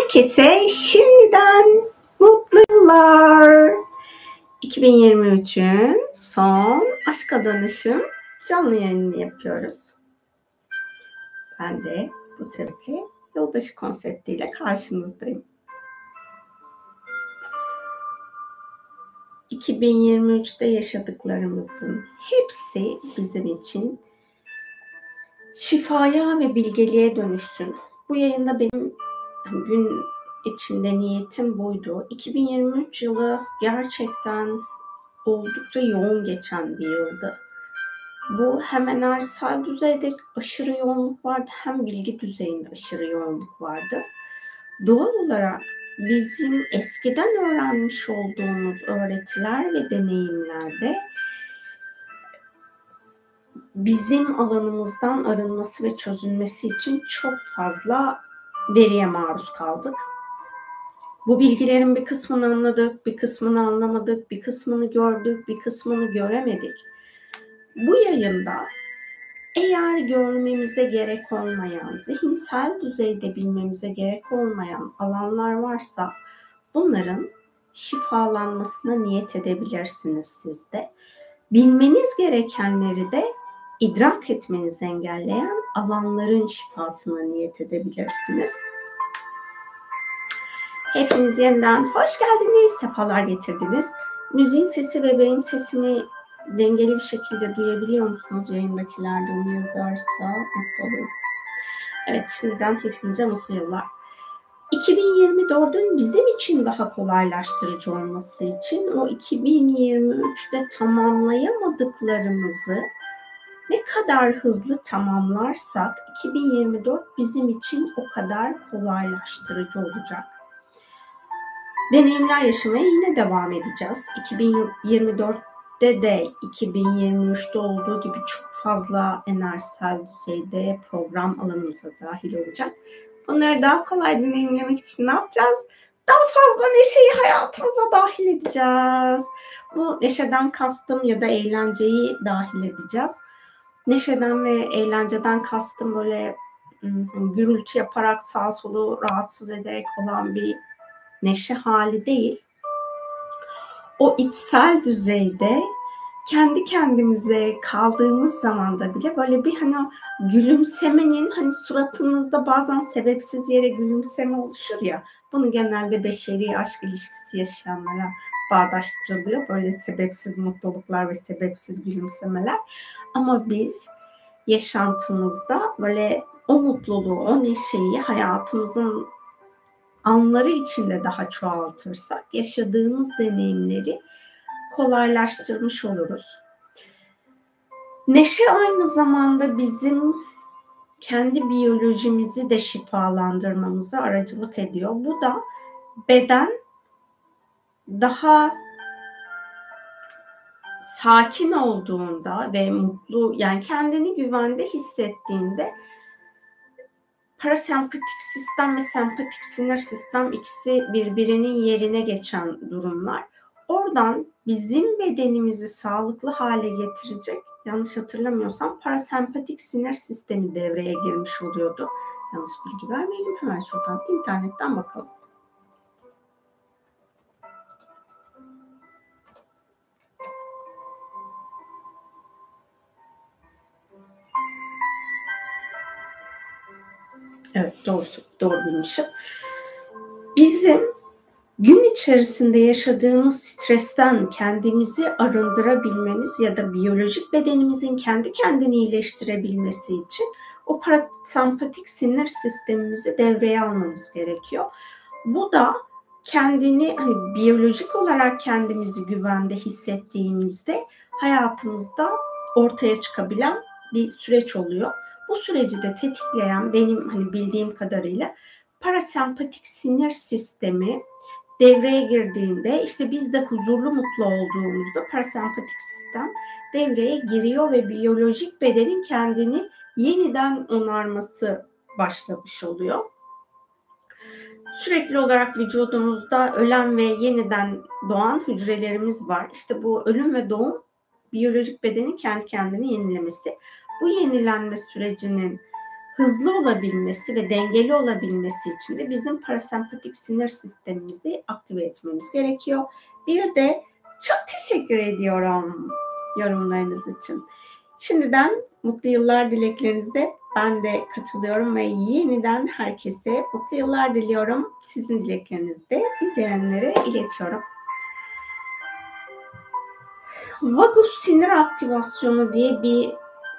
Herkese şimdiden mutlu yıllar. 2023'ün son Aşka Danışım canlı yayınını yapıyoruz. Ben de bu sebeple yılbaşı konseptiyle karşınızdayım. 2023'te yaşadıklarımızın hepsi bizim için şifaya ve bilgeliğe dönüşsün. Bu yayında benim gün içinde niyetim buydu. 2023 yılı gerçekten oldukça yoğun geçen bir yıldı. Bu hem enerjisel düzeyde aşırı yoğunluk vardı, hem bilgi düzeyinde aşırı yoğunluk vardı. Doğal olarak bizim eskiden öğrenmiş olduğumuz öğretiler ve deneyimlerde bizim alanımızdan arınması ve çözülmesi için çok fazla veriye maruz kaldık. Bu bilgilerin bir kısmını anladık, bir kısmını anlamadık, bir kısmını gördük, bir kısmını göremedik. Bu yayında eğer görmemize gerek olmayan, zihinsel düzeyde bilmemize gerek olmayan alanlar varsa bunların şifalanmasına niyet edebilirsiniz siz de. Bilmeniz gerekenleri de idrak etmenizi engelleyen alanların şifasına niyet edebilirsiniz. Hepiniz yeniden hoş geldiniz, sefalar getirdiniz. Müziğin sesi ve benim sesimi dengeli bir şekilde duyabiliyor musunuz? Yayındakiler de onu yazarsa mutlu olurum. Evet, şimdiden hepinize mutlu yıllar. 2024'ün bizim için daha kolaylaştırıcı olması için o 2023'te tamamlayamadıklarımızı ne kadar hızlı tamamlarsak 2024 bizim için o kadar kolaylaştırıcı olacak. Deneyimler yaşamaya yine devam edeceğiz. 2024'te de 2023'te olduğu gibi çok fazla enerjisel düzeyde program alanımıza dahil olacak. Bunları daha kolay deneyimlemek için ne yapacağız? Daha fazla neşeyi hayatımıza dahil edeceğiz. Bu neşeden kastım ya da eğlenceyi dahil edeceğiz. Neşeden ve eğlenceden kastım böyle gürültü yaparak sağa solu rahatsız ederek olan bir neşe hali değil. O içsel düzeyde kendi kendimize kaldığımız zamanda bile böyle bir o gülümsemenin suratınızda bazen sebepsiz yere gülümseme oluşur ya. Bunu genelde beşeri aşk ilişkisi yaşayanlara bağdaştırılıyor. Böyle sebepsiz mutluluklar ve sebepsiz gülümsemeler. Ama biz yaşantımızda böyle o mutluluğu, o neşeyi hayatımızın anları içinde daha çoğaltırsak yaşadığımız deneyimleri kolaylaştırmış oluruz. Neşe aynı zamanda bizim kendi biyolojimizi de şifalandırmamıza aracılık ediyor. Bu da beden daha sakin olduğunda ve mutlu, yani kendini güvende hissettiğinde parasempatik sistem ve sempatik sinir sistem ikisi birbirinin yerine geçen durumlar. Oradan bizim bedenimizi sağlıklı hale getirecek, yanlış hatırlamıyorsam parasempatik sinir sistemi devreye girmiş oluyordu. Yanlış bilgi vermeyelim, hemen şuradan internetten bakalım. Evet, doğru bilmişim. Bizim gün içerisinde yaşadığımız stresten kendimizi arındırabilmemiz ya da biyolojik bedenimizin kendi kendini iyileştirebilmesi için o parasempatik sinir sistemimizi devreye almamız gerekiyor. Bu da kendini biyolojik olarak kendimizi güvende hissettiğimizde hayatımızda ortaya çıkabilen bir süreç oluyor. Bu süreci de tetikleyen benim bildiğim kadarıyla parasempatik sinir sistemi devreye girdiğinde biz de huzurlu mutlu olduğumuzda parasempatik sistem devreye giriyor ve biyolojik bedenin kendini yeniden onarması başlamış oluyor. Sürekli olarak vücudumuzda ölen ve yeniden doğan hücrelerimiz var. Bu ölüm ve doğum biyolojik bedenin kendi kendini yenilemesi. Bu yenilenme sürecinin hızlı olabilmesi ve dengeli olabilmesi için de bizim parasempatik sinir sistemimizi aktive etmemiz gerekiyor. Bir de çok teşekkür ediyorum yorumlarınız için. Şimdiden mutlu yıllar dileklerinize ben de katılıyorum ve yeniden herkese mutlu yıllar diliyorum. Sizin dileklerinizi de izleyenlere iletiyorum. Vagus sinir aktivasyonu diye bir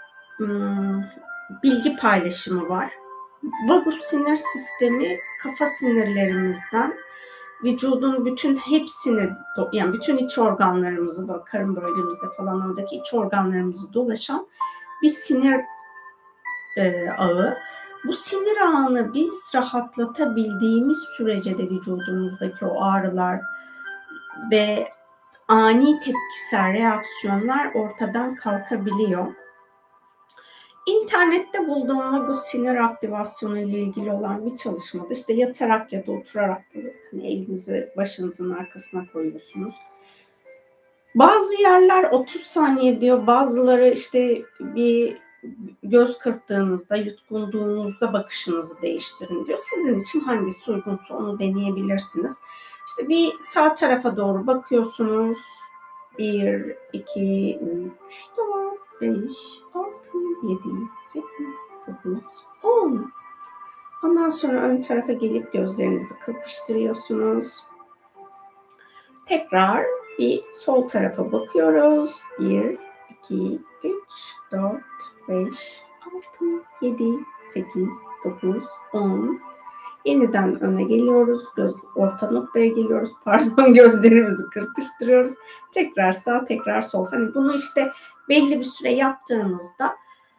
bilgi paylaşımı var. Vagus sinir sistemi kafa sinirlerimizden vücudun bütün hepsini, yani bütün iç organlarımızı, karın bölgemizde falan oradaki iç organlarımızı dolaşan bir sinir ağı. Bu sinir ağını biz rahatlatabildiğimiz sürece de vücudumuzdaki o ağrılar ve ani tepkisel reaksiyonlar ortadan kalkabiliyor. İnternette bulduğum vagus sinir aktivasyonu ile ilgili olan bir çalışmada işte yatarak ya da oturarak hani elinizi başınızın arkasına koyuyorsunuz. Bazı yerler 30 saniye diyor, bazıları işte bir göz kırptığınızda, yutkunduğunuzda bakışınızı değiştirin diyor. Sizin için hangisi uygunsa onu deneyebilirsiniz. İşte bir sağ tarafa doğru bakıyorsunuz. 1, 2, 3, 4, 5, 6, 7, 8, 9, 10. Ondan sonra ön tarafa gelip gözlerinizi kırpıştırıyorsunuz. Tekrar bir sol tarafa bakıyoruz. 1, 2, 3, 4, 5, 6, 7, 8, 9, 10. Yeniden öne geliyoruz. Orta noktaya geliyoruz. Gözlerimizi kırpıştırıyoruz. Tekrar sağ, tekrar sol. Hani bunu işte belli bir süre yaptığınızda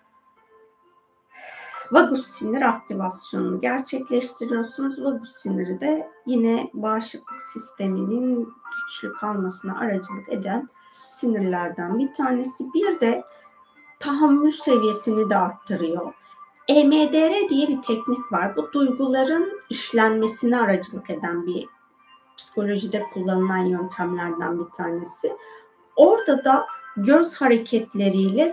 vagus sinir aktivasyonunu gerçekleştiriyorsunuz. Vagus siniri de yine bağışıklık sisteminin güçlü kalmasına aracılık eden sinirlerden bir tanesi. Bir de tahammül seviyesini de arttırıyor. EMDR diye bir teknik var. Bu duyguların işlenmesine aracılık eden bir psikolojide kullanılan yöntemlerden bir tanesi. Orada da göz hareketleriyle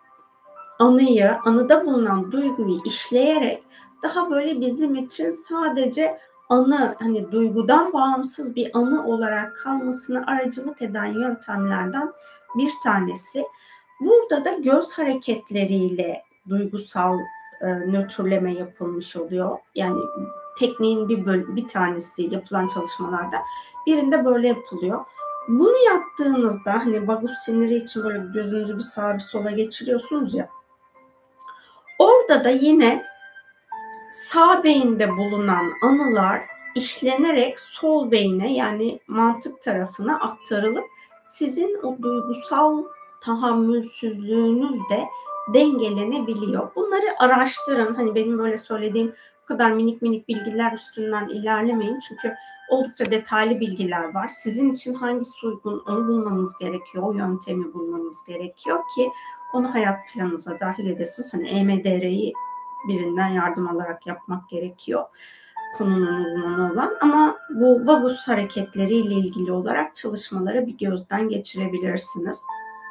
anıda bulunan duyguyu işleyerek daha böyle bizim için sadece anı, hani duygudan bağımsız bir anı olarak kalmasına aracılık eden yöntemlerden bir tanesi. Burada da göz hareketleriyle duygusal nötrleme yapılmış oluyor. Yani tekniğin bir tanesi yapılan çalışmalarda birinde böyle yapılıyor. Bunu yaptığınızda hani vagus siniri için böyle gözünüzü bir sağa bir sola geçiriyorsunuz ya. Orada da yine sağ beyinde bulunan anılar işlenerek sol beyne, yani mantık tarafına aktarılıp sizin o duygusal tahammülsüzlüğünüz de dengelenebiliyor. Bunları araştırın. Hani benim böyle söylediğim bu kadar minik minik bilgiler üstünden ilerlemeyin. Çünkü oldukça detaylı bilgiler var. Sizin için hangisi uygun onu bulmanız gerekiyor. O yöntemi bulmanız gerekiyor ki onu hayat planınıza dahil edesiniz. Hani EMDR'yi birinden yardım alarak yapmak gerekiyor. Konunun uzmanı olan, ama bu vagus hareketleriyle ilgili olarak çalışmalara bir gözden geçirebilirsiniz.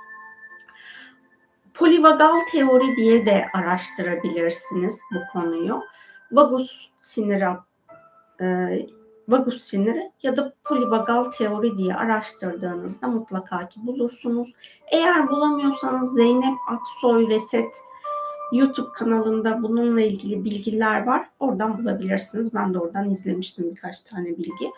Polivagal teori diye de araştırabilirsiniz bu konuyu. Vagus siniri ya da polivagal teori diye araştırdığınızda mutlaka ki bulursunuz. Eğer bulamıyorsanız Zeynep Aksoy Reset YouTube kanalında bununla ilgili bilgiler var. Oradan bulabilirsiniz. Ben de oradan izlemiştim birkaç tane bilgi.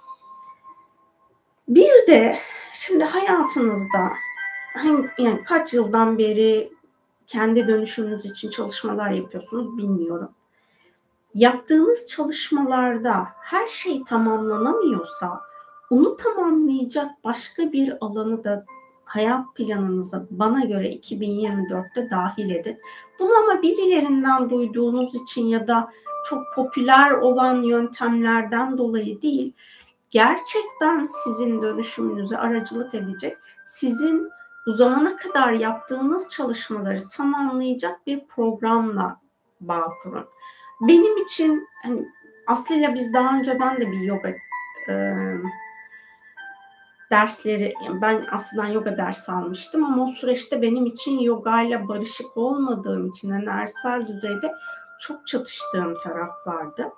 Bir de şimdi hayatınızda yani kaç yıldan beri kendi dönüşümünüz için çalışmalar yapıyorsunuz bilmiyorum. Yaptığınız çalışmalarda her şey tamamlanamıyorsa onu tamamlayacak başka bir alanı da hayat planınıza bana göre 2024'te dahil edin. Bunu ama birilerinden duyduğunuz için ya da çok popüler olan yöntemlerden dolayı değil, gerçekten sizin dönüşümünüze aracılık edecek, sizin bu zamana kadar yaptığınız çalışmaları tamamlayacak bir programla bağ kurun. Benim için hani Aslı'yla biz daha önceden de bir yoga dersleri, yani ben aslında yoga dersi almıştım ama o süreçte benim için yogayla barışık olmadığım için enerjisel düzeyde çok çatıştığım taraf vardı.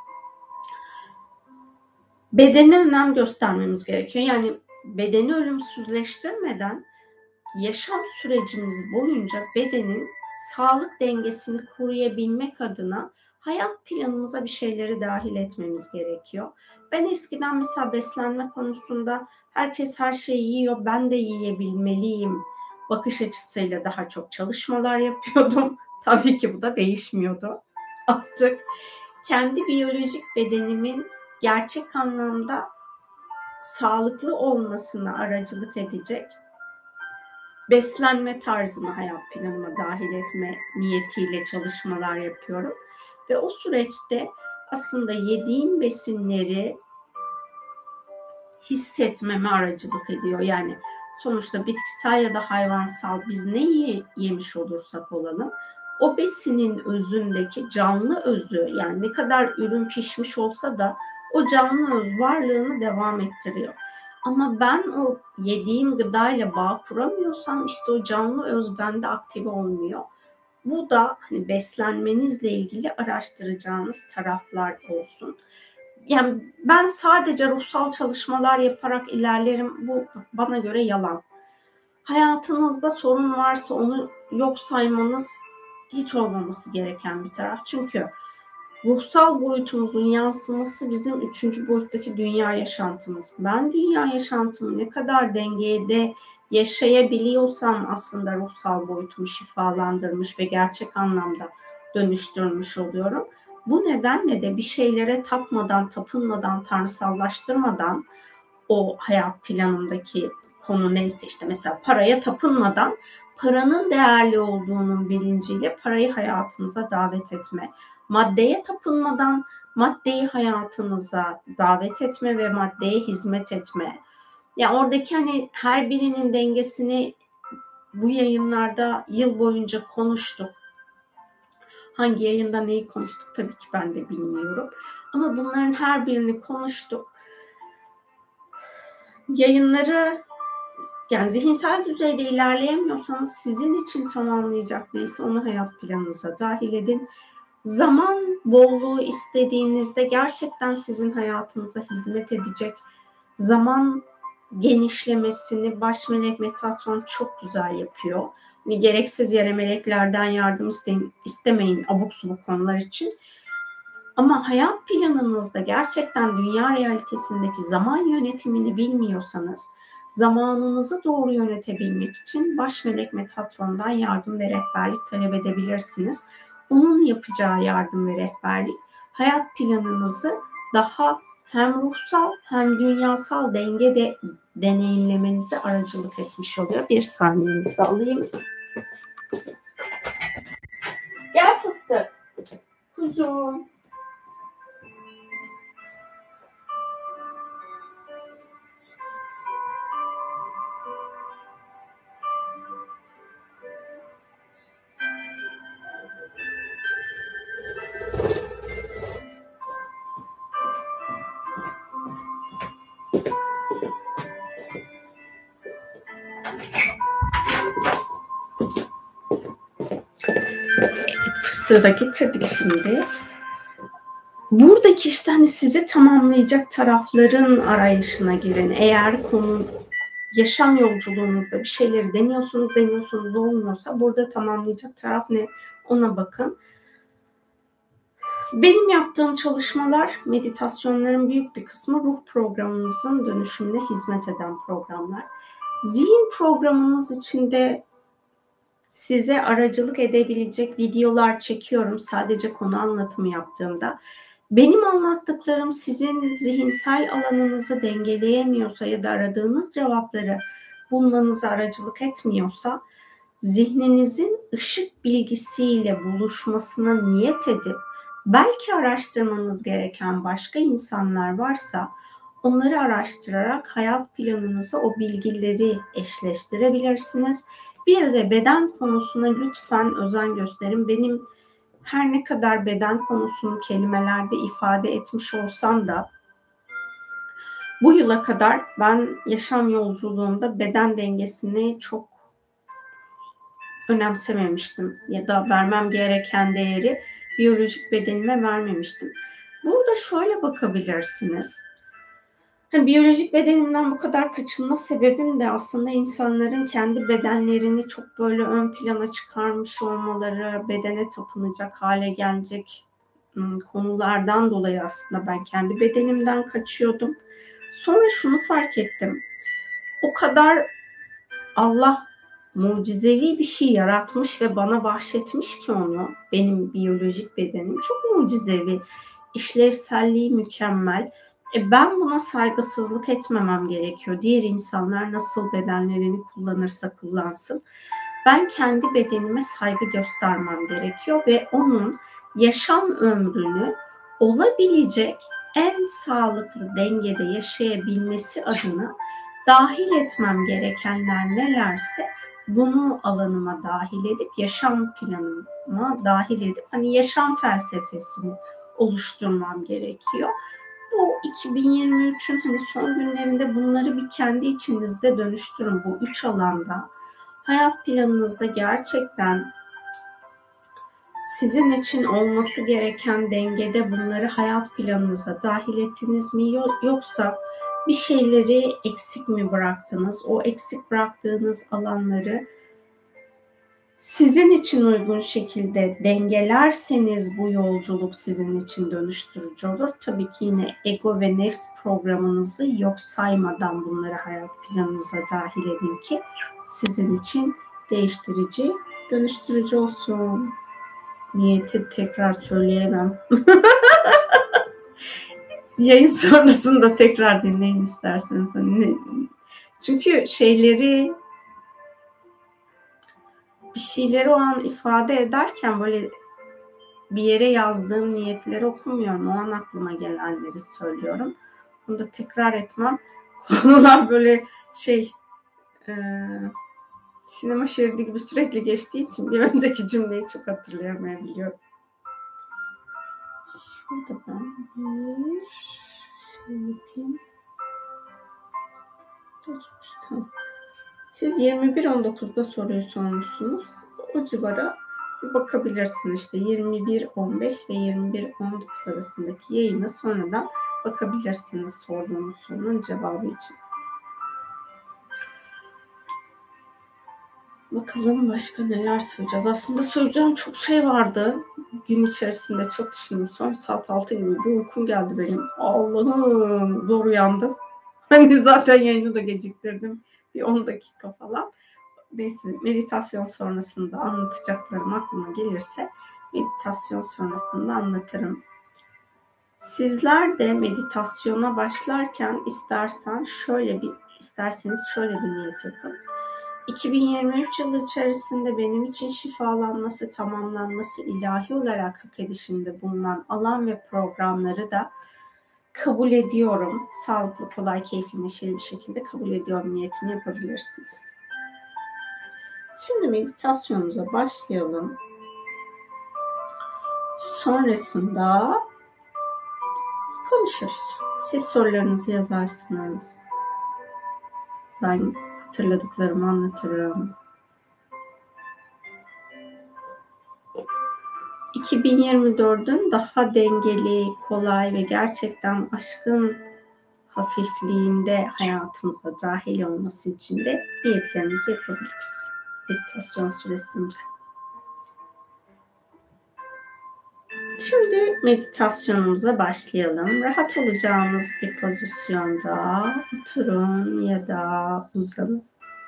Bedene önem göstermemiz gerekiyor. Yani bedeni ölümsüzleştirmeden yaşam sürecimiz boyunca bedenin sağlık dengesini koruyabilmek adına hayat planımıza bir şeyleri dahil etmemiz gerekiyor. Ben eskiden mesela beslenme konusunda herkes her şeyi yiyor, ben de yiyebilmeliyim bakış açısıyla daha çok çalışmalar yapıyordum. Tabii ki bu da değişmiyordu. Artık kendi biyolojik bedenimin gerçek anlamda sağlıklı olmasına aracılık edecek beslenme tarzını hayat planıma dahil etme niyetiyle çalışmalar yapıyorum. Ve o süreçte aslında yediğim besinleri hissetmeme aracılık ediyor. Yani sonuçta bitkisel ya da hayvansal biz ne yemiş olursak olalım o besinin özündeki canlı özü, yani ne kadar ürün pişmiş olsa da o canlı öz varlığını devam ettiriyor. Ama ben o yediğim gıdayla bağ kuramıyorsam işte o canlı öz bende aktive olmuyor. Bu da hani beslenmenizle ilgili araştıracağınız taraflar olsun. Yani ben sadece ruhsal çalışmalar yaparak ilerlerim. Bu bana göre yalan. Hayatınızda sorun varsa onu yok saymanız hiç olmaması gereken bir taraf. Çünkü ruhsal boyutumuzun yansıması bizim üçüncü boyuttaki dünya yaşantımız. Ben dünya yaşantımı ne kadar dengede yaşayabiliyorsam aslında ruhsal boyutumu şifalandırmış ve gerçek anlamda dönüştürmüş oluyorum. Bu nedenle de bir şeylere tapmadan, tapınmadan, tanrısallaştırmadan o hayat planındaki konu neyse işte mesela paraya tapınmadan paranın değerli olduğunun bilinciyle parayı hayatınıza davet etme. Maddeye tapınmadan maddeyi hayatınıza davet etme ve maddeye hizmet etme. Yani oradaki hani her birinin dengesini bu yayınlarda yıl boyunca konuştuk. Hangi yayında neyi konuştuk tabii ki ben de bilmiyorum. Ama bunların her birini konuştuk. Yayınları yani zihinsel düzeyde ilerleyemiyorsanız sizin için tamamlayacak neyse onu hayat planınıza dahil edin. Zaman bolluğu istediğinizde gerçekten sizin hayatınıza hizmet edecek zaman genişlemesini baş melek meditasyon çok güzel yapıyor. Yani gereksiz yere meleklerden yardım istemeyin abuk subuk konular için. Ama hayat planınızda gerçekten dünya realitesindeki zaman yönetimini bilmiyorsanız zamanınızı doğru yönetebilmek için baş melek Metatron'dan yardım ve rehberlik talep edebilirsiniz. Onun yapacağı yardım ve rehberlik hayat planınızı daha hem ruhsal hem dünyasal dengede deneyimlemenize aracılık etmiş oluyor. Bir saniyenizi alayım. Gel fıstık. Kuzum. Fıstığı da getirdik şimdi. Buradaki işte hani sizi tamamlayacak tarafların arayışına girin. Eğer konu yaşam yolculuğunuzda bir şeyleri deniyorsunuz olmuyorsa burada tamamlayacak taraf ne? Ona bakın. Benim yaptığım çalışmalar, meditasyonların büyük bir kısmı ruh programınızın dönüşümüne hizmet eden programlar. Zihin programınız içinde size aracılık edebilecek videolar çekiyorum sadece konu anlatımı yaptığımda. Benim anlattıklarım sizin zihinsel alanınızı dengeleyemiyorsa ya da aradığınız cevapları bulmanıza aracılık etmiyorsa, zihninizin ışık bilgisiyle buluşmasına niyet edip belki araştırmanız gereken başka insanlar varsa onları araştırarak hayat planınıza o bilgileri eşleştirebilirsiniz. Bir de beden konusuna lütfen özen gösterin. Benim her ne kadar beden konusunu kelimelerde ifade etmiş olsam da bu yıla kadar ben yaşam yolculuğumda beden dengesini çok önemsememiştim ya da vermem gereken değeri biyolojik bedenime vermemiştim. Burada şöyle bakabilirsiniz. Hani biyolojik bedenimden bu kadar kaçınma sebebim de aslında insanların kendi bedenlerini çok böyle ön plana çıkarmış olmaları, bedene tapınacak hale gelecek konulardan dolayı aslında ben kendi bedenimden kaçıyordum. Sonra şunu fark ettim. O kadar Allah mucizevi bir şey yaratmış ve bana bahşetmiş ki onu, benim biyolojik bedenim çok mucizevi, işlevselliği mükemmel. Ben buna saygısızlık etmemem gerekiyor. Diğer insanlar nasıl bedenlerini kullanırsa kullansın. Ben kendi bedenime saygı göstermem gerekiyor ve onun yaşam ömrünü olabilecek en sağlıklı dengede yaşayabilmesi adına dahil etmem gerekenler nelerse bunu alanıma dahil edip, yaşam planıma dahil edip, hani yaşam felsefesini oluşturmam gerekiyor. Bu 2023'ün hani son günlerinde bunları bir kendi içinizde dönüştürün bu 3 alanda. Hayat planınızda gerçekten sizin için olması gereken dengede bunları hayat planınıza dahil ettiniz mi, yoksa bir şeyleri eksik mi bıraktınız? O eksik bıraktığınız alanları sizin için uygun şekilde dengelerseniz bu yolculuk sizin için dönüştürücü olur. Tabii ki yine ego ve nefs programınızı yok saymadan bunları hayat planınıza dahil edin ki sizin için değiştirici, dönüştürücü olsun. Niyeti tekrar söyleyemem. Yayın sonrasında tekrar dinleyin isterseniz. Çünkü bir şeyleri o an ifade ederken böyle bir yere yazdığım niyetleri okumuyorum. O an aklıma gelenleri söylüyorum. Bunu da tekrar etmem. Konular böyle sinema şeridi gibi sürekli geçtiği için bir önceki cümleyi çok hatırlayamayabiliyorum. Şurada ben bir yapayım. Tamam. Siz 21.19'da soruyu sormuşsunuz. O civara bir bakabilirsiniz. İşte 21.15 ve 21.19 arasındaki yayına sonradan bakabilirsiniz sorduğunuz sorunun cevabı için. Bakalım başka neler söyleyeceğiz. Aslında söyleyeceğim çok şey vardı. Gün içerisinde çok düşündüm. Sonra saat 6 gibi bir uykum geldi benim. Allah'ım zor uyandım. Hani zaten yayını da geciktirdim. Bir 10 dakika falan. Neyse meditasyon sonrasında anlatacaklarım aklıma gelirse meditasyon sonrasında anlatırım. Sizler de meditasyona başlarken isterseniz şöyle bir niyet yapın. 2023 yılı içerisinde benim için şifalanması, tamamlanması, ilahi olarak hak edişinde bulunan alan ve programları da kabul ediyorum. Sağlıklı, kolay, keyifli, neşeli bir şekilde kabul ediyorum niyetini yapabilirsiniz. Şimdi meditasyonumuza başlayalım. Sonrasında konuşuruz. Siz sorularınızı yazarsınız. Ben hatırladıklarımı anlatırım. 2024'ün daha dengeli, kolay ve gerçekten aşkın hafifliğinde hayatımıza dahil olması için de niyetlerimizi yapabiliriz. Meditasyon süresince. Şimdi meditasyonumuza başlayalım. Rahat olacağımız bir pozisyonda oturun ya da uzanın.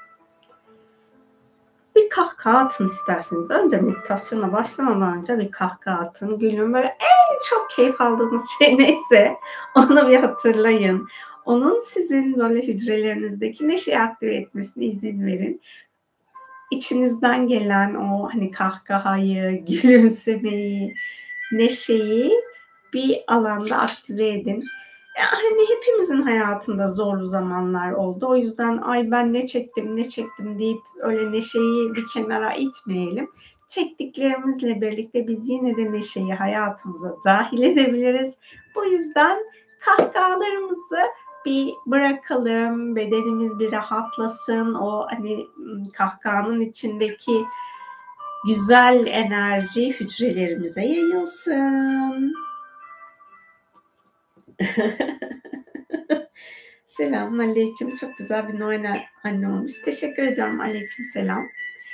Bir kahkaha atın isterseniz. Önce meditasyona başlamadan önce bir kahkaha atın. Gülün, böyle en çok keyif aldığınız şey neyse onu bir hatırlayın. Onun sizin böyle hücrelerinizdeki neşeyi aktive etmesine izin verin. İçinizden gelen o hani kahkahayı, gülümsemeyi, neşeyi bir alanda aktive edin. Yani hepimizin hayatında zorlu zamanlar oldu. O yüzden ay ben ne çektim deyip öyle neşeyi bir kenara itmeyelim. Çektiklerimizle birlikte biz yine de neşeyi hayatımıza dahil edebiliriz. Bu yüzden kahkahalarımızı bir bırakalım, bedenimiz bir rahatlasın. O hani kahkahanın içindeki güzel enerji hücrelerimize yayılsın. Selamünaleyküm. Çok güzel bir Noel anne olmuş. Teşekkür ediyorum. Aleykümselam.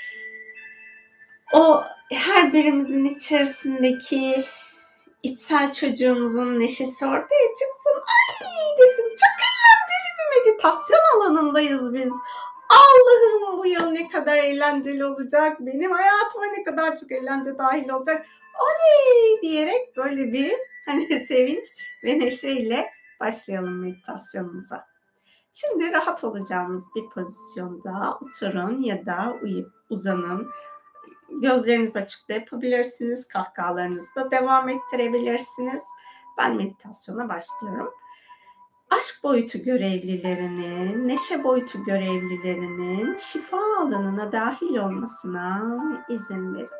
O her birimizin içerisindeki içsel çocuğumuzun neşesi ortaya çıksın. Ay desin, çok eğlenceli bir meditasyon alanındayız biz. Allah'ım bu yıl ne kadar eğlenceli olacak. Benim hayatıma ne kadar çok eğlence dahil olacak. Oley diyerek böyle bir sevinç ve neşeyle başlayalım meditasyonumuza. Şimdi rahat olacağınız bir pozisyonda oturun ya da uzanın. Gözlerinizi açık da yapabilirsiniz. Kahkahalarınızı da devam ettirebilirsiniz. Ben meditasyona başlıyorum. Aşk boyutu görevlilerinin, neşe boyutu görevlilerinin şifa alanına dahil olmasına izin verin.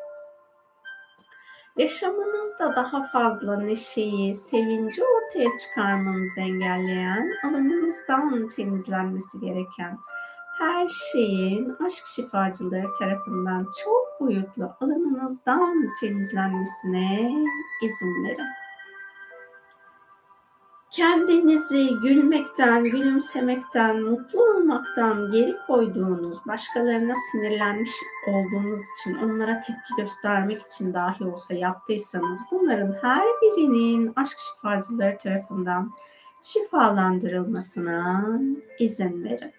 Yaşamınızda daha fazla neşeyi, sevinci ortaya çıkarmanızı engelleyen, alanınızdan temizlenmesi gereken her şeyin aşk şifacıları tarafından çok boyutlu alanınızdan temizlenmesine izin verin. Kendinizi gülmekten, gülümsemekten, mutlu olmaktan geri koyduğunuz, başkalarına sinirlenmiş olduğunuz için, onlara tepki göstermek için dahi olsa yaptıysanız, bunların her birinin aşk şifacıları tarafından şifalandırılmasına izin verin.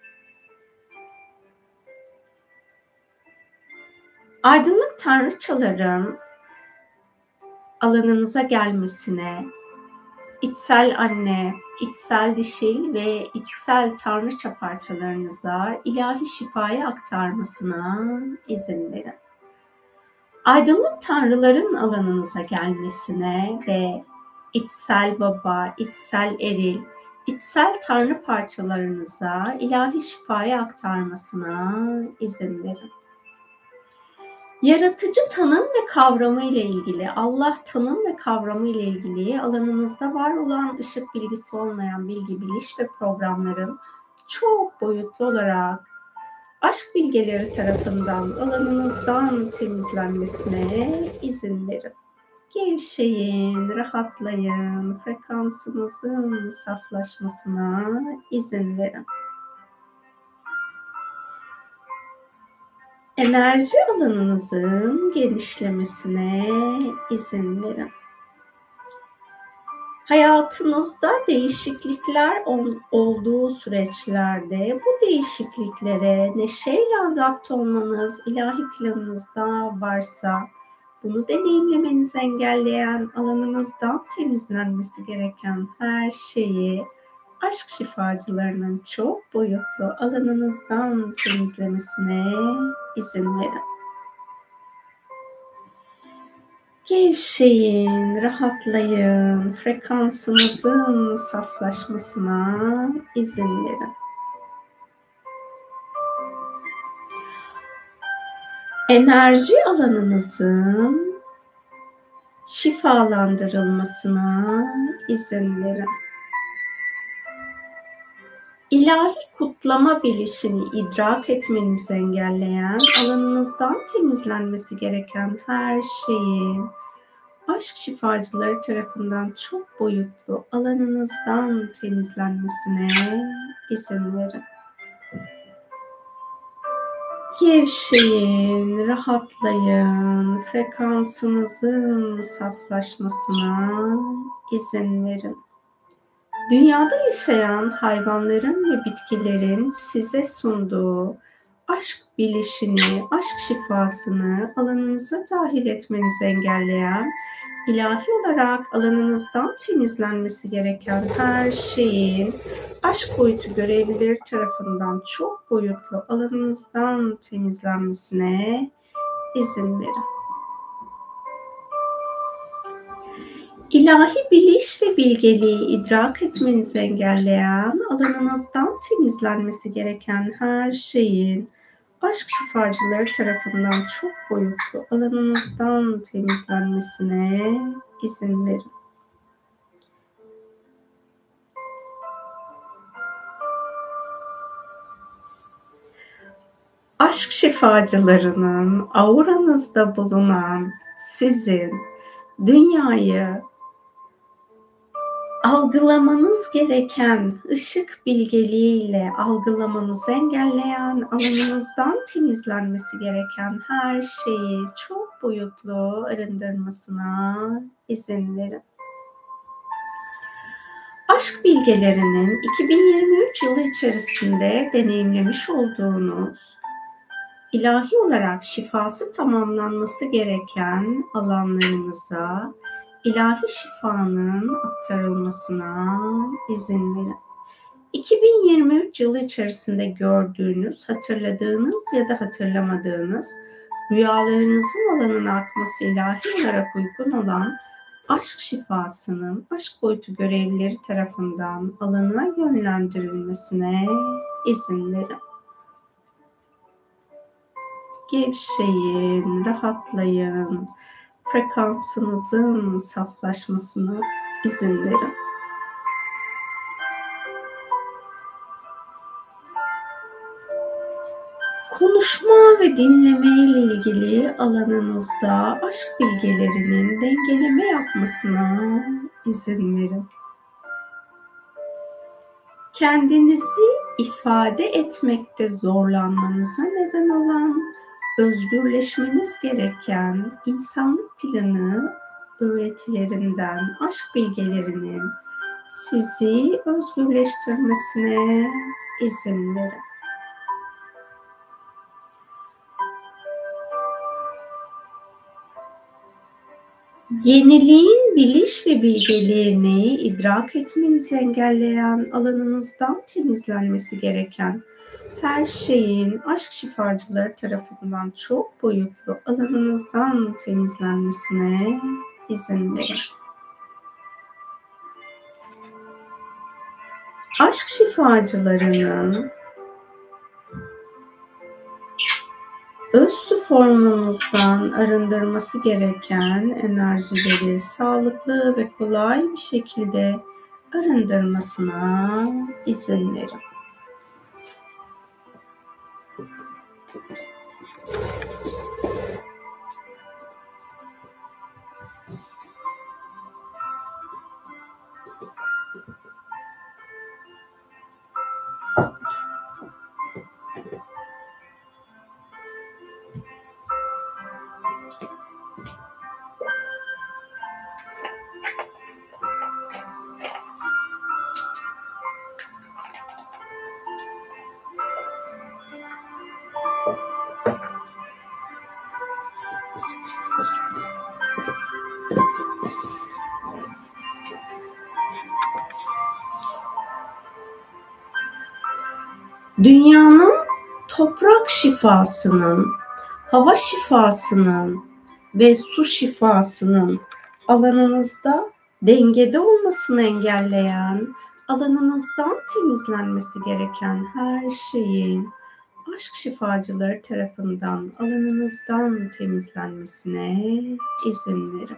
Aydınlık tanrıçaların alanınıza gelmesine, İçsel anne, içsel dişil ve içsel tanrıça parçalarınıza ilahi şifayı aktarmasına izin verin. Aydınlık tanrıların alanınıza gelmesine ve içsel baba, içsel eril, içsel tanrı parçalarınıza ilahi şifayı aktarmasına izin verin. Yaratıcı tanım ve kavramı ile ilgili, Allah tanım ve kavramı ile ilgili alanınızda var olan ışık bilgisi olmayan bilgi, biliş ve programların çok boyutlu olarak aşk bilgeleri tarafından alanınızdan temizlenmesine izin verin. Gevşeyin, rahatlayın, frekansınızın saflaşmasına izin verin. Enerji alanınızın genişlemesine izin verin. Hayatınızda değişiklikler olduğu süreçlerde bu değişikliklere neşeyle adapte olmanız ilahi planınızda varsa bunu deneyimlemenizi engelleyen alanınızdan temizlenmesi gereken her şeyi aşk şifacılarının çok boyutlu alanınızdan temizlemesine izin verin. Gevşeyin, rahatlayın, frekansınızın saflaşmasına izin verin. Enerji alanınızın şifalandırılmasına izin verin. İlahi kutlama bilişini idrak etmenizi engelleyen, alanınızdan temizlenmesi gereken her şeyin aşk şifacıları tarafından çok boyutlu alanınızdan temizlenmesine izin verin. Gevşeyin, rahatlayın, frekansınızın saflaşmasına izin verin. Dünyada yaşayan hayvanların ve bitkilerin size sunduğu aşk bilişini, aşk şifasını alanınıza dahil etmenizi engelleyen, ilahi olarak alanınızdan temizlenmesi gereken her şeyin aşk boyutu görevlileri tarafından çok boyutlu alanınızdan temizlenmesine izin verin. İlahi biliş ve bilgeliği idrak etmenizi engelleyen, alanınızdan temizlenmesi gereken her şeyin aşk şifacıları tarafından çok boyutlu alanınızdan temizlenmesine izin verin. Aşk şifacılarının auranızda bulunan sizin dünyayı algılamanız gereken ışık bilgeliğiyle algılamanızı engelleyen, alanınızdan temizlenmesi gereken her şeyi çok boyutlu arındırmasına izin verin. Aşk bilgelerinin 2023 yılı içerisinde deneyimlemiş olduğunuz ilahi olarak şifası tamamlanması gereken alanlarınıza ilahi şifanın aktarılmasına izin verin. 2023 yılı içerisinde gördüğünüz, hatırladığınız ya da hatırlamadığınız rüyalarınızın alanına akması ilahi olarak uygun olan aşk şifasının aşk boyutu görevlileri tarafından alanına yönlendirilmesine izin verin. Gevşeyin, rahatlayın, frekansınızın saflaşmasına izin verin. Konuşma ve dinleme ile ilgili alanınızda aşk bilgelerinin dengeleme yapmasına izin verin. Kendinizi ifade etmekte zorlanmanıza neden olan, özgürleşmeniz gereken insanlık planı öğretilerinden aşk bilgelerinin sizi özgürleştirmesine izin verin. Yeniliğin biliş ve bilgeliğini idrak etmenizi engelleyen, alanınızdan temizlenmesi gereken her şeyin aşk şifacıları tarafından çok boyutlu alanınızdan temizlenmesine izin verin. Aşk şifacılarının öz su formunuzdan arındırması gereken enerjileri sağlıklı ve kolay bir şekilde arındırmasına izin verin. Dünyanın toprak şifasının, hava şifasının ve su şifasının alanınızda dengede olmasını engelleyen, alanınızdan temizlenmesi gereken her şeyin aşk şifacıları tarafından alanınızdan temizlenmesine izin verin.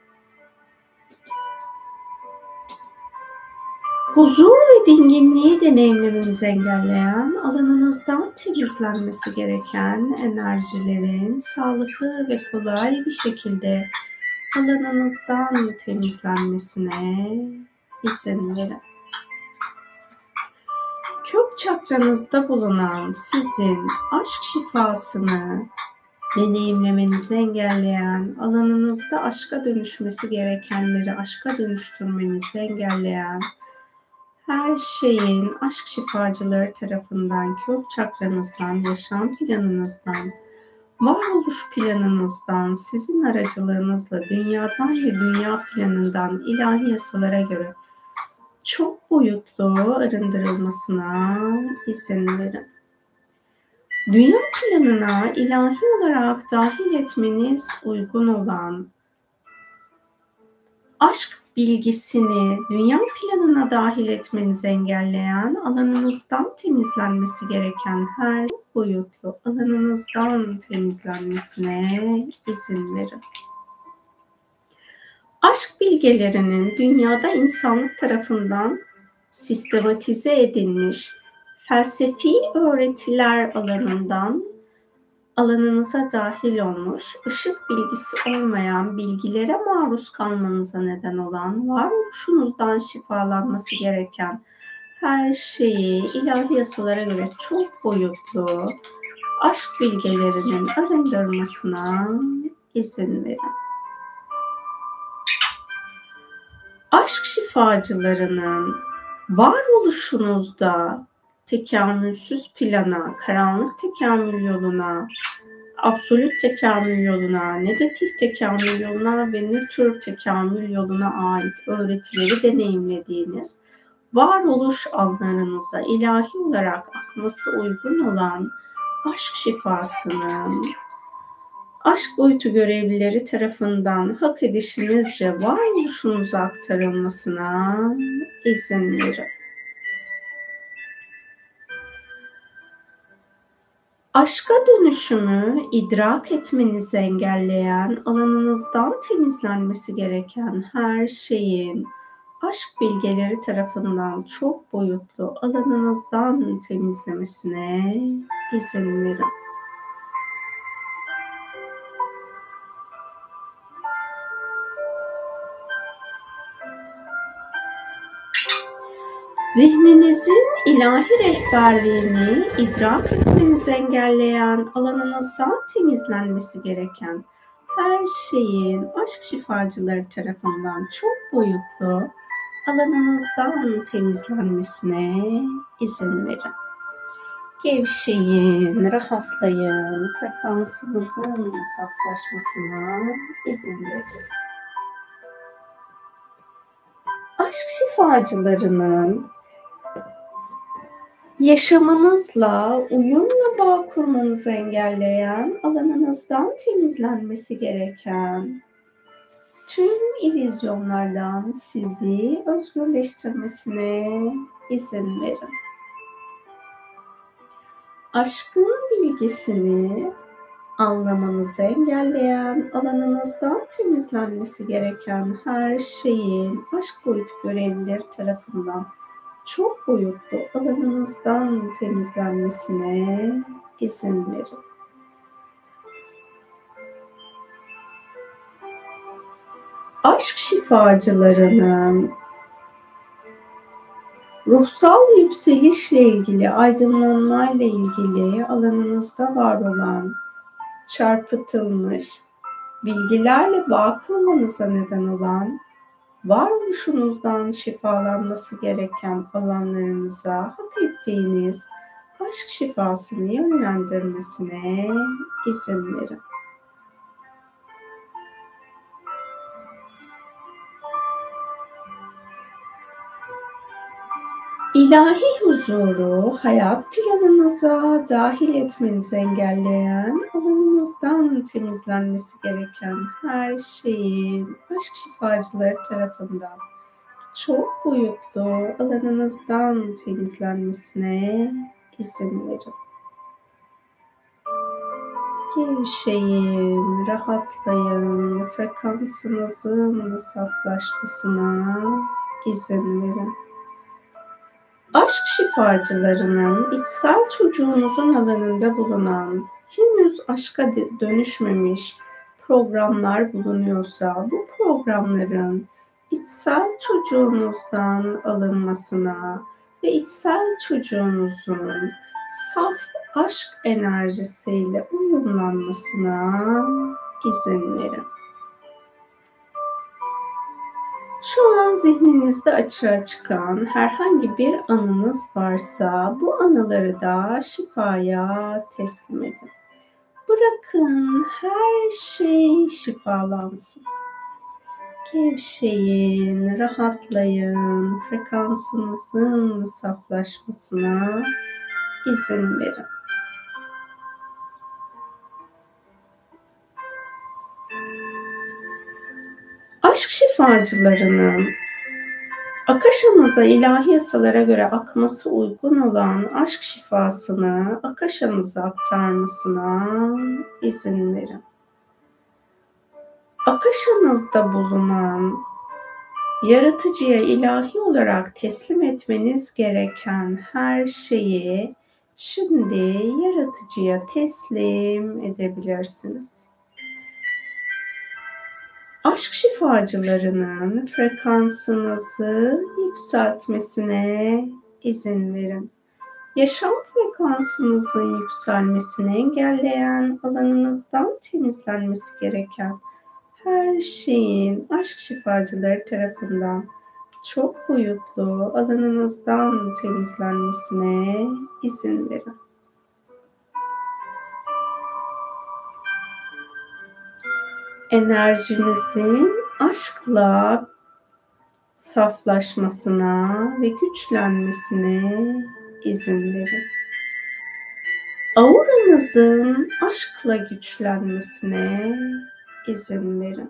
Huzur ve dinginliği deneyimlemenizi engelleyen, alanınızdan temizlenmesi gereken enerjilerin sağlıklı ve kolay bir şekilde alanınızdan temizlenmesine izin verin. Kök çakranızda bulunan sizin aşk şifasını deneyimlemenizi engelleyen, alanınızda aşka dönüşmesi gerekenleri aşka dönüştürmenizi engelleyen, her şeyin aşk şifacıları tarafından kök çakranızdan, yaşam planınızdan, varoluş planınızdan, sizin aracılığınızla dünyadan ve dünya planından ilahi yasalara göre çok boyutlu arındırılmasına izin verin. Dünya planına ilahi olarak dahil etmeniz uygun olan aşk bilgisini dünya planına dahil etmenizi engelleyen, alanınızdan temizlenmesi gereken her boyutlu alanınızdan temizlenmesine izin verin. Aşk bilgelerinin dünyada insanlık tarafından sistematize edilmiş felsefi öğretiler alanından alanınıza dahil olmuş, ışık bilgisi olmayan bilgilere maruz kalmanıza neden olan, varoluşunuzdan şifalanması gereken her şeyi ilahi yasalara göre çok boyutlu aşk bilgelerinin arındırmasına izin verin. Aşk şifacılarının varoluşunuzda tekamülsüz plana, karanlık tekamül yoluna, absolut tekamül yoluna, negatif tekamül yoluna ve nötr tekamül yoluna ait öğretileri deneyimlediğiniz varoluş alanlarınıza ilahi olarak akması uygun olan aşk şifasının aşk boyutu görevlileri tarafından hak edişinizce varoluşunuza aktarılmasına izin verin. Aşka dönüşümü idrak etmenizi engelleyen, alanınızdan temizlenmesi gereken her şeyin aşk bilgeleri tarafından çok boyutlu alanınızdan temizlemesine izin verin. Zihninizin ilahi rehberliğini idrak etmenizi engelleyen, alanınızdan temizlenmesi gereken her şeyin aşk şifacıları tarafından çok boyutlu alanınızdan temizlenmesine izin verin. Gevşeyin, rahatlayın, frekansınızın saflaşmasına izin verin. Aşk şifacılarının yaşamınızla, uyumla bağ kurmanızı engelleyen, alanınızdan temizlenmesi gereken tüm illüzyonlardan sizi özgürleştirmesine izin verin. Aşkın bilgisini anlamanızı engelleyen, alanınızdan temizlenmesi gereken her şeyin aşk boyutu görevlileri tarafından çok boyutlu alanınızdan temizlenmesine izin verin. Aşk şifacılarının ruhsal yükselişle ilgili, aydınlanmayla ilgili alanınızda var olan çarpıtılmış bilgilerle bağ kurmanıza neden olan, varoluşunuzdan şifalanması gereken alanlarınıza hak ettiğiniz aşk şifasını yönlendirmesine izin verin. İlahi huzuru hayat planınıza dahil etmenizi engelleyen, alanınızdan temizlenmesi gereken her şeyin aşk şifacıları tarafından çok boyutlu alanınızdan temizlenmesine izin verin. Gevşeyin, rahatlayın, frekansınızın saflaşmasına izin verin. Aşk şifacılarının içsel çocuğunuzun alanında bulunan, henüz aşka dönüşmemiş programlar bulunuyorsa, bu programların içsel çocuğunuzdan alınmasına ve içsel çocuğunuzun saf aşk enerjisiyle uyumlanmasına izin verin. Şu an zihninizde açığa çıkan herhangi bir anınız varsa bu anıları da şifaya teslim edin. Bırakın her şey şifalansın. Gevşeyin, rahatlayın, frekansınızın saflaşmasına izin verin. Aşk şifacılarının akaşanıza ilahi yasalara göre akması uygun olan aşk şifasını akaşanıza aktarmasına izin verin. Akaşanızda bulunan yaratıcıya ilahi olarak teslim etmeniz gereken her şeyi Şimdi yaratıcıya teslim edebilirsiniz. Aşk şifacılarının frekansınızı yükseltmesine izin verin. Yaşam frekansınızın yükselmesini engelleyen, alanınızdan temizlenmesi gereken her şeyin aşk şifacıları tarafından çok boyutlu alanınızdan temizlenmesine izin verin. Enerjinizin aşkla saflaşmasına ve güçlenmesine izin verin. Auranızın aşkla güçlenmesine izin verin.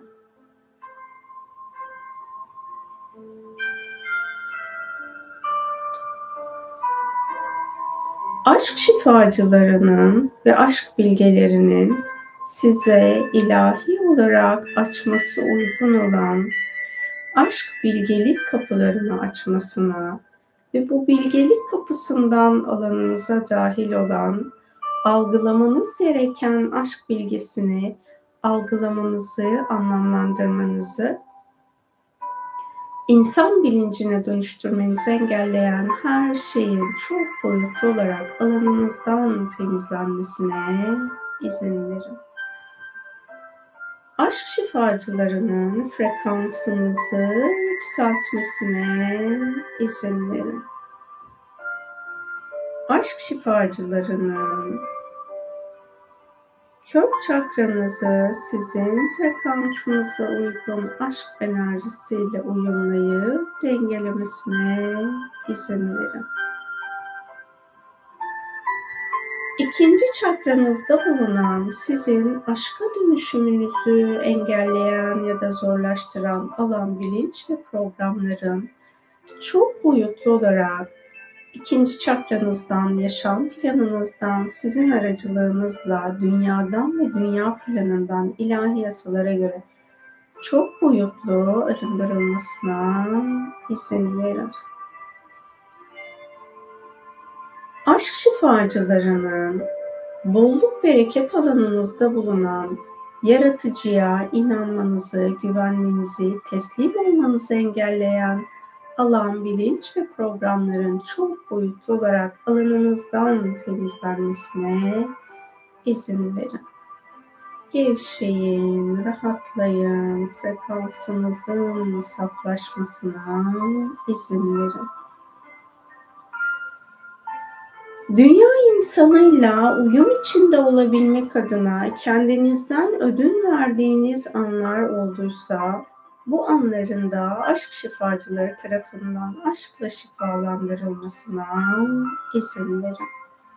Aşk şifacılarının ve aşk bilgelerinin size ilahi olarak açması uygun olan aşk bilgelik kapılarını açmasına ve bu bilgelik kapısından alanınıza dahil olan algılamanız gereken aşk bilgisini algılamanızı, anlamlandırmanızı, insan bilincine dönüştürmenizi engelleyen her şeyin çok boyutlu olarak alanınızdan temizlenmesine izin verin. Aşk şifacılarının frekansınızı yükseltmesine izin verin. Aşk şifacılarının kök çakranızı sizin frekansınıza uygun aşk enerjisiyle uyumlayıp dengelemesine izin verin. İkinci çakranızda bulunan sizin aşka dönüşümünüzü engelleyen ya da zorlaştıran alan bilinç ve programların çok boyutlu olarak ikinci çakranızdan, yaşam planınızdan, sizin aracılığınızla dünyadan ve dünya planından ilahi yasalara göre çok boyutlu arındırılmasına izin verin. Aşk şifacılarının bolluk bereket alanınızda bulunan yaratıcıya inanmanızı, güvenmenizi, teslim olmanızı engelleyen alan bilinç ve programların çok boyutlu olarak alanınızdan temizlenmesine izin verin. Gevşeyin, rahatlayın, frekansınızın saflaşmasına izin verin. Dünya insanıyla uyum içinde olabilmek adına kendinizden ödün verdiğiniz anlar olduysa, bu anların da aşk şifacıları tarafından aşkla şifalandırılmasına izin verin.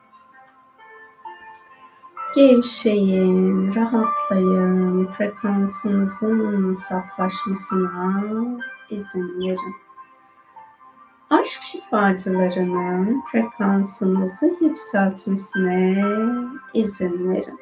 Gevşeyin, rahatlayın, frekansınızın saflaşmasına izin verin. Aşk şifacılarının frekansınızı yükseltmesine izin verin.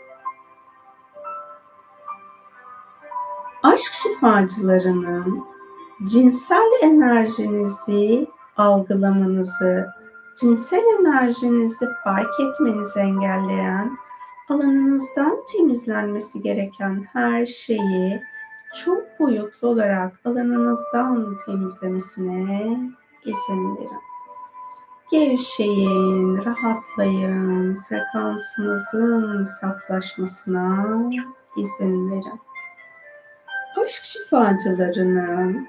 Aşk şifacılarının cinsel enerjinizi algılamanızı, cinsel enerjinizi fark etmenizi engelleyen, alanınızdan temizlenmesi gereken her şeyi çok boyutlu olarak alanınızdan temizlemesine izin verin. Gevşeyin, rahatlayın, frekansınızın saflaşmasına izin verin. Aşk şifacılarının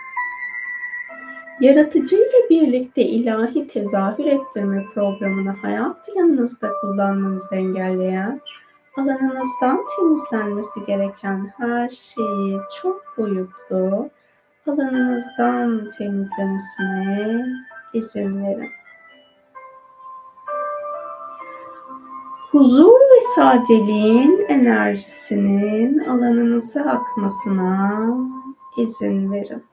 yaratıcı ile birlikte ilahi tezahür ettirme programını hayat planınızda kullanmanızı engelleyen, alanınızdan temizlenmesi gereken her şeyi çok boyutlu alanınızdan temizlemesine izin verin. Huzur ve sadeliğin enerjisinin alanınıza akmasına izin verin.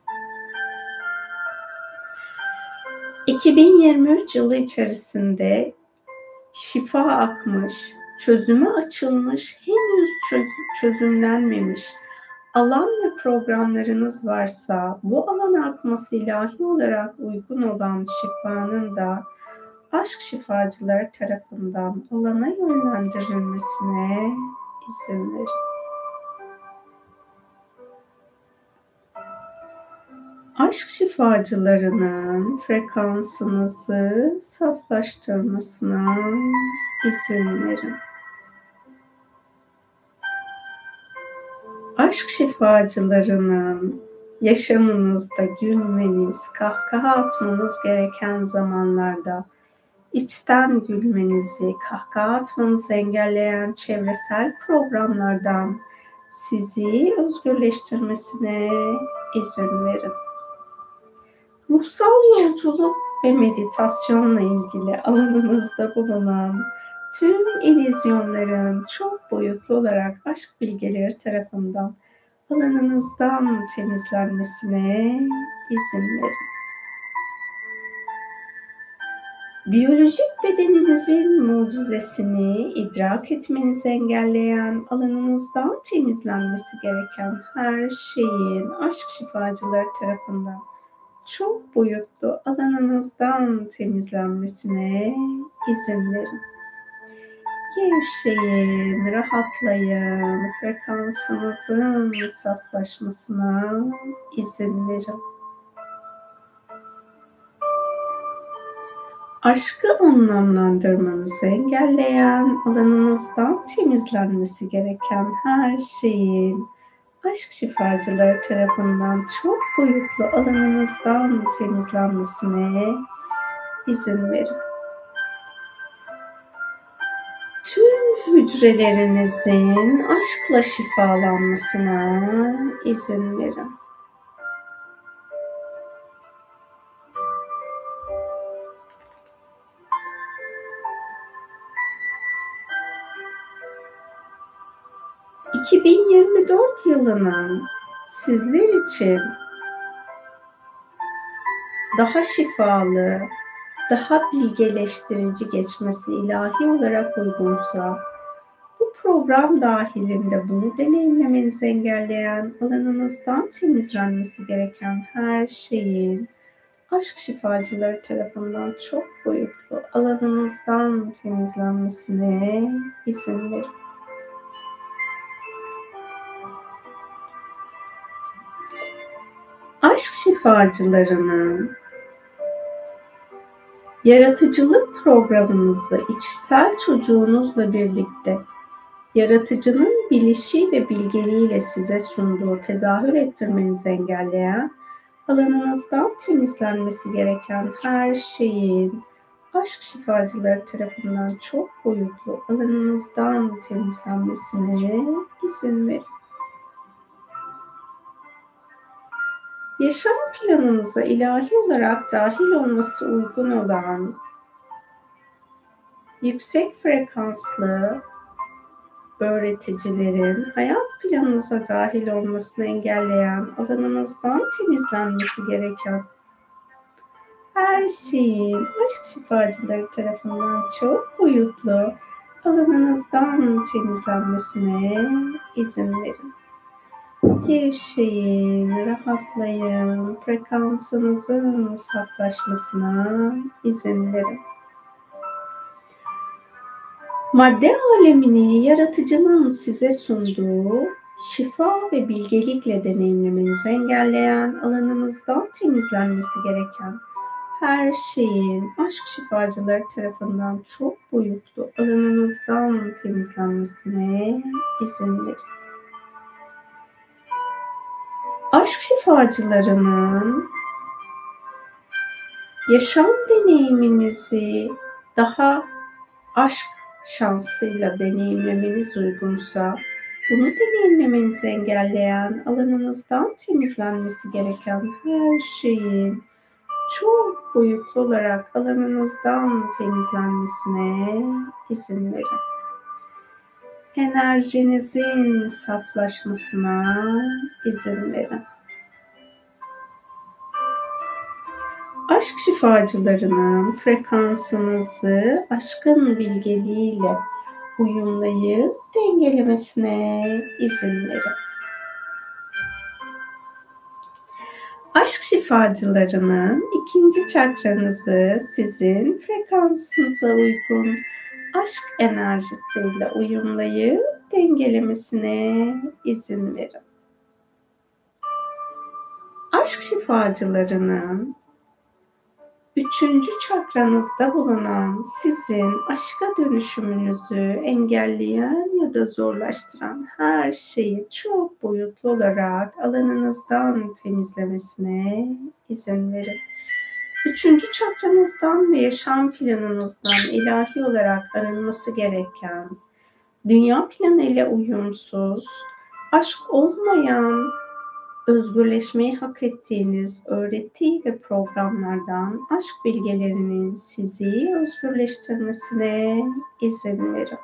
2023 yılı içerisinde şifa akmış, çözüme açılmış, henüz çözümlenmemiş alan ve programlarınız varsa, bu alana akması ilahi olarak uygun olan şifanın da aşk şifacıları tarafından alana yönlendirilmesine izin verin. Aşk şifacılarının frekansınızı saflaştırmasına izin verin. Aşk şifacılarının yaşamınızda gülmeniz, kahkaha atmanız gereken zamanlarda içten gülmenizi, kahkaha atmanızı engelleyen çevresel programlardan sizi özgürleştirmesine izin verin. Ruhsal yolculuk ve meditasyonla ilgili alanınızda bulunan tüm illüzyonların çok boyutlu olarak aşk bilgeleri tarafından alanınızdan temizlenmesine izin verin. Biyolojik bedeninizin mucizesini idrak etmenizi engelleyen, alanınızdan temizlenmesi gereken her şeyin aşk şifacıları tarafından çok boyutlu alanınızdan temizlenmesine izin verin. Gevşeyin, rahatlayın, frekansınızın saflaşmasına izin verin. Aşkı anlamlandırmanızı engelleyen, alanınızdan temizlenmesi gereken her şeyin aşk şifacıları tarafından çok boyutlu alanınızdan temizlenmesine izin verin. Tüm hücrelerinizin aşkla şifalanmasına izin verin. ...2024 yılının sizler için daha şifalı, daha bilgeleştirici geçmesi ilahi olarak uygunsa, bu program dahilinde bunu deneyimlemenizi engelleyen, alanınızdan temizlenmesi gereken her şeyin aşk şifacıları tarafından çok boyutlu alanınızdan temizlenmesine izin verin. Aşk şifacılarının yaratıcılık programınızda içsel çocuğunuzla birlikte yaratıcının bilişi ve bilgeliğiyle size sunduğu tezahür ettirmenizi engelleyen, alanınızdan temizlenmesi gereken her şeyin aşk şifacıları tarafından çok boyutlu alanınızdan temizlenmesine izin verin. Yaşam planınıza ilahi olarak dahil olması uygun olan yüksek frekanslı öğreticilerin hayat planınıza dahil olmasını engelleyen, alanınızdan temizlenmesi gereken her şeyin aşk şifacıları tarafından çok boyutlu alanınızdan temizlenmesine izin verin. Gevşeyin, rahatlayın, frekansınızın saflaşmasına izin verin. Madde alemini yaratıcının size sunduğu şifa ve bilgelikle deneyimlemenizi engelleyen, alanınızdan temizlenmesi gereken her şeyin aşk şifacıları tarafından çok boyutlu alanınızdan temizlenmesine izin verin. Aşk şifacılarının yaşam deneyiminizi daha aşk şansıyla deneyimlemeniz uygunsa, bunu deneyimlemenizi engelleyen, alanınızdan temizlenmesi gereken her şeyin çok boyutlu olarak alanınızdan temizlenmesine izin verin. Enerjinizin saflaşmasına izin verin. Aşk şifacılarının frekansınızı aşkın bilgeliğiyle uyumlayıp dengelemesine izin verin. Aşk şifacılarının ikinci çakranızı sizin frekansınıza uygun aşk enerjisiyle uyumlayıp dengelemesine izin verin. Aşk şifacılarının üçüncü çakranızda bulunan sizin aşka dönüşümünüzü engelleyen ya da zorlaştıran her şeyi çok boyutlu olarak alanınızdan temizlemesine izin verin. Üçüncü çakranızdan ve yaşam planınızdan ilahi olarak arınması gereken, dünya planı ile uyumsuz, aşk olmayan, özgürleşmeyi hak ettiğiniz öğreti ve programlardan aşk bilgelerinin sizi özgürleştirmesine izin verin.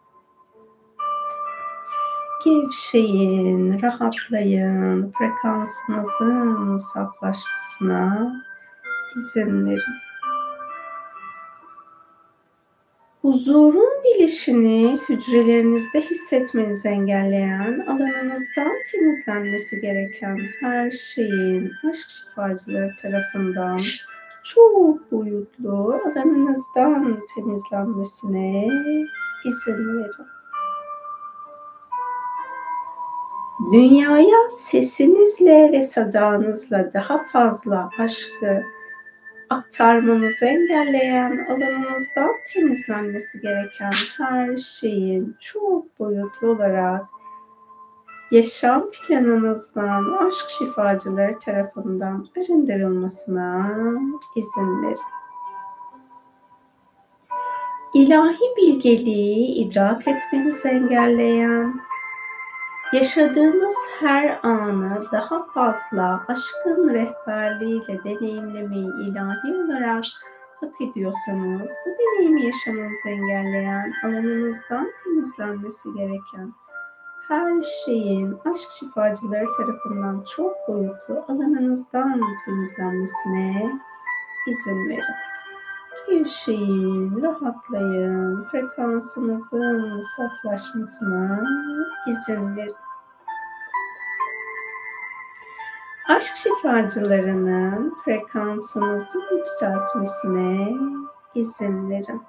Gevşeyin, rahatlayın, frekansınızın saflaşmasına izin verin. Huzurun bilişini hücrelerinizde hissetmenizi engelleyen, alanınızdan temizlenmesi gereken her şeyin aşk şifacıları tarafından çok boyutlu alanınızdan temizlenmesine izin verin. Dünyaya sesinizle ve sadanızla daha fazla aşkı aktarmanızı engelleyen, alanınızdan temizlenmesi gereken her şeyin çok boyutlu olarak yaşam planınızdan aşk şifacıları tarafından arındırılmasına izin verin. İlahi bilgeliği idrak etmenizi engelleyen, yaşadığınız her anı daha fazla aşkın rehberliğiyle deneyimlemeyi ilahi olarak hak ediyorsanız, bu deneyimi yaşamanızı engelleyen, alanınızdan temizlenmesi gereken her şeyin aşk şifacıları tarafından çok boyutlu alanınızdan temizlenmesine izin verin. Gevşeyin, rahatlayın, frekansınızın saflaşmasına izin verin. Aşk şifacılarının frekansınızı yükseltmesine izin verin.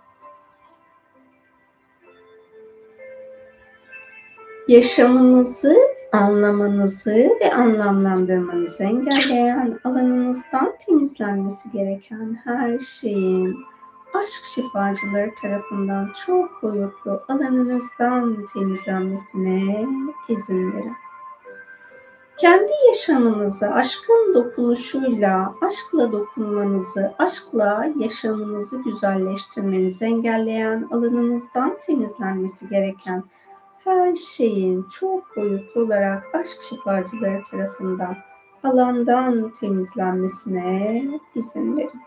Yaşamınızı anlamanızı ve anlamlandırmanızı engelleyen, alanınızdan temizlenmesi gereken her şeyin aşk şifacıları tarafından çok boyutlu alanınızdan temizlenmesine izin verin. Kendi yaşamınızı aşkın dokunuşuyla, aşkla dokunmanızı, aşkla yaşamınızı güzelleştirmenizi engelleyen, alanınızdan temizlenmesi gereken her şeyin çok boyutlu olarak aşk şifacıları tarafından alandan temizlenmesine izin verin.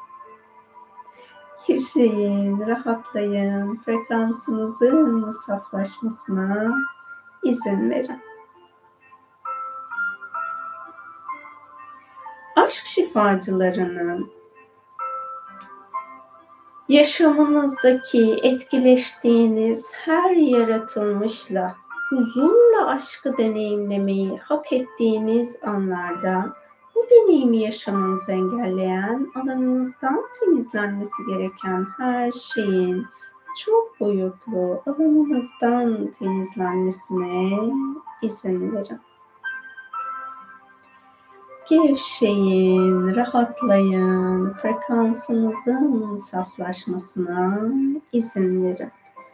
Gevşeyin, rahatlayın, frekansınızın saflaşmasına izin verin. Aşk şifacılarının yaşamınızdaki etkileştiğiniz her yaratılmışla huzurla aşkı deneyimlemeyi hak ettiğiniz anlarda bu deneyimi yaşamanızı engelleyen, alanınızdan temizlenmesi gereken her şeyin çok boyutlu alanınızdan temizlenmesine izin verin. Gevşeyin, rahatlayın, frekansınızın saflaşmasına izin verin.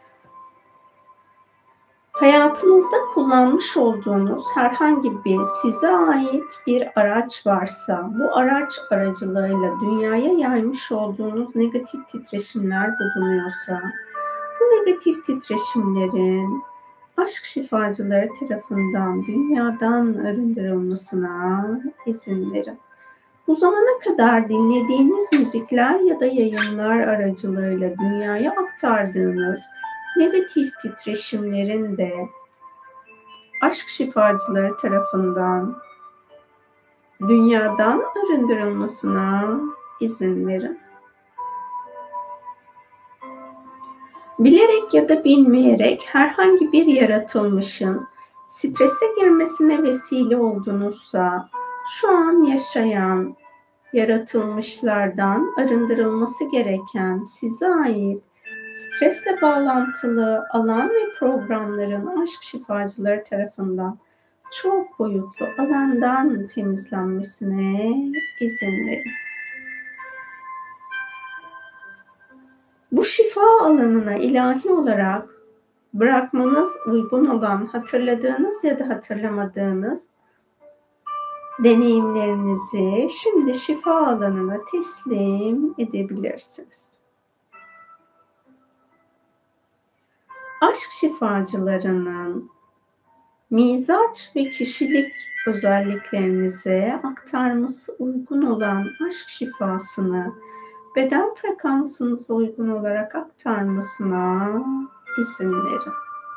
Hayatınızda kullanmış olduğunuz herhangi bir size ait bir araç varsa, bu araç aracılığıyla dünyaya yaymış olduğunuz negatif titreşimler bulunuyorsa, bu negatif titreşimlerin aşk şifacıları tarafından dünyadan arındırılmasına izin verin. Bu zamana kadar dinlediğiniz müzikler ya da yayınlar aracılığıyla dünyaya aktardığınız negatif titreşimlerin de aşk şifacıları tarafından dünyadan arındırılmasına izin verin. Bilerek ya da bilmeyerek herhangi bir yaratılmışın strese girmesine vesile oldunuzsa, şu an yaşayan yaratılmışlardan arındırılması gereken size ait stresle bağlantılı alan ve programların aşk şifacıları tarafından çok boyutlu alandan temizlenmesine izin verin. Bu şifa alanına ilahi olarak bırakmanız uygun olan hatırladığınız ya da hatırlamadığınız deneyimlerinizi şimdi şifa alanına teslim edebilirsiniz. Aşk şifacılarının mizaç ve kişilik özelliklerinize aktarması uygun olan aşk şifasını beden frekansınıza uygun olarak aktarmasına izin verin.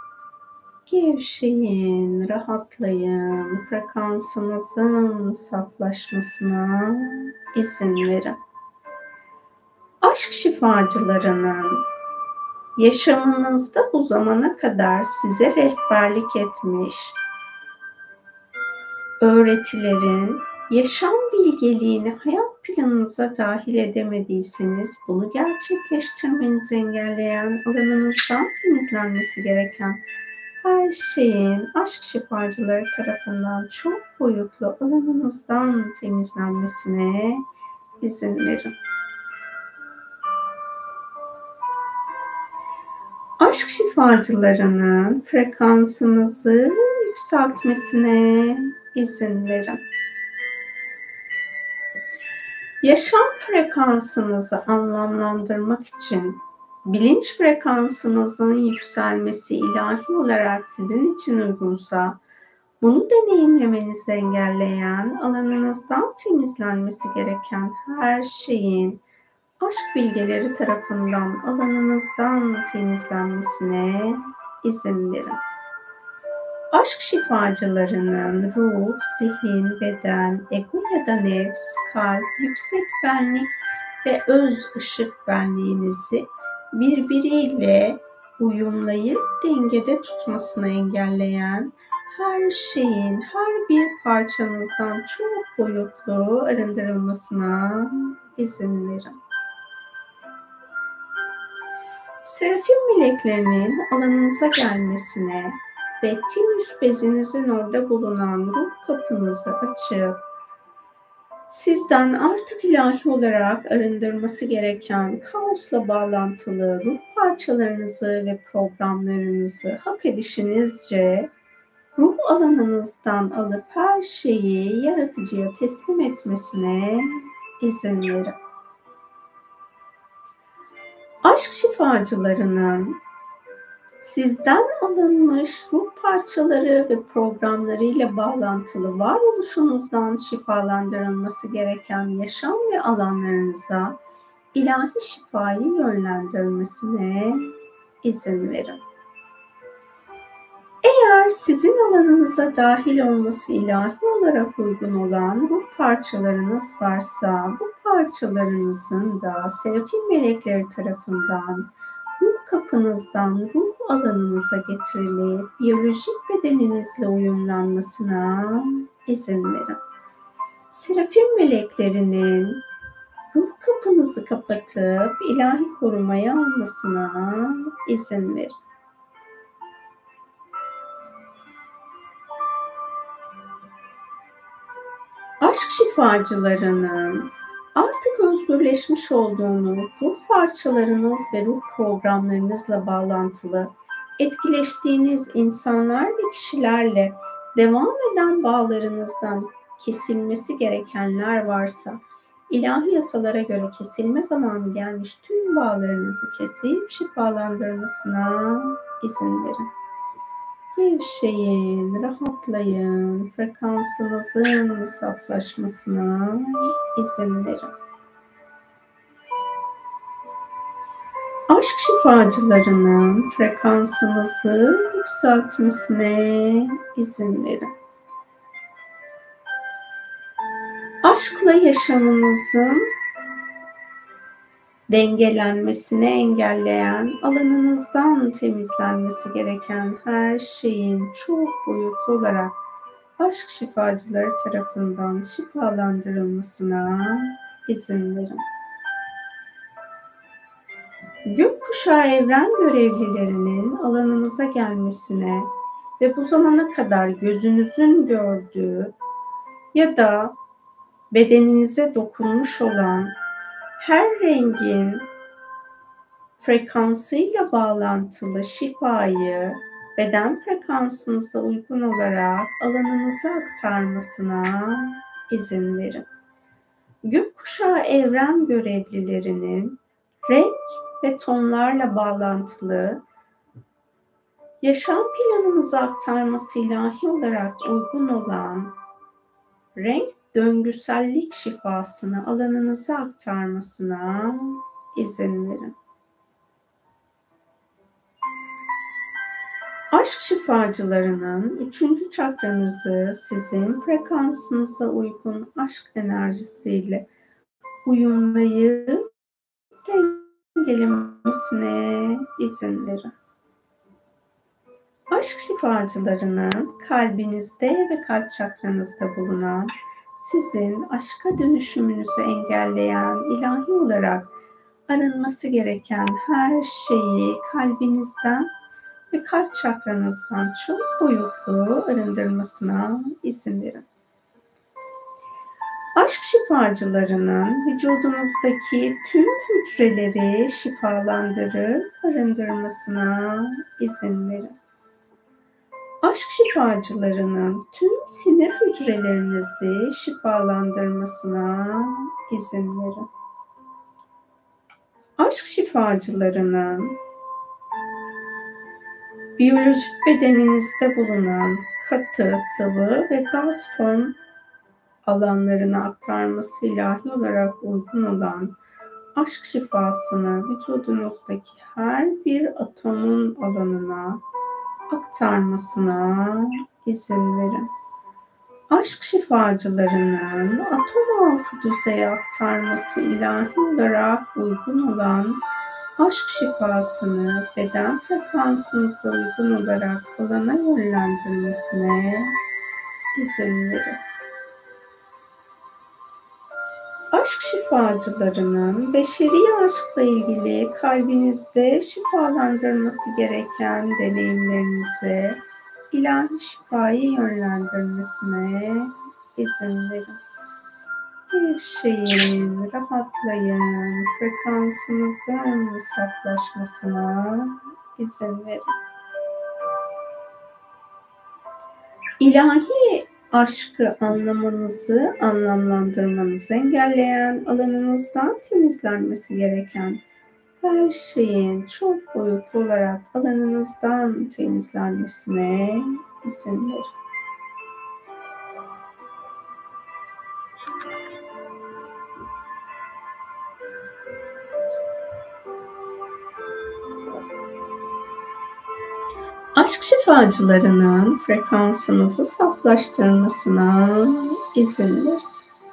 Gevşeyin, rahatlayın, frekansınızın saflaşmasına izin verin. Aşk şifacılarının yaşamınızda bu zamana kadar size rehberlik etmiş öğretilerin yaşam bilgeliğini hayat planınıza dahil edemediyseniz bunu gerçekleştirmenizi engelleyen, alanınızdan temizlenmesi gereken her şeyin aşk şifacıları tarafından çok boyutlu alanınızdan temizlenmesine izin verin. Aşk şifacılarının frekansınızı yükseltmesine izin verin. Yaşam frekansınızı anlamlandırmak için bilinç frekansınızın yükselmesi ilahi olarak sizin için uygunsa, bunu deneyimlemenizi engelleyen, alanınızdan temizlenmesi gereken her şeyin aşk bilgeleri tarafından alanınızdan temizlenmesine izin verin. Aşk şifacılarının ruh, zihin, beden, ego ya da nefs, kalp, yüksek benlik ve öz ışık benliğinizi birbiriyle uyumlayıp dengede tutmasını engelleyen her şeyin her bir parçanızdan çok boyutlu arındırılmasına izin verin. Serafim meleklerinin alanınıza gelmesine ve Tinüs bezinizin orada bulunan ruh kapınızı açıp sizden artık ilahi olarak arındırması gereken kaosla bağlantılı ruh parçalarınızı ve programlarınızı hak edişinizce ruh alanınızdan alıp her şeyi yaratıcıya teslim etmesine izin verin. Aşk şifacılarının sizden alınmış ruh parçaları ve programlarıyla bağlantılı varoluşunuzdan şifalandırılması gereken yaşam ve alanlarınıza ilahi şifayı yönlendirmesine izin verin. Eğer sizin alanınıza dahil olması ilahi olarak uygun olan ruh parçalarınız varsa, bu parçalarınızın da serafim melekleri tarafından ruh kapınızdan ruh alanınıza getirilip biyolojik bedeninizle uyumlanmasına izin verin. Serafim meleklerinin ruh kapınızı kapatıp ilahi korumaya almasına izin verin. Aşk şifacılarının artık özgürleşmiş olduğunuz ruh parçalarınız ve ruh programlarınızla bağlantılı etkileştiğiniz insanlar ve kişilerle devam eden bağlarınızdan kesilmesi gerekenler varsa, ilahi yasalara göre kesilme zamanı gelmiş tüm bağlarınızı kesip şifalandırmasına izin verin. Gevşeyin, rahatlayın, frekansınızın saflaşmasına izin verin. Aşk şifacılarının frekansınızı yükseltmesine izin verin. Aşkla yaşamınızın dengelenmesini engelleyen, alanınızdan temizlenmesi gereken her şeyin çok boyutlu olarak aşk şifacıları tarafından şifalandırılmasına izin verin. Gökkuşağı evren görevlilerinin alanınıza gelmesine ve bu zamana kadar gözünüzün gördüğü ya da bedeninize dokunmuş olan her rengin frekansıyla bağlantılı şifayı beden frekansınıza uygun olarak alanınıza aktarmasına izin verin. Gökkuşağı evren görevlilerinin renk ve tonlarla bağlantılı yaşam planınıza aktarması ilahi olarak uygun olan renk döngüsellik şifasını alanınıza aktarmasına izin verin. Aşk şifacılarının 3. çakranızı sizin frekansınıza uygun aşk enerjisiyle uyumlayıp dengelemesine izin verin. Aşk şifacılarının kalbinizde ve kalp çakranızda bulunan sizin aşka dönüşümünüzü engelleyen ilahi olarak arınması gereken her şeyi kalbinizden ve kalp çakranızdan çok boyutlu arındırmasına izin verin. Aşk şifacılarının vücudunuzdaki tüm hücreleri şifalandırıp arındırmasına izin verin. Aşk şifacılarının tüm sinir hücrelerinizi şifalandırmasına izin verin. Aşk şifacılarının biyolojik bedeninizde bulunan katı, sıvı ve gaz form alanlarına aktarması ilahi olarak uygun olan aşk şifasını vücudunuzdaki her bir atomun alanına aktarmasına izin verin. Aşk şifacılarının atom altı düzeye aktarması ilahi olarak uygun olan aşk şifasını beden frekansınıza uygun olarak alana yönlendirmesine izin verin. Aşk şifacılarının beşeri aşkla ilgili kalbinizde şifalandırması gereken deneyimlerinize ilahi şifayı yönlendirmesine izin verin. Gevşeyin, rahatlayın, frekansınızın saflaşmasına izin verin. İlahi aşkı anlamanızı, anlamlandırmanızı engelleyen, alanınızdan temizlenmesi gereken her şeyin çok boyutlu olarak alanınızdan temizlenmesine izin verin. Aşk şifacılarının frekansınızı saflaştırmasına izin verin.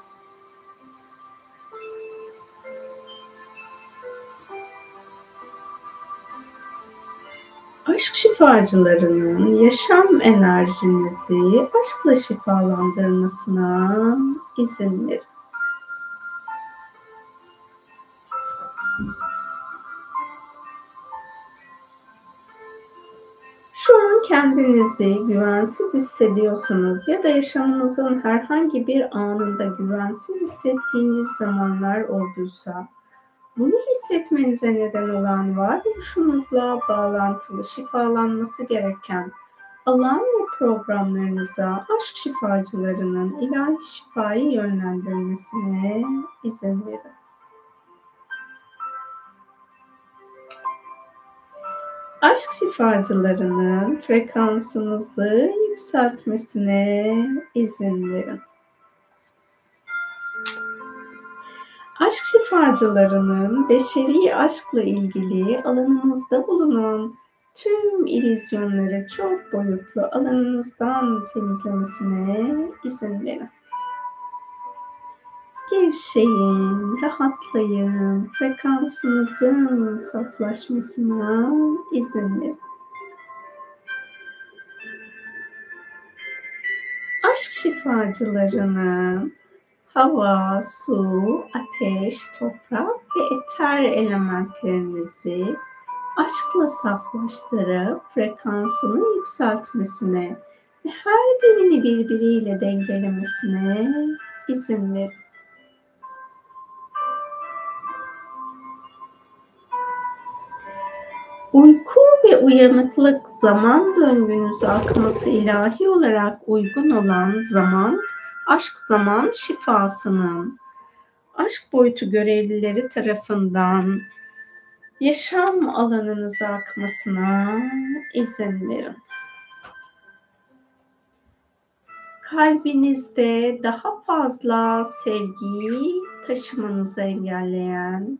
Aşk şifacılarının yaşam enerjinizi aşkla şifalandırmasına izin verin. Şu an kendinizi güvensiz hissediyorsanız ya da yaşamınızın herhangi bir anında güvensiz hissettiğiniz zamanlar olduysa, bunu hissetmenize neden olan varoluşunuzla bağlantılı şifalanması gereken alan ve programlarınıza aşk şifacılarının ilahi şifayı yönlendirmesine izin verin. Aşk şifacılarının frekansınızı yükseltmesine izin verin. Aşk şifacılarının beşeri aşkla ilgili alanınızda bulunan tüm illüzyonları çok boyutlu alanınızdan temizlemesine izin verin. Gevşeyin, rahatlayın, frekansınızın saflaşmasına izin verin. Aşk Aşk şifacılarının hava, su, ateş, toprak ve eter elementlerinizi aşkla saflaştırıp frekansını yükseltmesine ve her birini birbiriyle dengelemesine izin verin. Uyku ve uyanıklık zaman döngünüze akması ilahi olarak uygun olan zaman, aşk zaman şifasının aşk boyutu görevlileri tarafından yaşam alanınıza akmasına izin verin. Kalbinizde daha fazla sevgiyi taşımanızı engelleyen,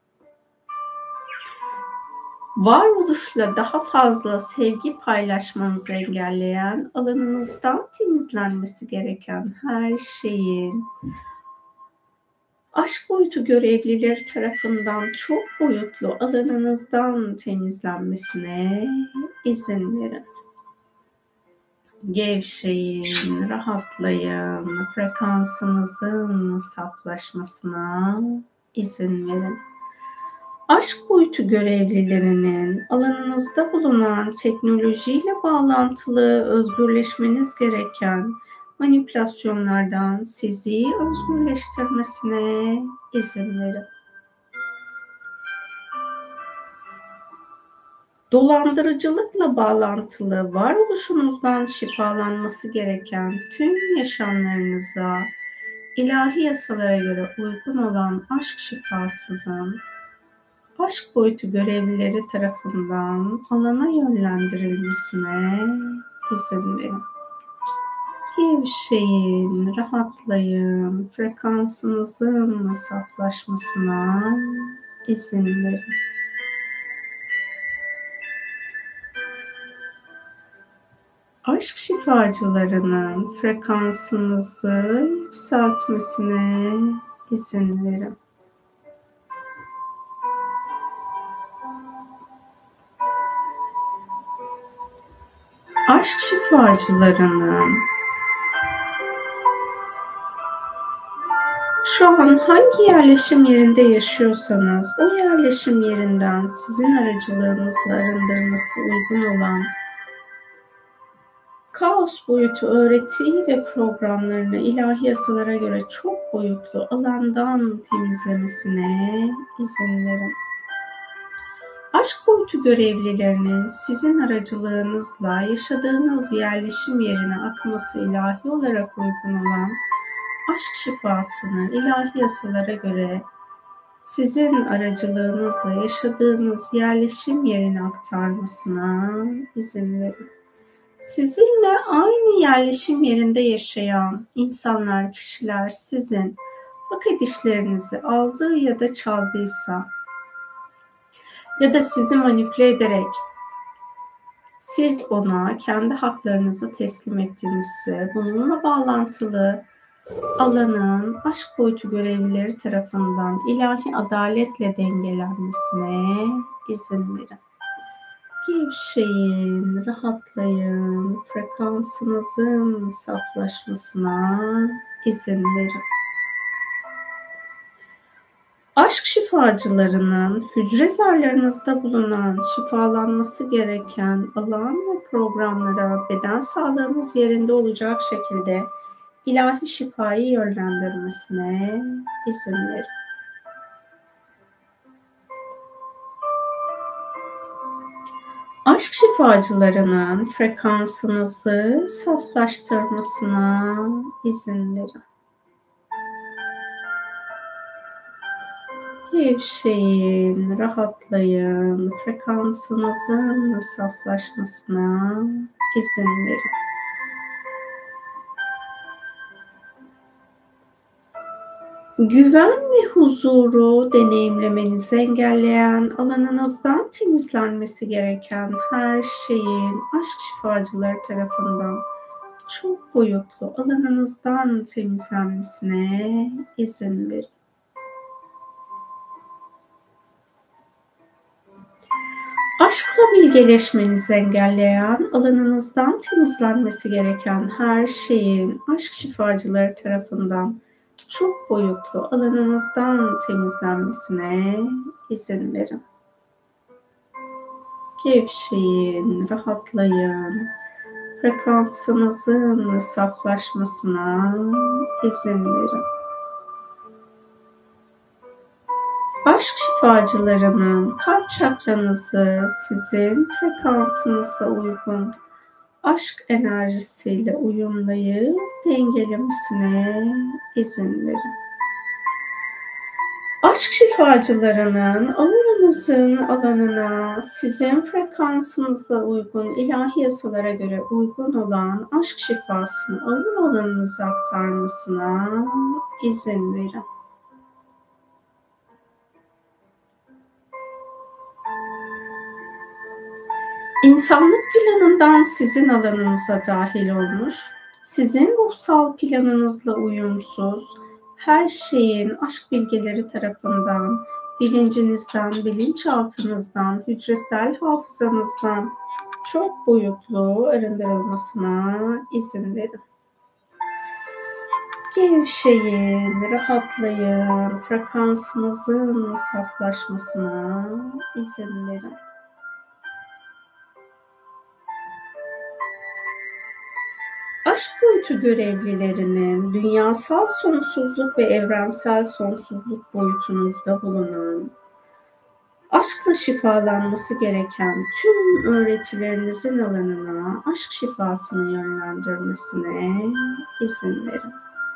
varoluşla daha fazla sevgi paylaşmanızı engelleyen, alanınızdan temizlenmesi gereken her şeyin aşk boyutu görevlileri tarafından çok boyutlu alanınızdan temizlenmesine izin verin. Gevşeyin, rahatlayın, frekansınızın saflaşmasına izin verin. Aşk boyutu görevlilerinin alanınızda bulunan teknolojiyle bağlantılı özgürleşmeniz gereken manipülasyonlardan sizi özgürleştirmesine izin verin. Dolandırıcılıkla bağlantılı varoluşunuzdan şifalanması gereken tüm yaşamlarınıza ilahi yasalara göre uygun olan aşk şifasının aşk boyutu görevlileri tarafından alana yönlendirilmesine izin verin. Gevşeyin, rahatlayın, frekansınızın saflaşmasına izin verin. Aşk şifacılarının frekansınızı yükseltmesine izin verin. Aşk şifacılarının şu an hangi yerleşim yerinde yaşıyorsanız o yerleşim yerinden sizin aracılığınızla arındırması uygun olan kaos boyutu öğreti ve programlarını ilahi yasalara göre çok boyutlu alandan temizlemesine izin verin. Aşk boyutu görevlilerinin sizin aracılığınızla yaşadığınız yerleşim yerine akması ilahi olarak uygun olan aşk şifasını ilahi yasalara göre sizin aracılığınızla yaşadığınız yerleşim yerine aktarmasına izin verin. Sizinle aynı yerleşim yerinde yaşayan insanlar, kişiler sizin hak edişlerinizi aldığı ya da çaldıysa ya da sizi manipüle ederek siz ona kendi haklarınızı teslim ettiğinizse bununla bağlantılı alanın aşk boyutu görevlileri tarafından ilahi adaletle dengelenmesine izin verin. Gevşeyin, rahatlayın, frekansınızın saflaşmasına izin verin. Aşk şifacılarının hücre zarlarınızda bulunan şifalanması gereken alan ve programlara beden sağlığınız yerinde olacak şekilde ilahi şifayı yönlendirmesine izin verin. Aşk şifacılarının frekansınızı saflaştırmasına izin verin. Gevşeyin, rahatlayın, frekansınızın saflaşmasına izin verin. Güven ve huzuru deneyimlemenizi engelleyen, alanınızdan temizlenmesi gereken her şeyin aşk şifacıları tarafından çok boyutlu alanınızdan temizlenmesine izin verin. Aşkla bilgeleşmenizi engelleyen, alanınızdan temizlenmesi gereken her şeyin aşk şifacıları tarafından çok boyutlu alanınızdan temizlenmesine izin verin. Gevşeyin, rahatlayın. Frekansınızın saflaşmasına izin verin. Aşk şifacılarının kalp çakranızı sizin frekansınıza uygun aşk enerjisiyle uyumlayıp dengelemesine izin verin. Aşk şifacılarının auranızın alanına sizin frekansınıza uygun, ilahi yasalara göre uygun olan aşk şifasını aura alanınıza aktarmasına izin verin. İnsanlık planından sizin alanınıza dahil olmuş, sizin ruhsal planınızla uyumsuz, her şeyin aşk bilgeleri tarafından, bilincinizden, bilinçaltınızdan, hücresel hafızanızdan çok boyutlu arındırılmasına izin verin. Gevşeyin, rahatlayın, frekansınızın saflaşmasına izin verin. Aşk boyutu görevlilerinin dünyasal sonsuzluk ve evrensel sonsuzluk boyutunuzda bulunan, aşkla şifalanması gereken tüm öğretilerinizin alanına aşk şifasını yönlendirmesine izin verin.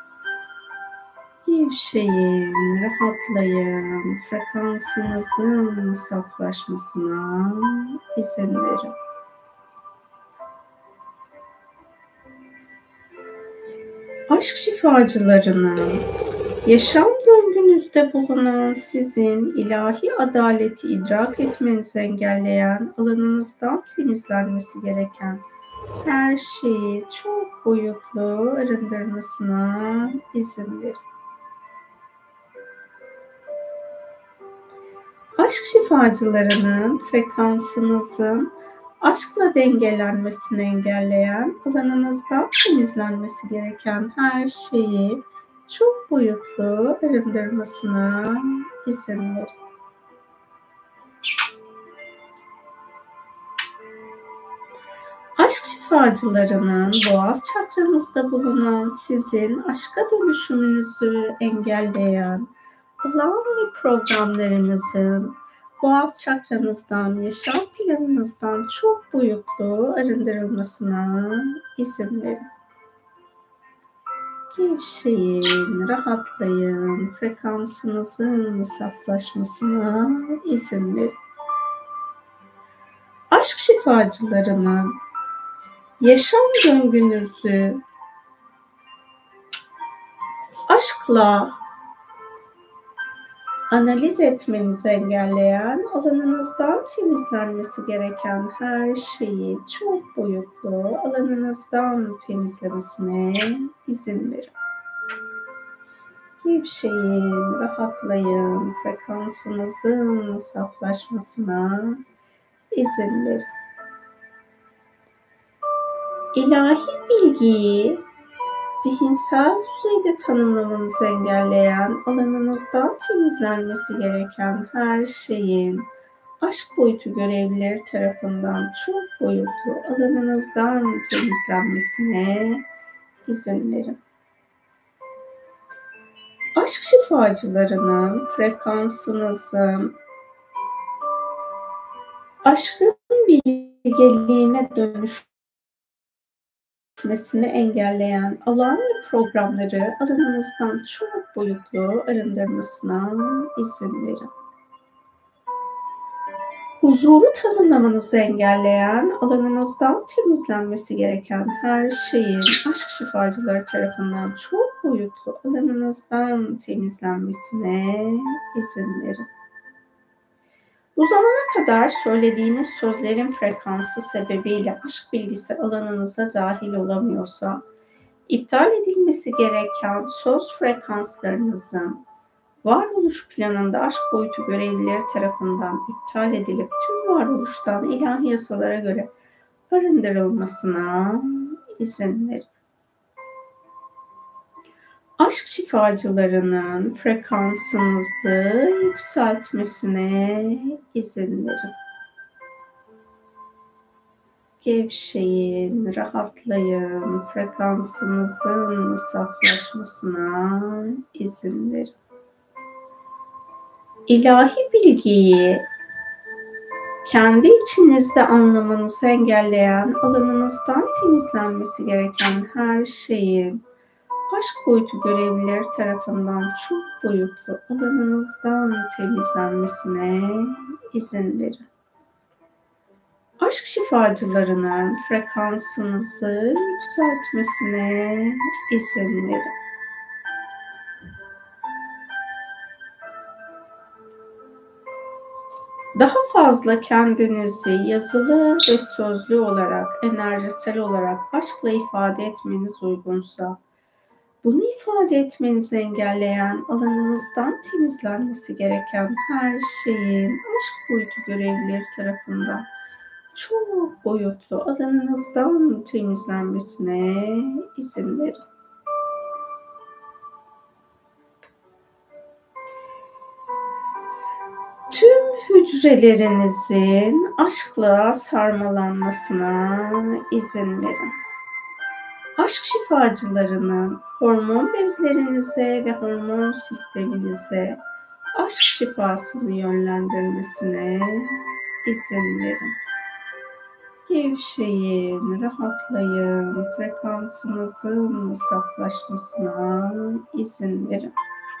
Gevşeyin, rahatlayın, frekansınızın saflaşmasına izin verin. Aşk şifacılarının yaşam döngünüzde bulunan sizin ilahi adaleti idrak etmenizi engelleyen, alanınızdan temizlenmesi gereken her şeyi çok boyutlu arındırmasına izin verin. Aşk şifacılarının frekansınızın aşkla dengelenmesini engelleyen, alanınızdan temizlenmesi gereken her şeyi çok boyutlu arındırmasına izin verin. Aşk şifacılarının boğaz çakranızda bulunan sizin aşka dönüşümünüzü engelleyen, alan ve programlarınızın boğaz çakranızdan, yaşam planınızdan çok boyutlu arındırılmasına izin verin. Gevşeyin, rahatlayın, frekansınızın saflaşmasına izin verin. Aşk şifacılarının yaşam döngünüzü aşkla analiz etmenizi engelleyen, alanınızdan temizlenmesi gereken her şeyi çok boyutlu alanınızdan temizlemesine izin verin. Gevşeyin, rahatlayın, frekansınızın saflaşmasına izin verin. İlahi bilgiyi zihinsel düzeyde tanımlamanızı engelleyen, alanınızdan temizlenmesi gereken her şeyin aşk boyutu görevlileri tarafından çok boyutlu alanınızdan temizlenmesine izin verin. Aşk şifacılarının frekansınızın aşkın bilgeliğine dönüşmesini engelleyen alan ve programları alanınızdan çok boyutlu arındırmasına izin verin. Huzuru tanımlamanızı engelleyen, alanınızdan temizlenmesi gereken her şeyin aşk şifacıları tarafından çok boyutlu alanınızdan temizlenmesine izin verin. Bu zamana kadar söylediğiniz sözlerin frekansı sebebiyle aşk bilgisi alanınıza dahil olamıyorsa, iptal edilmesi gereken söz frekanslarınızın varoluş planında aşk boyutu görevlileri tarafından iptal edilip tüm varoluştan ilahi yasalara göre arındırılmasına izin verin. Aşk şifacılarının frekansınızı yükseltmesine izin verin. Gevşeyin, rahatlayın, frekansınızın saflaşmasına izin verin. İlahi bilgiyi kendi içinizde anlamanızı engelleyen, alanınızdan temizlenmesi gereken her şeyin aşk boyutu görevlileri tarafından çok boyutlu alanınızdan temizlenmesine izin verin. Aşk şifacılarının frekansınızı yükseltmesine izin verin. Daha fazla kendinizi yazılı ve sözlü olarak, enerjisel olarak aşkla ifade etmeniz uygunsa, bunu ifade etmenizi engelleyen, alanınızdan temizlenmesi gereken her şeyin aşk boyutu görevlileri tarafından çok boyutlu alanınızdan temizlenmesine izin verin. Tüm hücrelerinizin aşkla sarmalanmasına izin verin. Aşk şifacılarının hormon bezlerinize ve hormon sisteminize aşk şifasını yönlendirmesine izin verin. Gevşeyin, rahatlayın, frekansınızın saflaşmasına izin verin.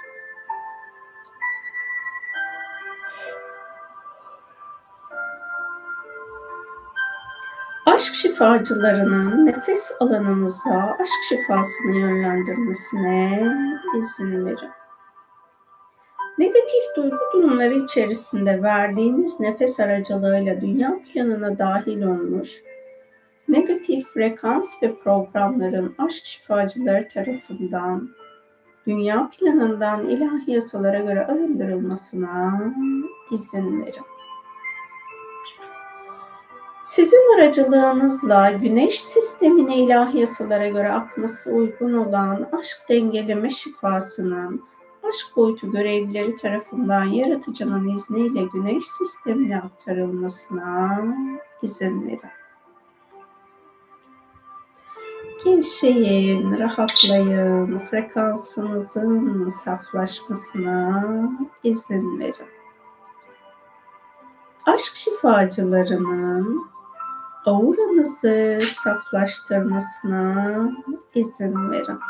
Aşk şifacılarının nefes alanınıza aşk şifasını yönlendirmesine izin verin. Negatif duygu durumları içerisinde verdiğiniz nefes aracılığıyla dünya planına dahil olmuş, negatif frekans ve programların aşk şifacıları tarafından dünya planından ilahi yasalara göre arındırılmasına izin verin. Sizin aracılığınızla güneş sistemine ilahi yasalara göre akması uygun olan aşk dengeleme şifasının aşk boyutu görevlileri tarafından yaratıcının izniyle güneş sistemine aktarılmasına izin verin. Gevşeyin, rahatlayın, frekansınızın saflaşmasına izin verin. Aşk şifacılarının auranızı saflaştırmasına izin verin.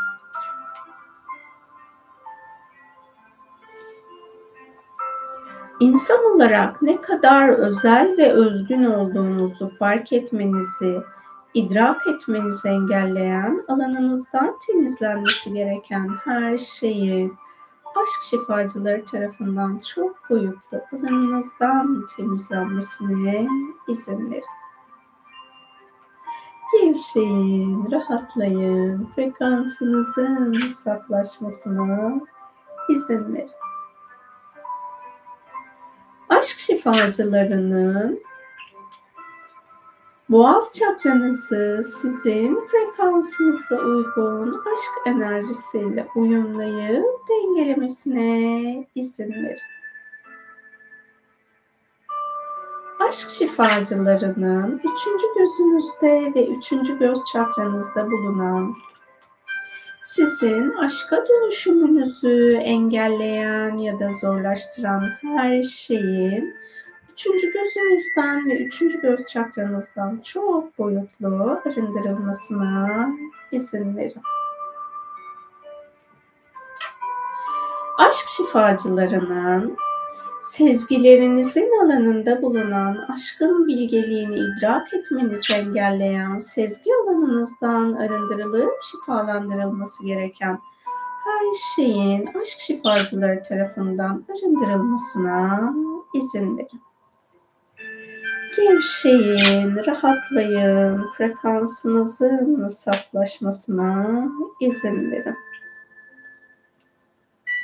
İnsan olarak ne kadar özel ve özgün olduğunuzu fark etmenizi, idrak etmenizi engelleyen, alanınızdan temizlenmesi gereken her şeyin aşk şifacıları tarafından çok boyutlu alanınızdan temizlenmesine izin verin. Gevşeyin, rahatlayın, frekansınızın saflaşmasına izin verin. Aşk şifacılarının boğaz çakranızı sizin frekansınıza uygun aşk enerjisiyle uyumlayıp dengelemesine izin verin. Aşk şifacılarının 3. gözünüzde ve 3. göz çakranızda bulunan sizin aşka dönüşümünüzü engelleyen ya da zorlaştıran her şeyin 3. gözünüzden ve 3. göz çakranızdan çok boyutlu arındırılmasına izin verin. Aşk şifacılarının sezgilerinizin alanında bulunan aşkın bilgeliğini idrak etmenizi engelleyen sezgi alanınızdan arındırılıp şifalandırılması gereken her şeyin aşk şifacıları tarafından arındırılmasına izin verin. Gevşeyin, rahatlayın, frekansınızın saflaşmasına izin verin.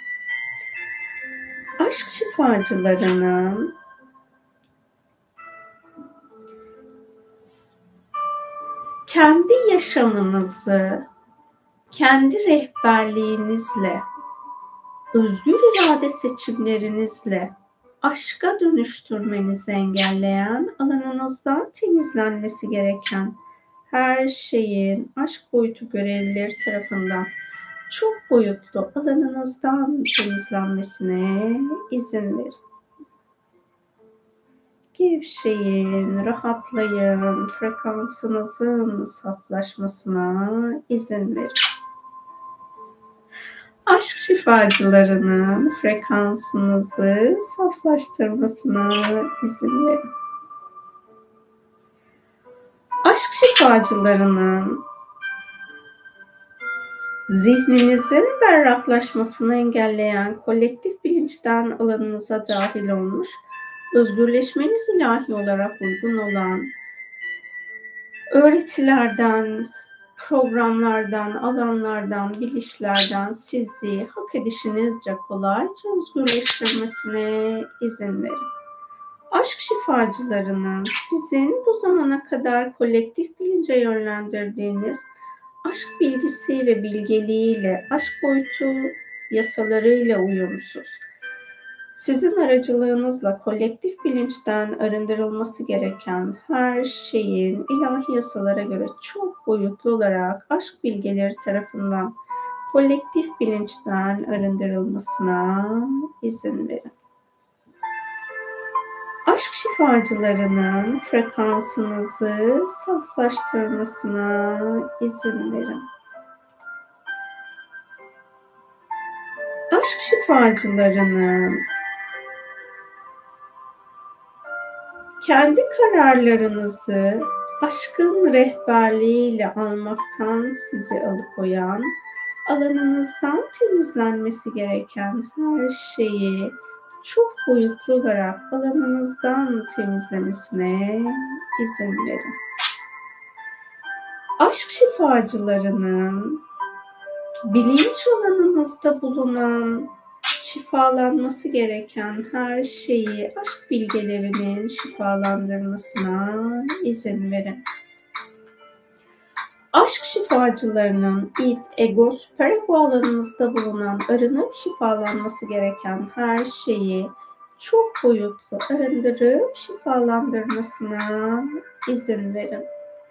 Aşk şifacılarının kendi yaşamınızı, kendi rehberliğinizle, özgür irade seçimlerinizle aşka dönüştürmenizi engelleyen, alanınızdan temizlenmesi gereken her şeyin aşk boyutu görevlileri tarafından çok boyutlu alanınızdan temizlenmesine izin verin. Gevşeyin, rahatlayın, frekansınızın saflaşmasına izin verin. Aşk şifacılarının frekansınızı saflaştırmasına izin verin. Aşk şifacılarının zihninizin berraklaşmasını engelleyen kolektif bilinçten alanınıza dahil olmuş, özgürleşmeniz ilahi olarak uygun olan öğretilerden, programlardan, alanlardan, bilişlerden sizi hak edişinizce kolayca özgürleştirmesine izin verin. Aşk şifacılarının sizin bu zamana kadar kolektif bilince yönlendirdiğiniz aşk bilgisi ve bilgeliğiyle, aşk boyutu yasalarıyla uyumsuz, sizin aracılığınızla kolektif bilinçten arındırılması gereken her şeyin ilahi yasalara göre çok boyutlu olarak aşk bilgeleri tarafından kolektif bilinçten arındırılmasına izin verin. Aşk şifacılarının frekansınızı saflaştırmasına izin verin. Aşk şifacılarının kendi kararlarınızı aşkın rehberliğiyle almaktan sizi alıkoyan, alanınızdan temizlenmesi gereken her şeyi çok boyutlu olarak alanınızdan temizlemesine izin verin. Aşk şifacılarının bilinç alanınızda bulunan, şifalanması gereken her şeyi aşk bilgelerinin şifalandırmasına izin verin. Aşk şifacılarının id, ego, süperego alanınızda bulunan, arınıp şifalanması gereken her şeyi çok boyutlu arındırıp şifalandırmasına izin verin.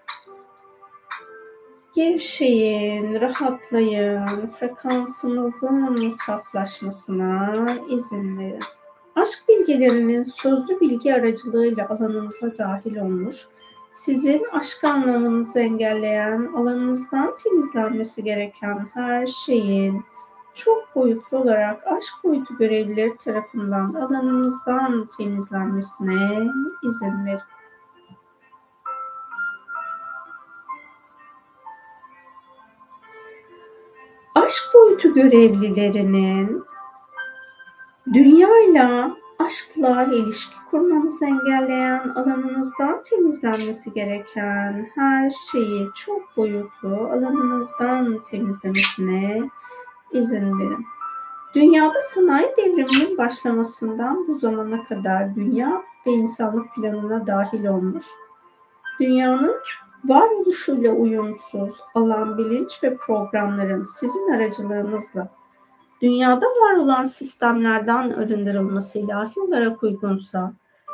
Gevşeyin, rahatlayın, frekansınızın saflaşmasına izin verin. Aşk bilgelerinin sözlü bilgi aracılığıyla alanınıza dahil olmuş, sizin aşk anlamanızı engelleyen, alanınızdan temizlenmesi gereken her şeyin çok boyutlu olarak aşk boyutu görevlileri tarafından alanınızdan temizlenmesine izin verin. Aşk boyutu görevlilerinin dünyayla, aşkla ilişki kurmanızı engelleyen, alanınızdan temizlenmesi gereken her şeyi çok boyutlu alanınızdan temizlemesine izin verin. Dünyada sanayi devriminin başlamasından bu zamana kadar dünya ve insanlık planına dahil olmuş, dünyanın varoluşuyla uyumsuz alan bilinç ve programların sizin aracılığınızla dünyada var olan sistemlerden arındırılması ilahi olarak uygunsa,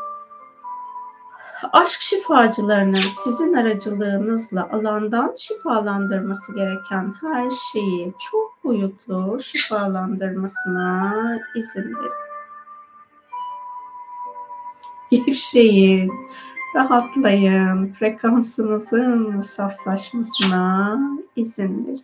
aşk şifacılarının sizin aracılığınızla alandan şifalandırması gereken her şeyi çok boyutlu şifalandırmasına izin verin. Gevşeyin, rahatlayın, frekansınızın saflaşmasına izin verin.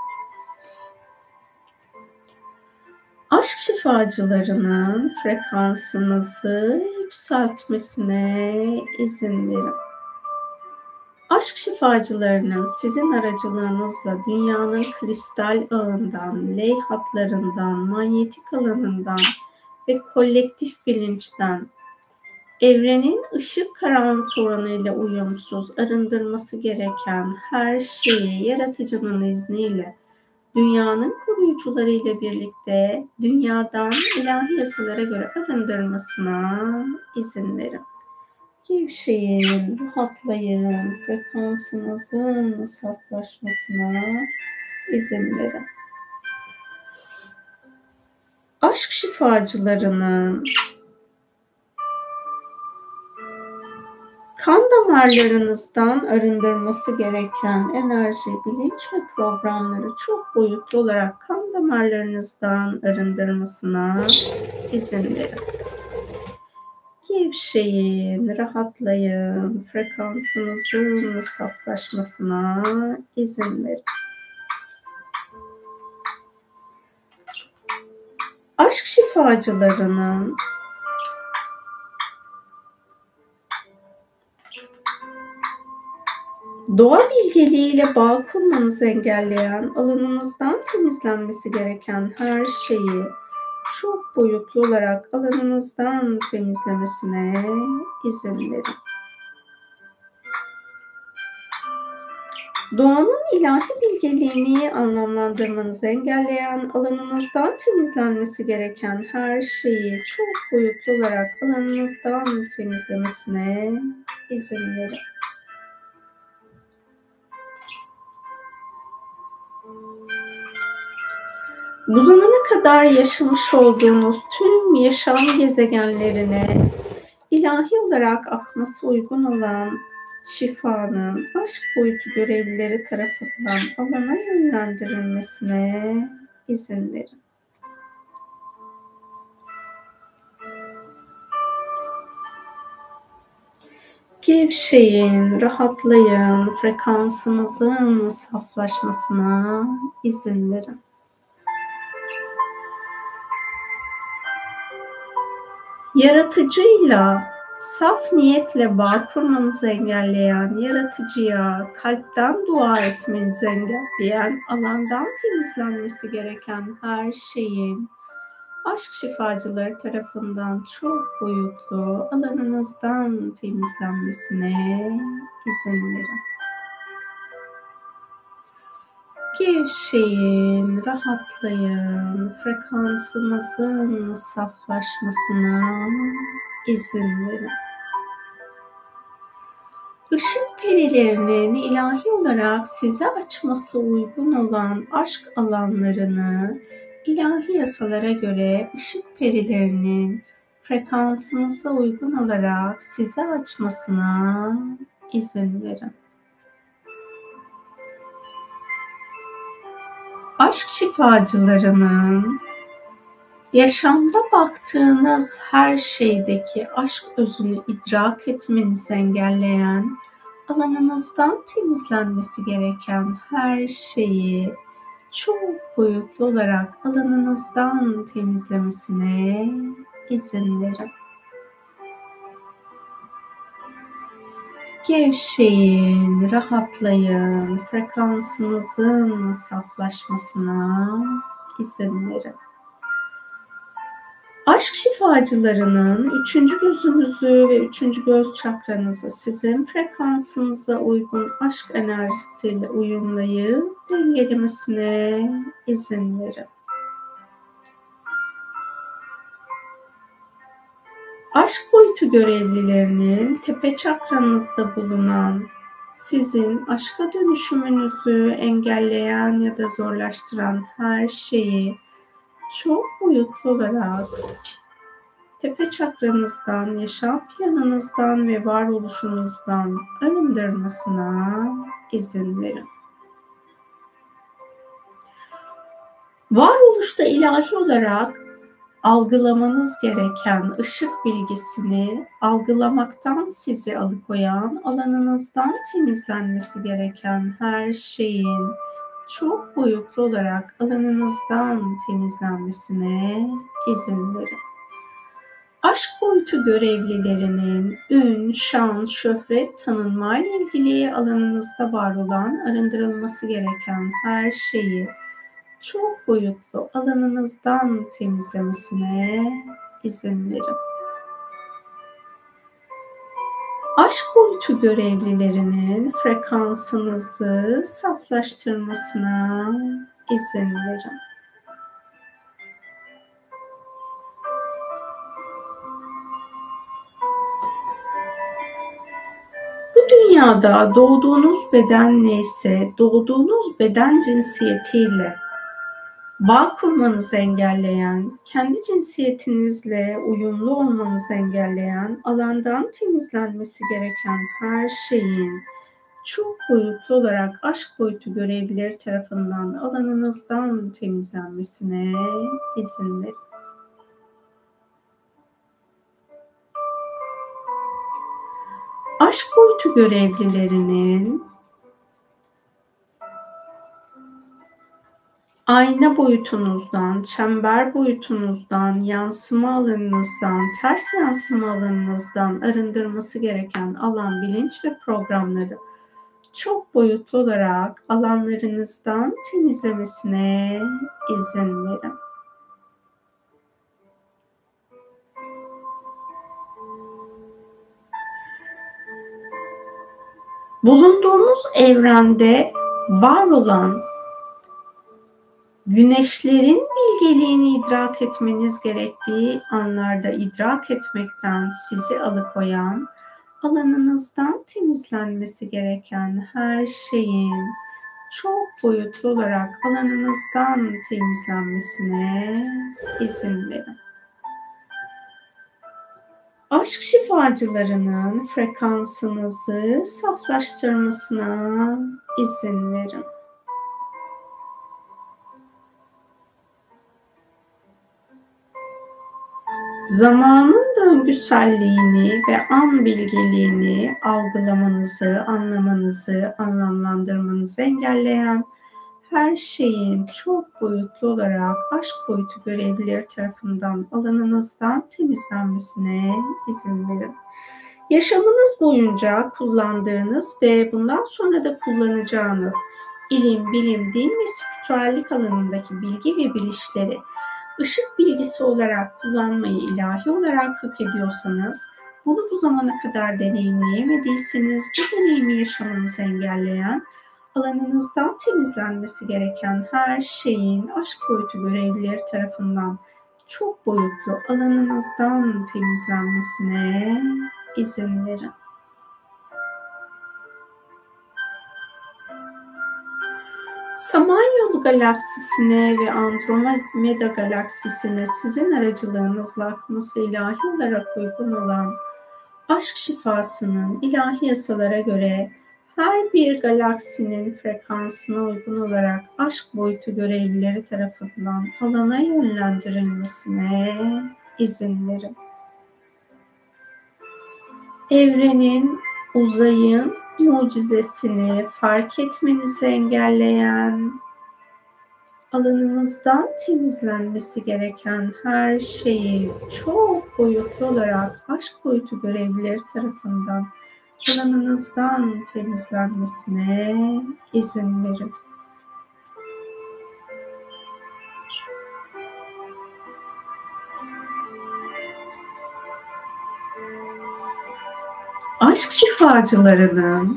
Aşk şifacılarının frekansınızı yükseltmesine izin verin. Aşk şifacılarının sizin aracılığınızla dünyanın kristal ağından, ley hatlarından, manyetik alanından ve kolektif bilinçten evrenin ışık karanlık oranıyla uyumsuz arındırması gereken her şeyi yaratıcının izniyle dünyanın koruyucularıyla birlikte dünyadan ilahi yasalara göre arındırmasına izin verin. Gevşeyin, rahatlayın, frekansınızın saflaşmasına izin verin. Aşk şifacılarının kan damarlarınızdan arındırması gereken enerji, bilinç ve programları çok boyutlu olarak kan damarlarınızdan arındırmasına izin verin. Gevşeyin, rahatlayın, frekansınızın saflaşmasına izin verin. Aşk şifacılarının doğa bilgeliğiyle bağ kurmanızı engelleyen, alanınızdan temizlenmesi gereken her şeyi çok boyutlu olarak alanınızdan temizlemesine izin verin. Doğanın ilahi bilgeliğini anlamlandırmanızı engelleyen, alanınızdan temizlenmesi gereken her şeyi çok boyutlu olarak alanınızdan temizlemesine izin verin. Bu zamana kadar yaşamış olduğunuz tüm yaşam gezegenlerine ilahi olarak akması uygun olan şifanın aşk boyutu görevlileri tarafından alana yönlendirilmesine izin verin. Gevşeyin, rahatlayın, frekansınızın saflaşmasına izin verin. Yaratıcıyla saf niyetle bağ kurmanızı engelleyen, yaratıcıya kalpten dua etmenizi engelleyen, alandan temizlenmesi gereken her şeyin aşk şifacıları tarafından çok boyutlu alanınızdan temizlenmesine izin verin. Gevşeyin, rahatlayın, frekansınızın saflaşmasına izin verin. Işık perilerinin ilahi olarak size açması uygun olan aşk alanlarını ilahi yasalara göre ışık perilerinin frekansınıza uygun olarak size açmasına izin verin. Aşk şifacılarının yaşamda baktığınız her şeydeki aşk özünü idrak etmenizi engelleyen, alanınızdan temizlenmesi gereken her şeyi çok boyutlu olarak alanınızdan temizlemesine izin verin. Gevşeyin, rahatlayın, frekansınızın saflaşmasına izin verin. Aşk şifacılarının 3. gözünüzü ve 3. göz çakranızı sizin frekansınıza uygun aşk enerjisiyle uyumlayıp dengelemesine izin verin. Aşk boyutu görevlilerinin tepe çakranızda bulunan, sizin aşka dönüşümünüzü engelleyen ya da zorlaştıran her şeyi çok boyutlu olarak tepe çakranızdan, yaşam planınızdan ve varoluşunuzdan arındırmasına izin verin. Varoluşta ilahi olarak algılamanız gereken ışık bilgisini algılamaktan sizi alıkoyan, alanınızdan temizlenmesi gereken her şeyin çok boyutlu olarak alanınızdan temizlenmesine izin verin. Aşk boyutu görevlilerinin ün, şan, şöhret, tanınma ile ilgili alanınızda var olan arındırılması gereken her şeyi çok boyutlu alanınızdan temizlemesine izin verin. Aşk boyutu görevlilerinin frekansınızı saflaştırmasına izin verin. dünyada doğduğunuz beden neyse, doğduğunuz beden cinsiyetiyle bağ kurmanızı engelleyen, kendi cinsiyetinizle uyumlu olmanızı engelleyen, alandan temizlenmesi gereken her şeyin çok boyutlu olarak aşk boyutu görevlileri tarafından alanınızdan temizlenmesine izin verin. Aşk boyutu görevlilerinin ayna boyutunuzdan, çember boyutunuzdan, yansıma alanınızdan, ters yansıma alanınızdan arındırması gereken alan, bilinç ve programları çok boyutlu olarak alanlarınızdan temizlemesine izin verin. Bulunduğumuz evrende var olan güneşlerin bilgeliğini idrak etmeniz gerektiği anlarda idrak etmekten sizi alıkoyan, alanınızdan temizlenmesi gereken her şeyin çok boyutlu olarak alanınızdan temizlenmesine izin verin. Aşk şifacılarının frekansınızı saflaştırmasına izin verin. Zamanın döngüselliğini ve an bilgeliğini algılamanızı, anlamanızı, anlamlandırmanızı engelleyen her şeyin çok boyutlu olarak aşk boyutu görevlileri tarafından alanınızdan temizlenmesine izin verin. Yaşamınız boyunca kullandığınız ve bundan sonra da kullanacağınız ilim, bilim, din ve spiritüellik alanındaki bilgi ve bilişleri ışık bilgisi olarak kullanmayı ilahi olarak hak ediyorsanız, bunu bu zamana kadar deneyimleyemediyseniz, bu deneyimi yaşamanızı engelleyen, alanınızdan temizlenmesi gereken her şeyin aşk boyutu görevlileri tarafından çok boyutlu alanınızdan temizlenmesine izin verin. Samanyolu galaksisine ve Andromeda galaksisine sizin aracılığınızla akması ilahi olarak uygun olan aşk şifasının ilahi yasalara göre her bir galaksinin frekansına uygun olarak aşk boyutu görevlileri tarafından alana yönlendirilmesine izin verin. Evrenin, uzayın mucizesini fark etmenizi engelleyen, alanınızdan temizlenmesi gereken her şeyi çok boyutlu olarak aşk boyutu görevlileri tarafından alanınızdan temizlenmesine izin verin. Aşk şifacılarının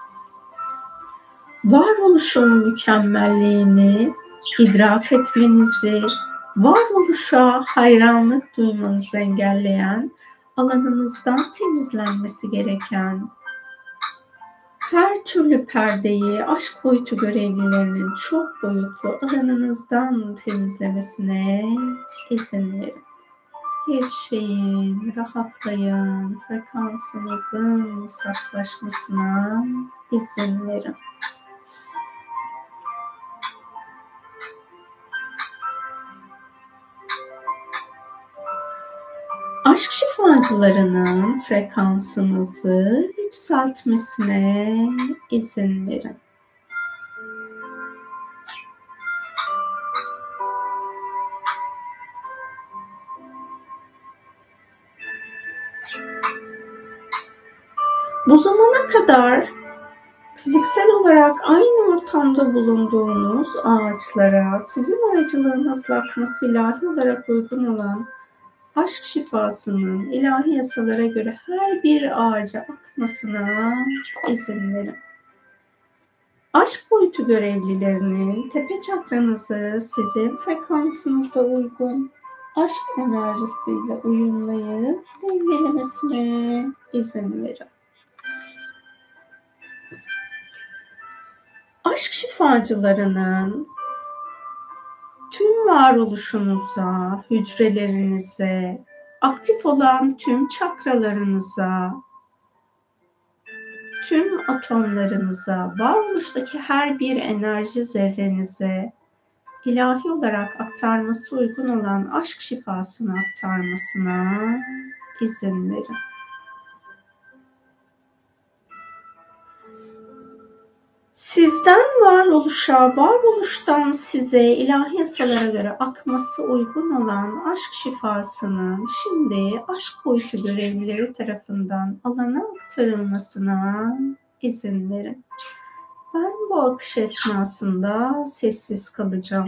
varoluşun mükemmelliğini idrak etmenizi, varoluşa hayranlık duymanızı engelleyen, alanınızdan temizlenmesi gereken her türlü perdeyi aşk boyutu görevlilerinin çok boyutlu alanınızdan temizlemesine izin verin. Gevşeyin, rahatlayın, frekansınızın saflaşmasına izin verin. Aşk şifacılarının frekansınızı yükseltmesine izin verin. Bu zamana kadar fiziksel olarak aynı ortamda bulunduğunuz ağaçlara sizin aracılığınızla akması ilahi olarak uygun olan aşk şifasının ilahi yasalara göre her bir ağaca akmasına izin verin. Aşk boyutu görevlilerinin tepe çakranızı sizin frekansınıza uygun aşk enerjisiyle uyumlayıp dengelemesine izin verin. aşk şifacılarının tüm varoluşunuza, hücrelerinize, aktif olan tüm çakralarınıza, tüm atomlarınıza, varoluştaki her bir enerji zerrenize ilahi olarak aktarması uygun olan aşk şifasını aktarmasına izin verin. Sizden varoluşa, varoluştan size ilahi yasalara göre akması uygun olan aşk şifasının şimdi aşk boyutu görevlileri tarafından alana aktarılmasına izin verin. Ben bu akış esnasında sessiz kalacağım.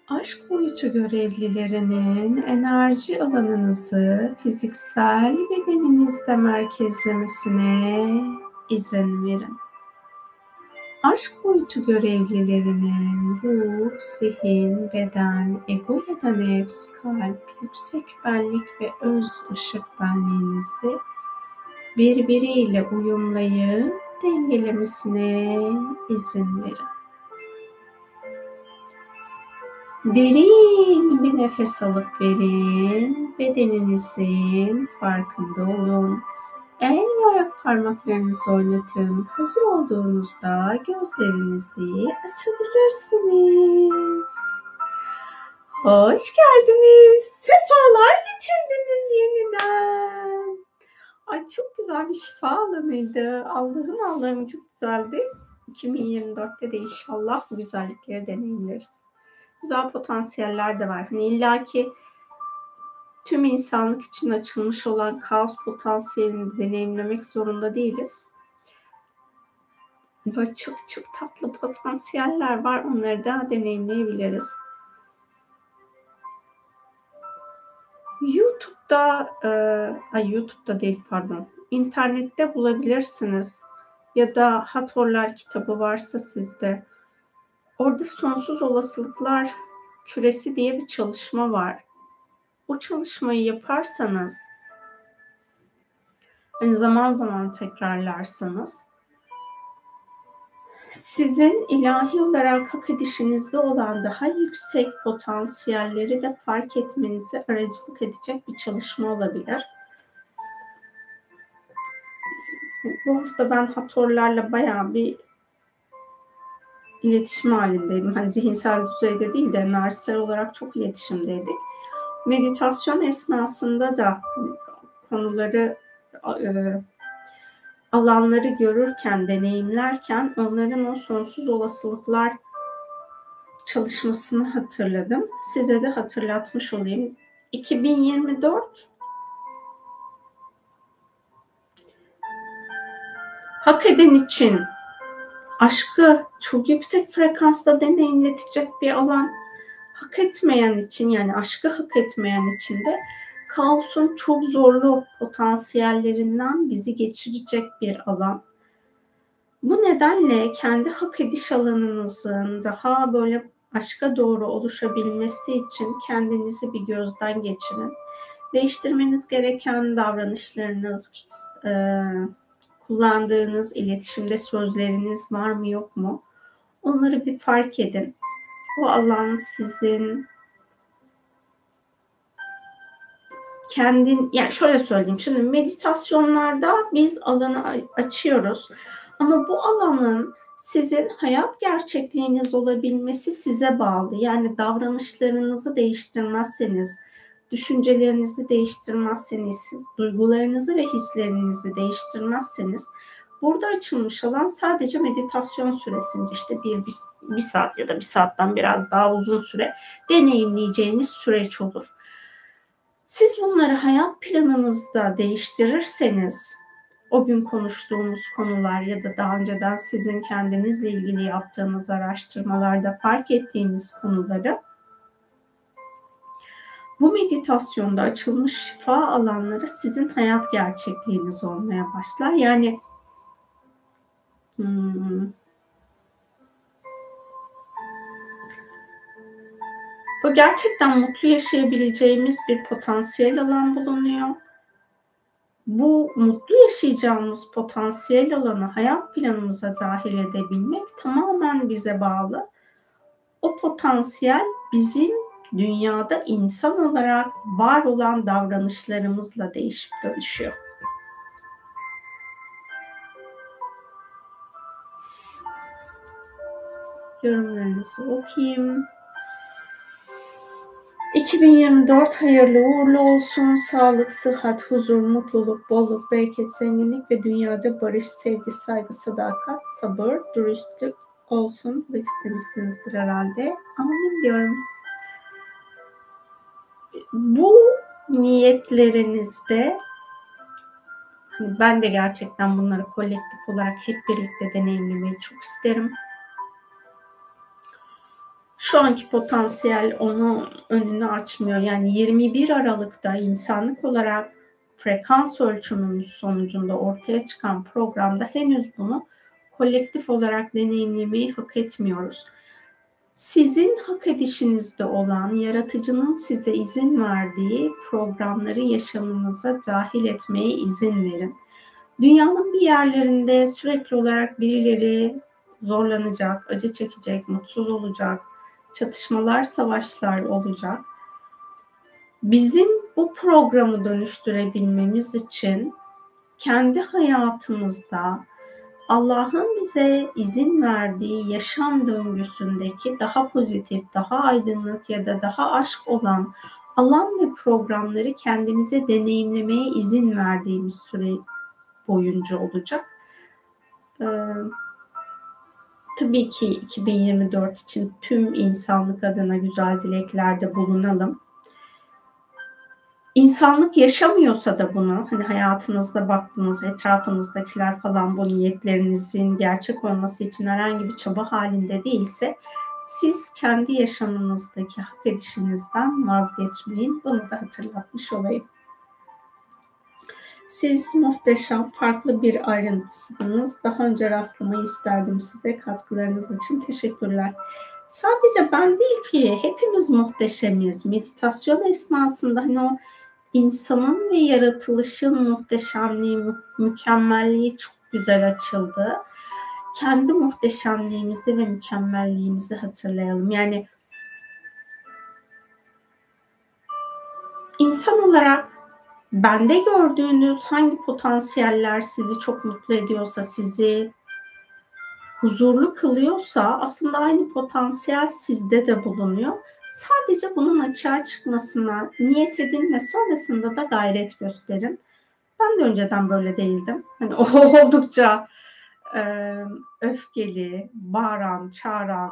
Aşk boyutu görevlilerinin enerji alanınızı fiziksel bedeninizde merkezlemesine izin verin. Aşk boyutu görevlilerinin ruh, zihin, beden, ego ya da nefs, kalp, yüksek benlik ve öz ışık benliğinizi birbiriyle uyumlayıp dengelemesine izin verin. Derin bir nefes alıp verin. Bedeninizin farkında olun. El ve ayak parmaklarınızı oynatın. Hazır olduğunuzda gözlerinizi açabilirsiniz. Hoş geldiniz. Sefalar getirdiniz yeniden. Ay çok güzel bir şifa alanıydı. Allah'ım çok güzeldi. 2024'te de inşallah bu güzellikleri deneyimleriz. Güzel potansiyeller de var. Hani illaki tüm insanlık için açılmış olan kaos potansiyelini deneyimlemek zorunda değiliz. Böyle çok tatlı potansiyeller var. Onları da deneyimleyebiliriz. YouTube'da değil pardon. İnternette bulabilirsiniz. Ya da Hatorlar kitabı varsa sizde. Orada sonsuz olasılıklar küresi diye bir çalışma var. O çalışmayı yaparsanız, hani zaman zaman tekrarlarsanız, sizin ilahi olarak hak edişinizde olan daha yüksek potansiyelleri de fark etmenize aracılık edecek bir çalışma olabilir. Bu hafta ben Hatorlarla bayağı bir iletişim halindeydim. Hani zihinsel düzeyde değil de enerjisel olarak çok iletişimdeydik. Meditasyon esnasında da konuları, alanları görürken, deneyimlerken onların o sonsuz olasılıklar çalışmasını hatırladım. Size de hatırlatmış olayım. 2024 hak eden için aşkı çok yüksek frekansta deneyimletecek bir alan. Hak etmeyen için, yani aşkı hak etmeyen için de kaosun çok zorlu potansiyellerinden bizi geçirecek bir alan. Bu nedenle kendi hak ediş alanınızın daha böyle aşka doğru oluşabilmesi için kendinizi bir gözden geçirin. Değiştirmeniz gereken davranışlarınız, kullandığınız iletişimde sözleriniz var mı yok mu? Onları bir fark edin. O alan sizin yani şöyle söyleyeyim. Şimdi meditasyonlarda biz alanı açıyoruz. Ama bu alanın sizin hayat gerçekliğiniz olabilmesi size bağlı. Yani davranışlarınızı değiştirmezseniz, düşüncelerinizi değiştirmezseniz, duygularınızı ve hislerinizi değiştirmezseniz, burada açılmış alan sadece meditasyon süresince işte bir saat ya da bir saatten biraz daha uzun süre deneyimleyeceğiniz süreç olur. Siz bunları hayat planınızda değiştirirseniz, o gün konuştuğumuz konular ya da daha önceden sizin kendinizle ilgili yaptığınız araştırmalarda fark ettiğiniz konuları, bu meditasyonda açılmış şifa alanları sizin hayat gerçekliğiniz olmaya başlar. Yani bu gerçekten mutlu yaşayabileceğimiz bir potansiyel alan bulunuyor. Bu mutlu yaşayacağımız potansiyel alanı hayat planımıza dahil edebilmek tamamen bize bağlı. O potansiyel bizim dünyada insan olarak var olan davranışlarımızla değişip dönüşüyor. Yorumlarınızı okuyayım. 2024 hayırlı uğurlu olsun. Sağlık, sıhhat, huzur, mutluluk, bolluk, bereket, zenginlik ve dünyada barış, sevgi, saygı, sadakat, sabır, dürüstlük olsun. Bu istemişsinizdir herhalde. Amin diyorum. Bu niyetlerinizde ben de gerçekten bunları kolektif olarak hep birlikte deneyimlemeyi çok isterim. Şu anki potansiyel onun önünü açmıyor. Yani 21 Aralık'ta insanlık olarak frekans ölçümümüz sonucunda ortaya çıkan programda henüz bunu kolektif olarak deneyimlemeyi hak etmiyoruz. Sizin hak edişinizde olan, yaratıcının size izin verdiği programları yaşamınıza dahil etmeye izin verin. Dünyanın bir yerlerinde sürekli olarak birileri zorlanacak, acı çekecek, mutsuz olacak, çatışmalar, savaşlar olacak. Bizim bu programı dönüştürebilmemiz için kendi hayatımızda Allah'ın bize izin verdiği yaşam döngüsündeki daha pozitif, daha aydınlık ya da daha aşk olan alan ve programları kendimize deneyimlemeye izin verdiğimiz süre boyunca olacak. Tabii ki 2024 için tüm insanlık adına güzel dileklerde bulunalım. İnsanlık yaşamıyorsa da bunu, hani hayatınızda baktığınız etrafınızdakiler falan bu niyetlerinizin gerçek olması için herhangi bir çaba halinde değilse, siz kendi yaşamınızdaki hak edişinizden vazgeçmeyin. Bunu da hatırlatmış olayım. Siz muhteşem, farklı bir ayrıntısınız. Daha önce rastlamayı isterdim size. Katkılarınız için teşekkürler. Sadece ben değil ki, hepimiz muhteşemiz. Meditasyon esnasında hani o insanın ve yaratılışın muhteşemliği, mükemmelliği çok güzel açıldı. Kendi muhteşemliğimizi ve mükemmelliğimizi hatırlayalım. Yani insan olarak bende gördüğünüz hangi potansiyeller sizi çok mutlu ediyorsa, sizi huzurlu kılıyorsa aslında aynı potansiyel sizde de bulunuyor. Sadece bunun açığa çıkmasına niyet edin ve sonrasında da gayret gösterin. Ben de önceden böyle değildim. Hani oldukça öfkeli, bağıran, çağıran,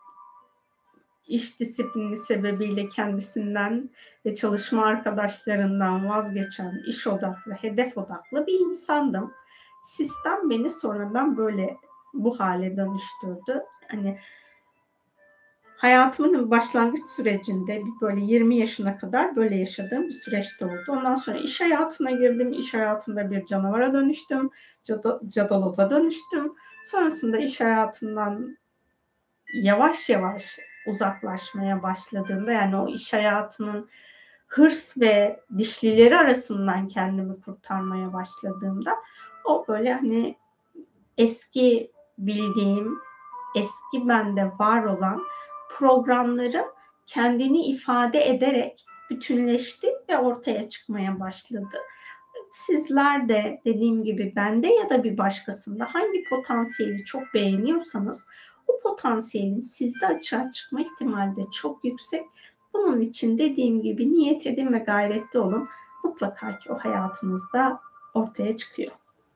iş disiplini sebebiyle kendisinden ve çalışma arkadaşlarından vazgeçen, iş odaklı, hedef odaklı bir insandım. Sistem beni sonradan böyle bu hale dönüştürdü. Hani hayatımın başlangıç sürecinde böyle 20 yaşına kadar böyle yaşadığım bir süreçte oldu. Ondan sonra iş hayatına girdim. İş hayatında bir canavara dönüştüm. Cadaloza dönüştüm. Sonrasında iş hayatından yavaş yavaş uzaklaşmaya başladığımda, yani o iş hayatının hırs ve dişlileri arasından kendimi kurtarmaya başladığımda, o böyle hani eski bildiğim, eski bende var olan programları kendini ifade ederek bütünleşti ve ortaya çıkmaya başladı. Sizler de dediğim gibi bende ya da bir başkasında hangi potansiyeli çok beğeniyorsanız o potansiyelin sizde açığa çıkma ihtimali de çok yüksek. Bunun için dediğim gibi niyet edin ve gayretli olun. Mutlaka ki o hayatınızda ortaya çıkıyor.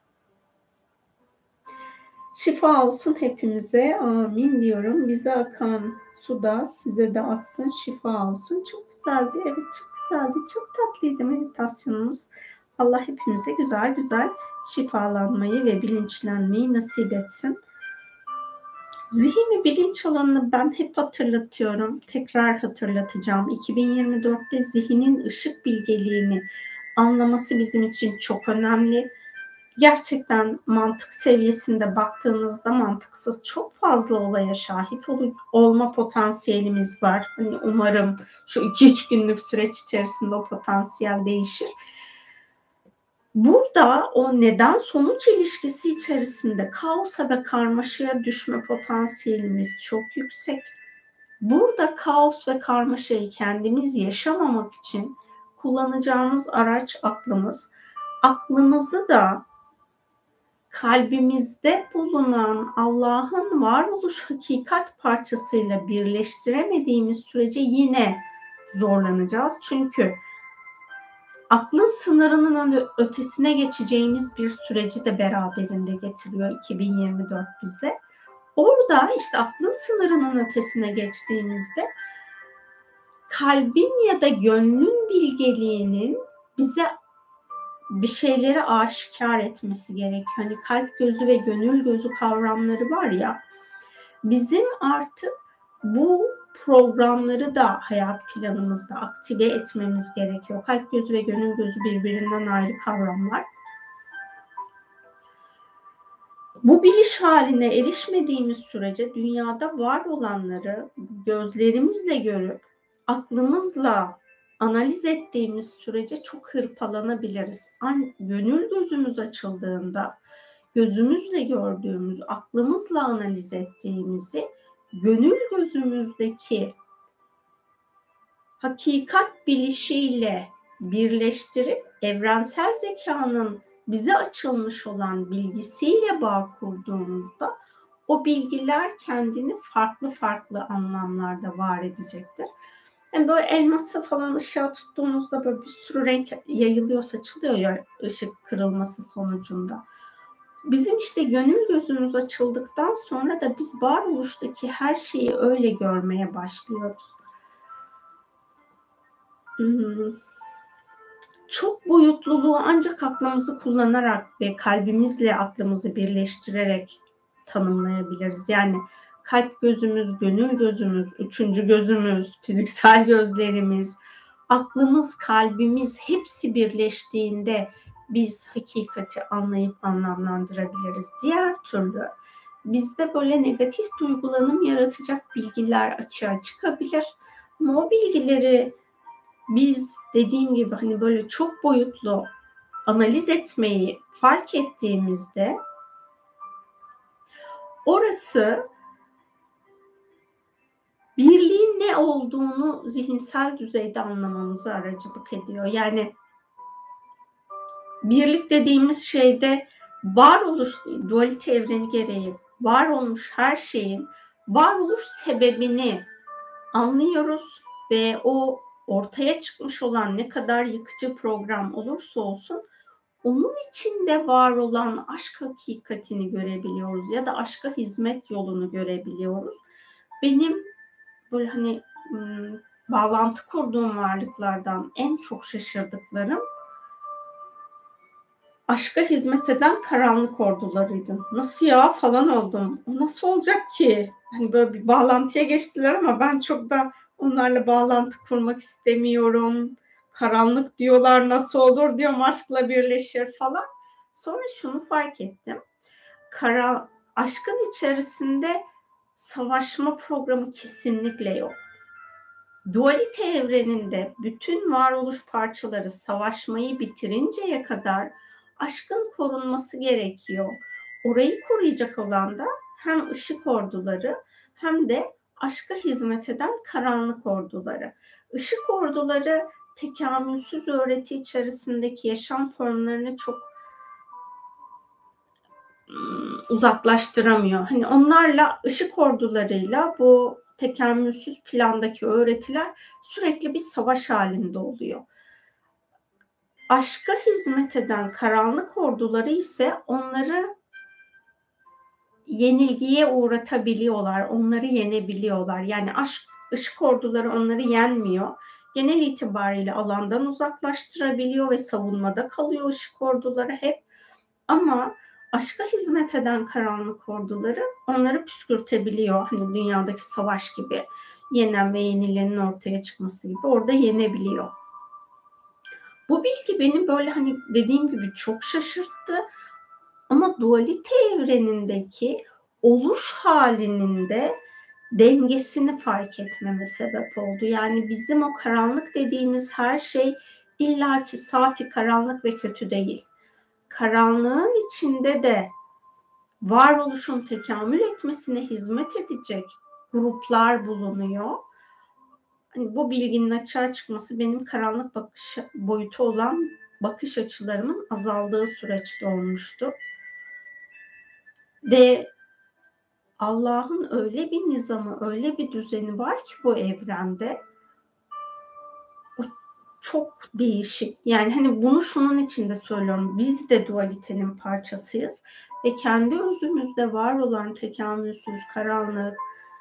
Şifa olsun hepimize. Amin diyorum. Bize akan suda size de aksın. Şifa olsun. Çok güzeldi. Evet, çok güzeldi. Çok tatlıydı meditasyonumuz. Allah hepimize güzel güzel şifalanmayı ve bilinçlenmeyi nasip etsin. Zihin ve bilinç alanını ben hep hatırlatıyorum. Tekrar hatırlatacağım. 2024'te zihnin ışık bilgeliğini anlaması bizim için çok önemli. Gerçekten mantık seviyesinde baktığınızda mantıksız çok fazla olaya şahit olma potansiyelimiz var. Hani umarım şu 2-3 günlük süreç içerisinde o potansiyel değişir. Burada o neden sonuç ilişkisi içerisinde kaosa ve karmaşaya düşme potansiyelimiz çok yüksek. Burada kaos ve karmaşayı kendimiz yaşamamak için kullanacağımız araç aklımız. Aklımızı da kalbimizde bulunan Allah'ın varoluş hakikat parçasıyla birleştiremediğimiz sürece yine zorlanacağız. Çünkü aklın sınırının ötesine geçeceğimiz bir süreci de beraberinde getiriyor 2024 bize. Orada işte aklın sınırının ötesine geçtiğimizde kalbin ya da gönlün bilgeliğinin bize bir şeyleri aşikar etmesi gerekiyor. Hani kalp gözü ve gönül gözü kavramları var ya, bizim artık bu programları da hayat planımızda aktive etmemiz gerekiyor. Kalp gözü ve gönül gözü birbirinden ayrı kavramlar. Bu biliş haline erişmediğimiz sürece dünyada var olanları gözlerimizle görüp aklımızla analiz ettiğimiz sürece çok hırpalanabiliriz. Gönül gözümüz açıldığında gözümüzle gördüğümüz, aklımızla analiz ettiğimizi gönül gözümüzdeki hakikat bilişiyle birleştirip evrensel zekanın bize açılmış olan bilgisiyle bağ kurduğumuzda o bilgiler kendini farklı farklı anlamlarda var edecektir. Yani böyle elması falan ışığa tuttuğumuzda böyle bir sürü renk yayılıyor, saçılıyor ya ışık kırılması sonucunda. Bizim işte gönül gözümüz açıldıktan sonra da biz varoluştaki her şeyi öyle görmeye başlıyoruz. Çok boyutluluğu ancak aklımızı kullanarak ve kalbimizle aklımızı birleştirerek tanımlayabiliriz. Yani kalp gözümüz, gönül gözümüz, üçüncü gözümüz, fiziksel gözlerimiz, aklımız, kalbimiz hepsi birleştiğinde biz hakikati anlayıp anlamlandırabiliriz. Diğer türlü bizde böyle negatif duygulanım yaratacak bilgiler açığa çıkabilir. Ama o bilgileri biz dediğim gibi hani böyle çok boyutlu analiz etmeyi fark ettiğimizde orası birliğin ne olduğunu zihinsel düzeyde anlamamıza aracılık ediyor. Yani birlik dediğimiz şeyde varoluş, dualite evreni gereği var olmuş her şeyin varoluş sebebini anlıyoruz ve o ortaya çıkmış olan ne kadar yıkıcı program olursa olsun onun içinde var olan aşk hakikatini görebiliyoruz ya da aşka hizmet yolunu görebiliyoruz. Benim böyle hani bağlantı kurduğum varlıklardan en çok şaşırdıklarım aşka hizmet eden karanlık ordularıydı. Nasıl ya falan oldum. O nasıl olacak ki? Hani böyle bir bağlantıya geçtiler ama ben çok da onlarla bağlantı kurmak istemiyorum. Karanlık diyorlar, nasıl olur diyorum, aşkla birleşir falan. Sonra şunu fark ettim. Aşkın içerisinde savaşma programı kesinlikle yok. Dualite evreninde bütün varoluş parçaları savaşmayı bitirinceye kadar aşkın korunması gerekiyor. Orayı koruyacak olan da hem ışık orduları hem de aşka hizmet eden karanlık orduları. Işık orduları tekamülsüz öğreti içerisindeki yaşam formlarını çok uzaklaştıramıyor. Hani onlarla, ışık ordularıyla bu tekamülsüz plandaki öğretiler sürekli bir savaş halinde oluyor. Aşka hizmet eden karanlık orduları ise onları yenilgiye uğratabiliyorlar, onları yenebiliyorlar. Yani ışık orduları onları yenmiyor. Genel itibariyle alandan uzaklaştırabiliyor ve savunmada kalıyor ışık orduları hep. Ama aşka hizmet eden karanlık orduları onları püskürtebiliyor. Hani dünyadaki savaş gibi yenen ve yenilenin ortaya çıkması gibi orada yenebiliyor. Bu bilgi beni böyle hani dediğim gibi çok şaşırttı. Ama dualite evrenindeki oluş halinin de dengesini fark etmeme sebep oldu. Yani bizim o karanlık dediğimiz her şey illaki safi karanlık ve kötü değil. Karanlığın içinde de varoluşun tekamül etmesine hizmet edecek gruplar bulunuyor. Hani bu bilginin açığa çıkması benim karanlık bakış boyutu olan bakış açılarımın azaldığı süreçte olmuştu. Ve Allah'ın öyle bir nizamı, öyle bir düzeni var ki bu evrende. O çok değişik. Yani hani bunu şunun için de söylüyorum. Biz de dualitenin parçasıyız ve kendi özümüzde var olan tekamülsüz, karanlık,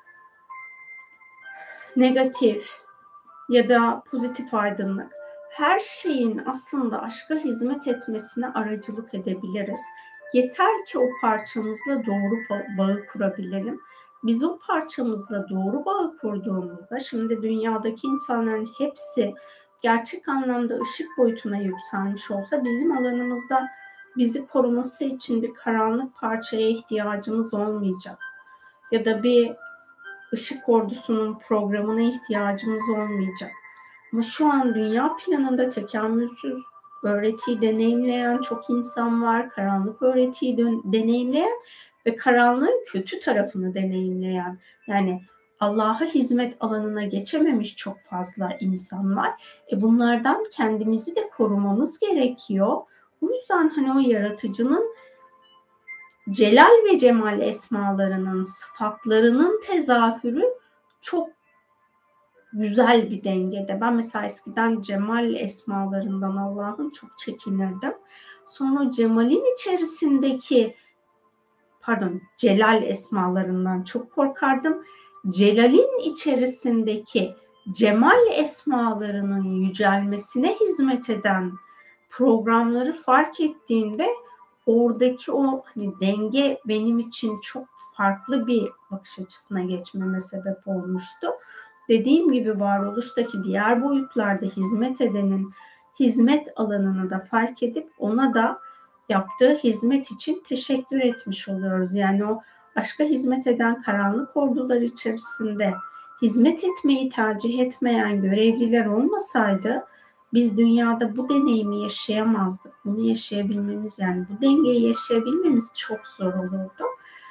negatif ya da pozitif aydınlık her şeyin aslında aşka hizmet etmesine aracılık edebiliriz. Yeter ki o parçamızla doğru bağı kurabilelim. biz o parçamızla doğru bağ kurduğumuzda, şimdi dünyadaki insanların hepsi gerçek anlamda ışık boyutuna yükselmiş olsa bizim alanımızda bizi koruması için bir karanlık parçaya ihtiyacımız olmayacak. Ya da bir ışık ordusunun programına ihtiyacımız olmayacak. Ama şu an dünya planında tekamülsüz öğretiyi deneyimleyen çok insan var. Karanlık öğretiyi deneyimleyen ve karanlığın kötü tarafını deneyimleyen, yani Allah'a hizmet alanına geçememiş çok fazla insan var. Bunlardan kendimizi de korumamız gerekiyor. O yüzden hani o yaratıcının celal ve cemal esmalarının, sıfatlarının tezahürü çok güzel bir dengede. Ben mesela eskiden cemal esmalarından Allah'ın çok çekinirdim. Sonra cemalin içerisindeki celal esmalarından çok korkardım. Celalin içerisindeki cemal esmalarının yücelmesine hizmet eden programları fark ettiğimde oradaki o hani denge benim için çok farklı bir bakış açısına geçmeme sebep olmuştu. Dediğim gibi varoluştaki diğer boyutlarda hizmet edenin hizmet alanını da fark edip ona da yaptığı hizmet için teşekkür etmiş oluyoruz. Yani o aşka hizmet eden karanlık ordular içerisinde hizmet etmeyi tercih etmeyen görevliler olmasaydı biz dünyada bu deneyimi yaşayamazdık. Bunu yaşayabilmemiz, yani bu dengeyi yaşayabilmemiz çok zor olurdu.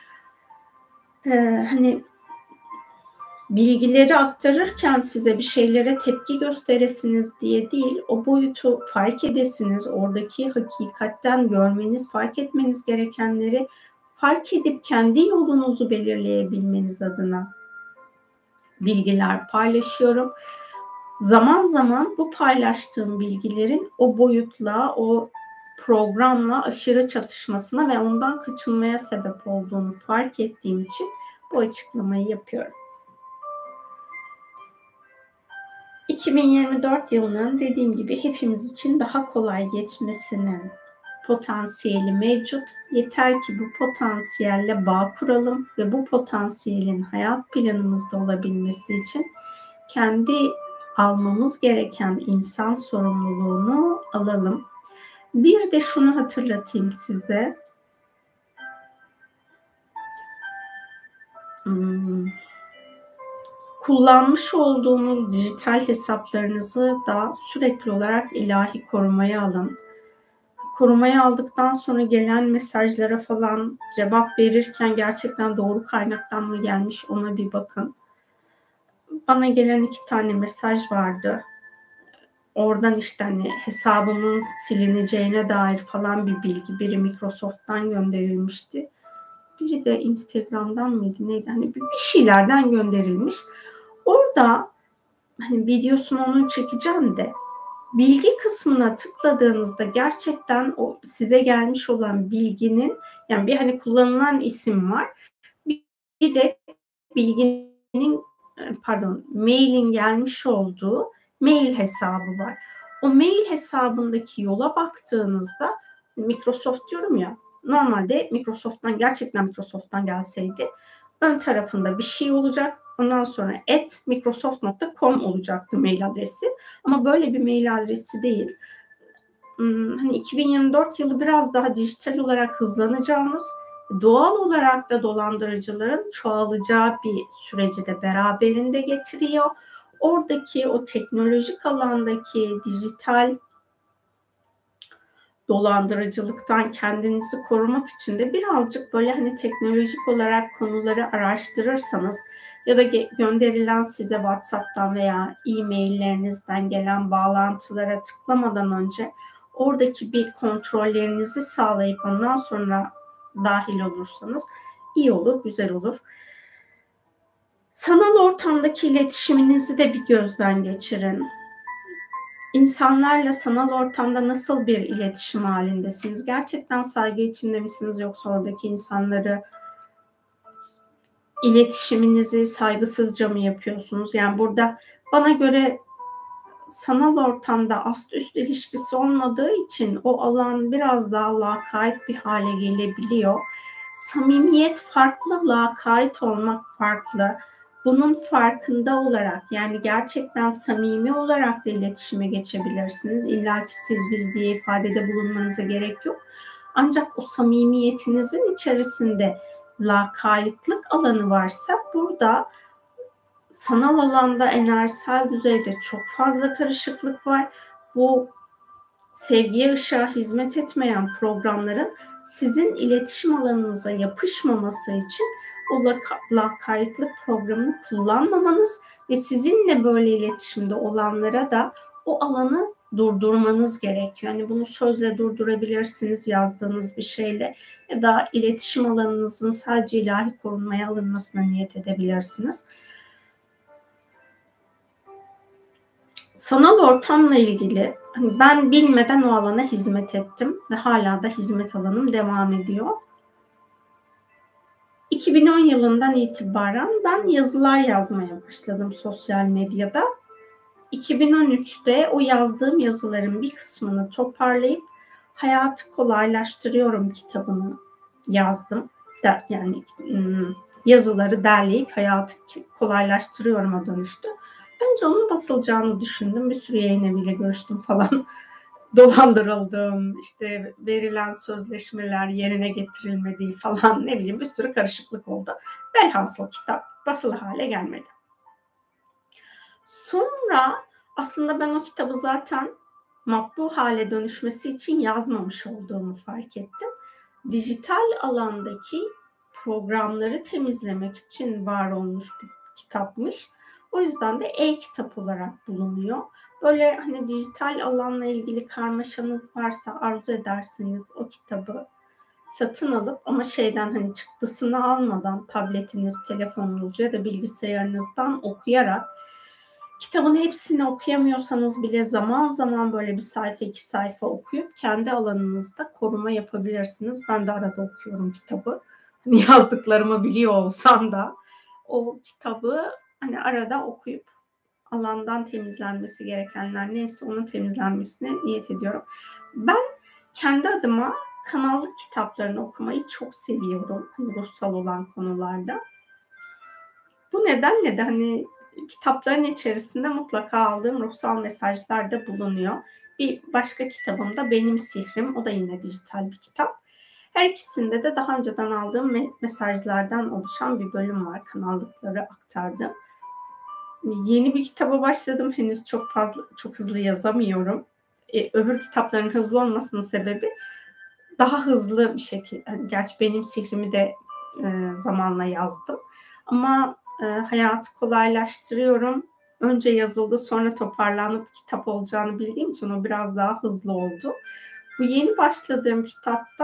Hani bilgileri aktarırken size bir şeylere tepki gösteresiniz diye değil, o boyutu fark edesiniz, oradaki hakikatten görmeniz, fark etmeniz gerekenleri fark edip kendi yolunuzu belirleyebilmeniz adına bilgiler paylaşıyorum. Zaman zaman bu paylaştığım bilgilerin o boyutla, o programla aşırı çatışmasına ve ondan kaçınmaya sebep olduğunu fark ettiğim için bu açıklamayı yapıyorum. 2024 yılının dediğim gibi hepimiz için daha kolay geçmesinin potansiyeli mevcut. Yeter ki bu potansiyelle bağ kuralım ve bu potansiyelin hayat planımızda olabilmesi için kendi almamız gereken insan sorumluluğunu alalım. Bir de şunu hatırlatayım size. Kullanmış olduğunuz dijital hesaplarınızı da sürekli olarak ilahi korumaya alın. Korumaya aldıktan sonra gelen mesajlara falan cevap verirken gerçekten doğru kaynaktan mı gelmiş ona bir bakın. Bana gelen 2 tane mesaj vardı. Oradan işte hani hesabımın silineceğine dair falan bir bilgi. Biri Microsoft'tan gönderilmişti. Biri de Instagram'dan mıydı neydi? Hani bir şeylerden gönderilmiş. Orada hani videosunu onun çekeceğim de bilgi kısmına tıkladığınızda gerçekten o size gelmiş olan bilginin, yani bir hani kullanılan isim var. Bir de bilginin mailin gelmiş olduğu mail hesabı var. O mail hesabındaki yola baktığınızda Microsoft diyorum ya, normalde gerçekten Microsoft'tan gelseydi ön tarafında bir şey olacak. Ondan sonra @microsoft.com olacaktı mail adresi. Ama böyle bir mail adresi değil. Hani 2024 yılı biraz daha dijital olarak hızlanacağımız, doğal olarak da dolandırıcıların çoğalacağı bir süreci de beraberinde getiriyor. Oradaki o teknolojik alandaki dijital dolandırıcılıktan kendinizi korumak için de birazcık böyle hani teknolojik olarak konuları araştırırsanız ya da gönderilen size WhatsApp'tan veya e-maillerinizden gelen bağlantılara tıklamadan önce oradaki bir kontrollerinizi sağlayıp ondan sonra dahil olursanız iyi olur, güzel olur. Sanal ortamdaki iletişiminizi de bir gözden geçirin. İnsanlarla sanal ortamda nasıl bir iletişim halindesiniz? Gerçekten saygı içinde misiniz, yoksa oradaki insanları iletişiminizi saygısızca mı yapıyorsunuz? Yani burada bana göre sanal ortamda ast üst ilişkisi olmadığı için o alan biraz daha lakayt bir hale gelebiliyor. Samimiyet farklı, lakayt olmak farklı. Bunun farkında olarak, yani gerçekten samimi olarak da iletişime geçebilirsiniz. İlla ki siz biz diye ifadede bulunmanıza gerek yok. Ancak o samimiyetinizin içerisinde lakaytlık alanı varsa, burada sanal alanda, enerjisel düzeyde çok fazla karışıklık var. Bu sevgiye, ışığa hizmet etmeyen programların sizin iletişim alanınıza yapışmaması için o lakaytlık programını kullanmamanız ve sizinle böyle iletişimde olanlara da o alanı durdurmanız gerekiyor. Yani bunu sözle durdurabilirsiniz, yazdığınız bir şeyle, ya da iletişim alanınızın sadece ilahi korunmaya alınmasına niyet edebilirsiniz. Sanal ortamla ilgili ben bilmeden o alana hizmet ettim ve hala da hizmet alanım devam ediyor. 2010 yılından itibaren ben yazılar yazmaya başladım sosyal medyada. 2013'te o yazdığım yazıların bir kısmını toparlayıp Hayatı Kolaylaştırıyorum kitabını yazdım. Yani yazıları derleyip Hayatı Kolaylaştırıyorum'a dönüştü. Önce onun basılacağını düşündüm. Bir sürü yayın eviyle görüştüm falan. Dolandırıldım, işte verilen sözleşmeler yerine getirilmediği falan, ne bileyim, bir sürü karışıklık oldu. Velhasıl kitap basılı hale gelmedi. Sonra aslında ben o kitabı zaten matbu hale dönüşmesi için yazmamış olduğumu fark ettim. Dijital alandaki programları temizlemek için var olmuş bir kitapmış. O yüzden de e-kitap olarak bulunuyor. Böyle hani dijital alanla ilgili karmaşanız varsa, arzu ederseniz o kitabı satın alıp, ama hani çıktısını almadan tabletiniz, telefonunuz ya da bilgisayarınızdan okuyarak, kitabın hepsini okuyamıyorsanız bile zaman zaman böyle bir sayfa, 2 sayfa okuyup kendi alanınızda koruma yapabilirsiniz. Ben de arada okuyorum kitabı. Hani yazdıklarımı biliyor olsam da o kitabı hani arada okuyup alandan temizlenmesi gerekenler neyse onun temizlenmesine niyet ediyorum. Ben kendi adıma kanallık kitaplarını okumayı çok seviyorum. Hani ruhsal olan konularda. Bu nedenle de hani kitapların içerisinde mutlaka aldığım ruhsal mesajlar da bulunuyor. Bir başka kitabım da Benim Sihrim. O da yine dijital bir kitap. Her ikisinde de daha önceden aldığım mesajlardan oluşan bir bölüm var. Kanallıkları aktardım. Yeni bir kitaba başladım. Henüz çok hızlı yazamıyorum. Öbür kitapların hızlı olmasının sebebi daha hızlı bir şekilde. Yani gerçi Benim Sihrimi de zamanla yazdım. Ama Hayatı Kolaylaştırıyorum. Önce yazıldı, sonra toparlanıp kitap olacağını bildiğim için o biraz daha hızlı oldu. Bu yeni başladığım kitapta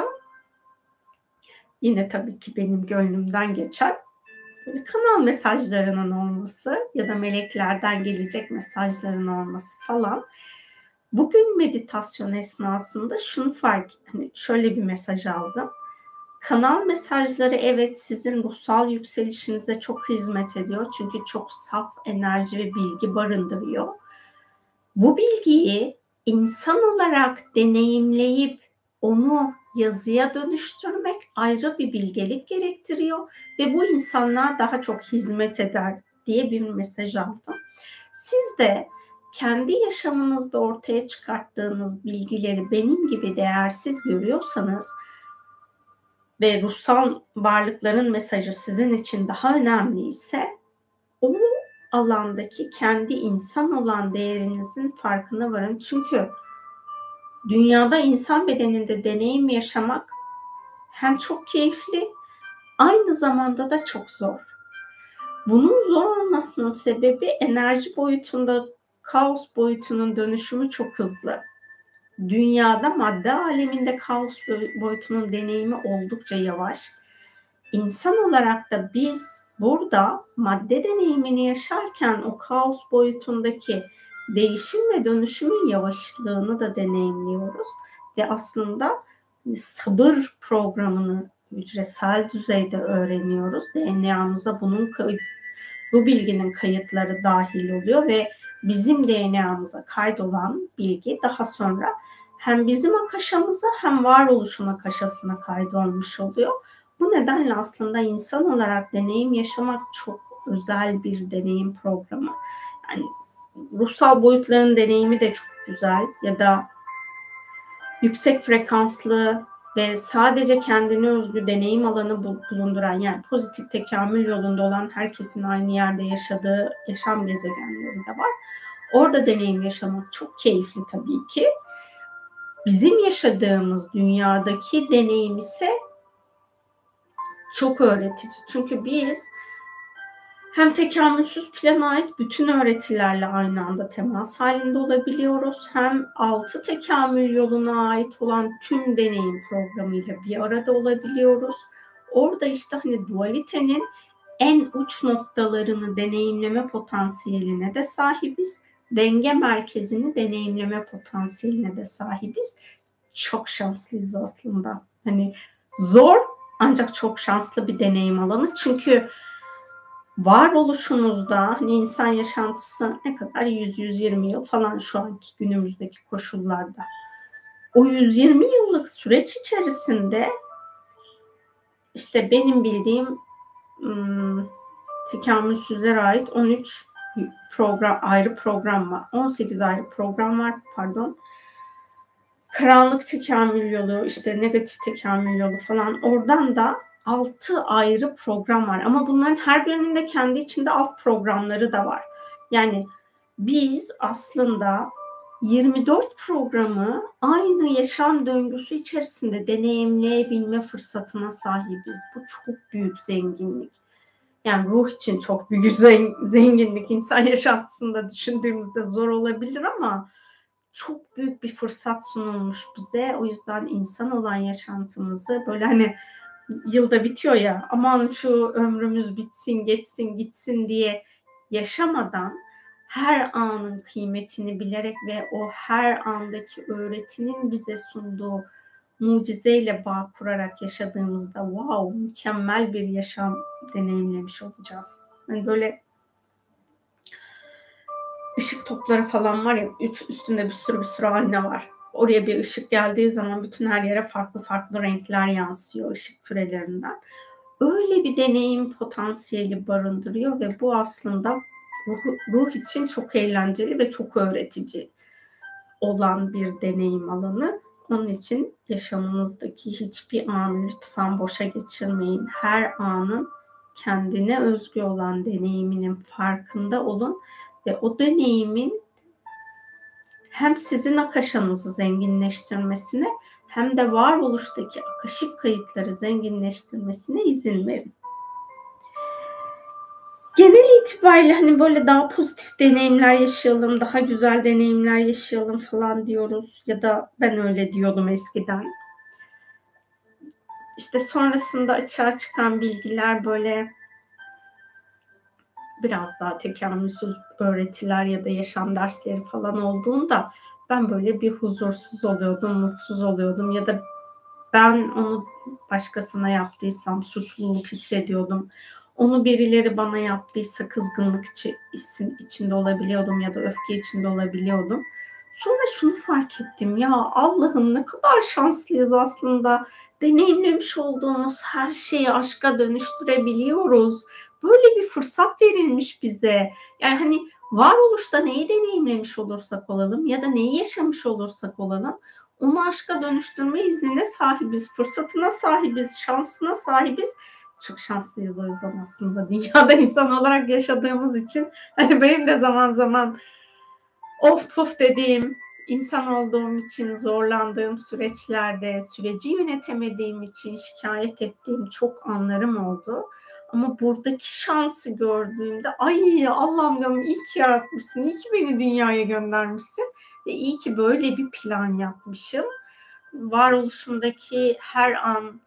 yine tabii ki benim gönlümden geçen böyle kanal mesajlarının olması ya da meleklerden gelecek mesajların olması falan. Bugün meditasyon esnasında şöyle bir mesaj aldım. Kanal mesajları evet sizin ruhsal yükselişinize çok hizmet ediyor. Çünkü çok saf enerji ve bilgi barındırıyor. Bu bilgiyi insan olarak deneyimleyip onu yazıya dönüştürmek ayrı bir bilgelik gerektiriyor ve bu insanlığa daha çok hizmet eder diye bir mesaj aldım. Siz de kendi yaşamınızda ortaya çıkarttığınız bilgileri benim gibi değersiz görüyorsanız ve ruhsal varlıkların mesajı sizin için daha önemliyse, o alandaki kendi insan olan değerinizin farkına varın. Çünkü dünyada insan bedeninde deneyim yaşamak hem çok keyifli, aynı zamanda da çok zor. Bunun zor olmasının sebebi enerji boyutunda kaos boyutunun dönüşümü çok hızlı. Dünyada madde aleminde kaos boyutunun deneyimi oldukça yavaş. İnsan olarak da biz burada madde deneyimini yaşarken o kaos boyutundaki değişim ve dönüşümün yavaşlığını da deneyimliyoruz. Ve aslında sabır programını hücresel düzeyde öğreniyoruz. DNA'mıza bu bilginin kayıtları dahil oluyor ve bizim DNA'mıza kaydolan bilgi daha sonra hem bizim akaşamıza hem varoluşun akaşasına kaydolmuş oluyor. Bu nedenle aslında insan olarak deneyim yaşamak çok özel bir deneyim programı. Yani ruhsal boyutların deneyimi de çok güzel ya da yüksek frekanslı ve sadece kendine özgü deneyim alanı bulunduran, yani pozitif tekamül yolunda olan herkesin aynı yerde yaşadığı yaşam gezegenleri de var. Orada deneyim yaşamak çok keyifli tabii ki. Bizim yaşadığımız dünyadaki deneyim ise çok öğretici. Çünkü biz hem tekamülsüz plana ait bütün öğretilerle aynı anda temas halinde olabiliyoruz. Hem altı tekamül yoluna ait olan tüm deneyim programıyla bir arada olabiliyoruz. Orada işte hani dualitenin en uç noktalarını deneyimleme potansiyeline de sahibiz. Denge merkezini deneyimleme potansiyeline de sahibiz. Çok şanslıyız aslında. Hani zor ancak çok şanslı bir deneyim alanı. Çünkü varoluşumuzda hani insan yaşantısı ne kadar 100-120 yıl falan şu anki günümüzdeki koşullarda. O 120 yıllık süreç içerisinde işte benim bildiğim tekamülsüzlere ait 13 ayrı program var. 18 ayrı program var pardon. Karanlık tekamül yolu, işte negatif tekamül yolu falan, oradan da 6 ayrı program var. Ama bunların her birinin de kendi içinde alt programları da var. Yani biz aslında 24 programı aynı yaşam döngüsü içerisinde deneyimleyebilme fırsatına sahibiz. Bu çok büyük zenginlik. Yani ruh için çok büyük zenginlik. İnsan yaşantısında düşündüğümüzde zor olabilir ama çok büyük bir fırsat sunulmuş bize. O yüzden insan olan yaşantımızı böyle hani yılda bitiyor ya, aman şu ömrümüz bitsin, geçsin, gitsin diye yaşamadan her anın kıymetini bilerek ve o her andaki öğretinin bize sunduğu mucizeyle bağ kurarak yaşadığımızda wow, mükemmel bir yaşam deneyimlemiş olacağız. Yani böyle ışık topları falan var ya, üstünde bir sürü ayna var. Oraya bir ışık geldiği zaman bütün her yere farklı farklı renkler yansıyor ışık kürelerinden. Öyle bir deneyim potansiyeli barındırıyor ve bu aslında ruh için çok eğlenceli ve çok öğretici olan bir deneyim alanı. Onun için yaşamınızdaki hiçbir anı lütfen boşa geçirmeyin. Her anın kendine özgü olan deneyiminin farkında olun ve o deneyimin hem sizin akışınızı zenginleştirmesine hem de varoluştaki akışık kayıtları zenginleştirmesine izin verin. Genel itibariyle hani böyle daha pozitif deneyimler yaşayalım, daha güzel deneyimler yaşayalım falan diyoruz. Ya da ben öyle diyordum eskiden. İşte sonrasında açığa çıkan bilgiler böyle biraz daha tekamülsüz öğretiler ya da yaşam dersleri falan olduğunda ben böyle bir huzursuz oluyordum, mutsuz oluyordum ya da ben onu başkasına yaptıysam suçluluk hissediyordum. Onu birileri bana yaptıysa kızgınlık içinde olabiliyordum ya da öfke içinde olabiliyordum. Sonra şunu fark ettim, ya Allah'ım ne kadar şanslıyız aslında. Deneyimlemiş olduğumuz her şeyi aşka dönüştürebiliyoruz. Böyle bir fırsat verilmiş bize. Yani hani varoluşta neyi deneyimlemiş olursak olalım ya da neyi yaşamış olursak olalım, onu aşka dönüştürme iznine sahibiz, fırsatına sahibiz, şansına sahibiz. Çok şanslıyız o yüzden aslında dünyada insan olarak yaşadığımız için. Hani benim de zaman zaman of puf dediğim, insan olduğum için zorlandığım süreçlerde, süreci yönetemediğim için şikayet ettiğim çok anlarım oldu. Ama buradaki şansı gördüğümde ay Allah'ım diyorum, iyi ki yaratmışsın, iyi ki beni dünyaya göndermişsin ve iyi ki böyle bir plan yapmışım. Varoluşumdaki her an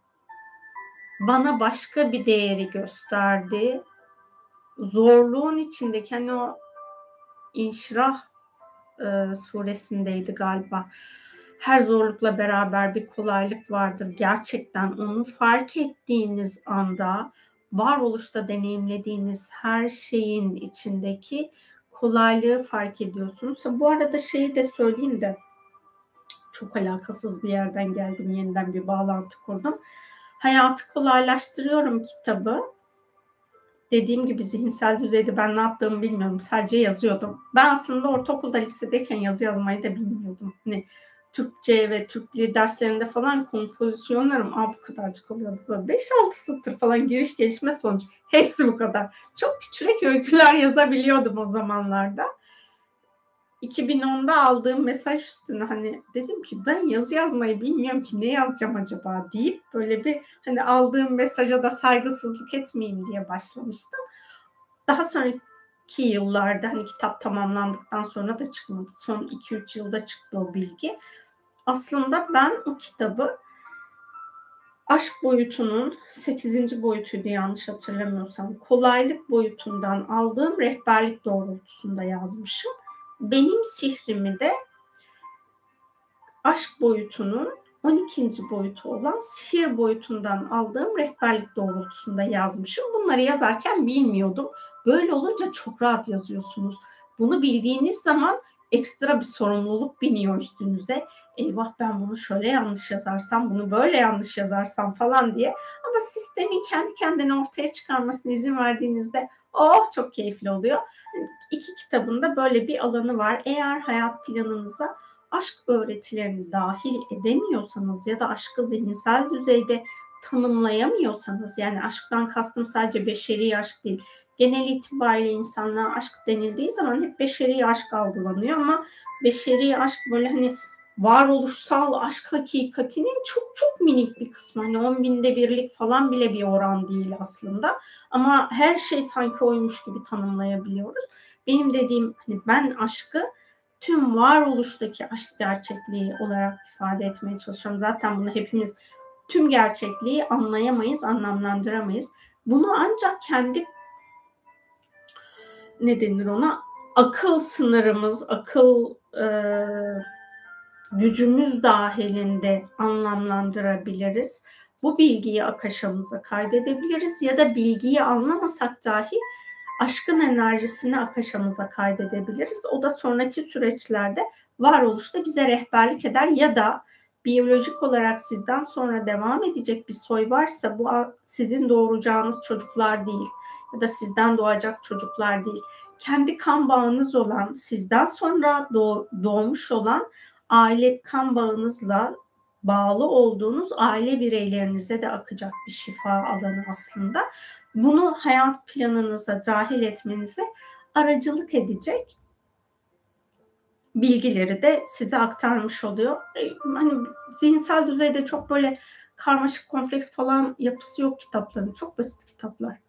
bana başka bir değeri gösterdi. Zorluğun içindeki hani o İnşirah suresindeydi galiba. Her zorlukla beraber bir kolaylık vardır. Gerçekten onu fark ettiğiniz anda varoluşta deneyimlediğiniz her şeyin içindeki kolaylığı fark ediyorsunuz. Bu arada şeyi de söyleyeyim de çok alakasız bir yerden geldim. Yeniden bir bağlantı kurdum. Hayatı Kolaylaştırıyorum kitabı. Dediğim gibi zihinsel düzeyde ben ne yaptığımı bilmiyorum. Sadece yazıyordum. Ben aslında ortaokulda, lisedeyken yazı yazmayı da bilmiyordum. Hani Türkçe ve Türk dili derslerinde falan kompozisyonlarım bu kadarcık oluyordu. Böyle 5-6 satır falan, giriş gelişme sonuç. Hepsi bu kadar. Çok küçük öyküler yazabiliyordum o zamanlarda. 2010'da aldığım mesaj üstüne hani dedim ki ben yazı yazmayı bilmiyorum ki, ne yazacağım acaba deyip böyle bir hani aldığım mesaja da saygısızlık etmeyeyim diye başlamıştım. Daha sonraki yıllarda hani kitap tamamlandıktan sonra da çıkmadı. Son 2-3 yılda çıktı o bilgi. Aslında ben o kitabı aşk boyutunun 8. boyutuydu yanlış hatırlamıyorsam. Kolaylık boyutundan aldığım rehberlik doğrultusunda yazmışım. Benim sihrimi de aşk boyutunun 12. boyutu olan sihir boyutundan aldığım rehberlik doğrultusunda yazmışım. Bunları yazarken bilmiyordum. Böyle olunca çok rahat yazıyorsunuz. Bunu bildiğiniz zaman ekstra bir sorumluluk biniyor üstünüze. Eyvah, ben bunu şöyle yanlış yazarsam, bunu böyle yanlış yazarsam falan diye. Ama sistemin kendi kendine ortaya çıkarmasına izin verdiğinizde çok keyifli oluyor. İki kitabın da böyle bir alanı var. Eğer hayat planınıza aşk öğretilerini dahil edemiyorsanız ya da aşkı zihinsel düzeyde tanımlayamıyorsanız, yani aşktan kastım sadece beşeri aşk değil. Genel itibariyle insanlığa aşk denildiği zaman hep beşeri aşk algılanıyor ama beşeri aşk böyle hani varoluşsal aşk hakikatinin çok çok minik bir kısmı. Hani 10 binde birlik falan bile bir oran değil aslında. Ama her şey sanki oymuş gibi tanımlayabiliyoruz. Benim dediğim hani ben aşkı tüm varoluştaki aşk gerçekliği olarak ifade etmeye çalışıyorum. Zaten bunu hepimiz tüm gerçekliği anlayamayız, anlamlandıramayız. Bunu ancak kendi ne denir ona? Akıl sınırımız, akıl gücümüz dahilinde anlamlandırabiliriz. Bu bilgiyi akaşamıza kaydedebiliriz ya da bilgiyi anlamasak dahi aşkın enerjisini akaşamıza kaydedebiliriz. O da sonraki süreçlerde varoluşta bize rehberlik eder ya da biyolojik olarak sizden sonra devam edecek bir soy varsa bu sizin doğuracağınız çocuklar değil ya da sizden doğacak çocuklar değil. Kendi kan bağınız olan, sizden sonra doğmuş olan aile kan bağınızla bağlı olduğunuz aile bireylerinize de akacak bir şifa alanı aslında. Bunu hayat planınıza dahil etmenize aracılık edecek bilgileri de size aktarmış oluyor. Hani zihinsel düzeyde çok böyle karmaşık, kompleks falan yapısı yok kitapların. Çok basit kitaplar.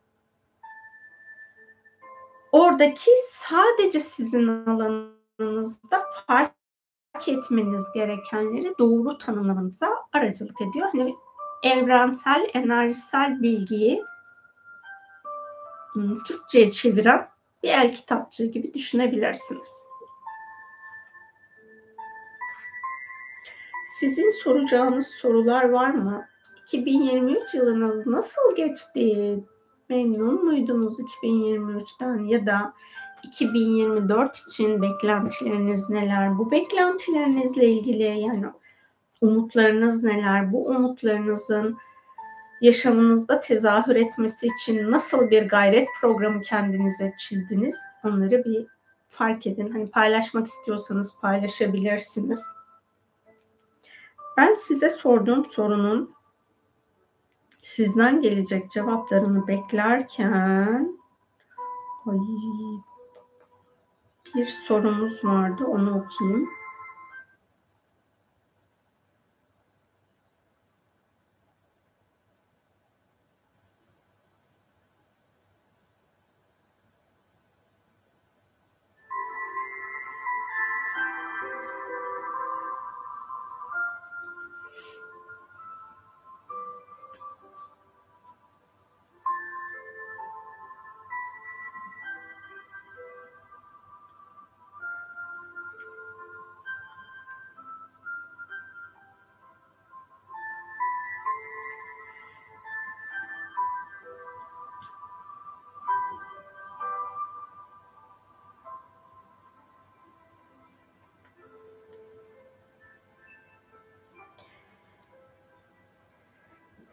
Oradaki sadece sizin alanınızda fark etmeniz gerekenleri doğru tanımlamanıza aracılık ediyor. Hani evrensel, enerjisel bilgiyi Türkçe'ye çeviren bir el kitapçığı gibi düşünebilirsiniz. Sizin soracağınız sorular var mı? 2023 yılınız nasıl geçti? Memnun muydunuz 2023'ten ya da 2024 için beklentileriniz neler? Bu beklentilerinizle ilgili yani umutlarınız neler? Bu umutlarınızın yaşamınızda tezahür etmesi için nasıl bir gayret programı kendinize çizdiniz? Onları bir fark edin. Hani paylaşmak istiyorsanız paylaşabilirsiniz. Ben size sorduğum sorunun sizden gelecek cevaplarını beklerken bir sorumuz vardı, onu okuyayım.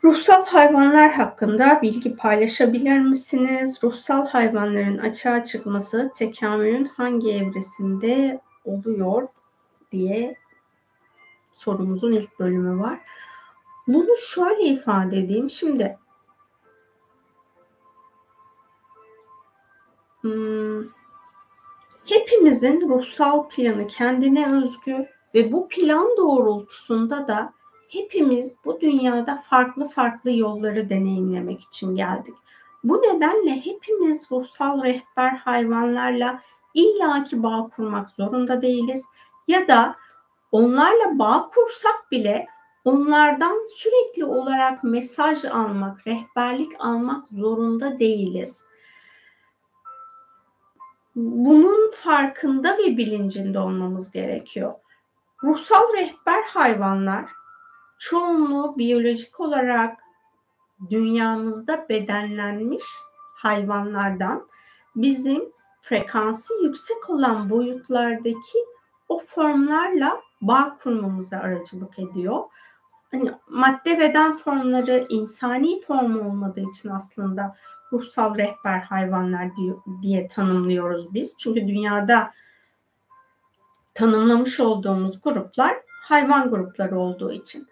Ruhsal hayvanlar hakkında bilgi paylaşabilir misiniz? Ruhsal hayvanların açığa çıkması tekamülün hangi evresinde oluyor diye sorumuzun ilk bölümü var. Bunu şöyle ifade edeyim. Şimdi hepimizin ruhsal planı kendine özgü ve bu plan doğrultusunda da hepimiz bu dünyada farklı farklı yolları deneyimlemek için geldik. Bu nedenle hepimiz ruhsal rehber hayvanlarla illaki bağ kurmak zorunda değiliz ya da onlarla bağ kursak bile onlardan sürekli olarak mesaj almak, rehberlik almak zorunda değiliz. Bunun farkında ve bilincinde olmamız gerekiyor. Ruhsal rehber hayvanlar çoğunluğu biyolojik olarak dünyamızda bedenlenmiş hayvanlardan bizim frekansı yüksek olan boyutlardaki o formlarla bağ kurmamıza aracılık ediyor. Hani madde beden formları insani form olmadığı için aslında ruhsal rehber hayvanlar diye tanımlıyoruz biz. Çünkü dünyada tanımlamış olduğumuz gruplar hayvan grupları olduğu için.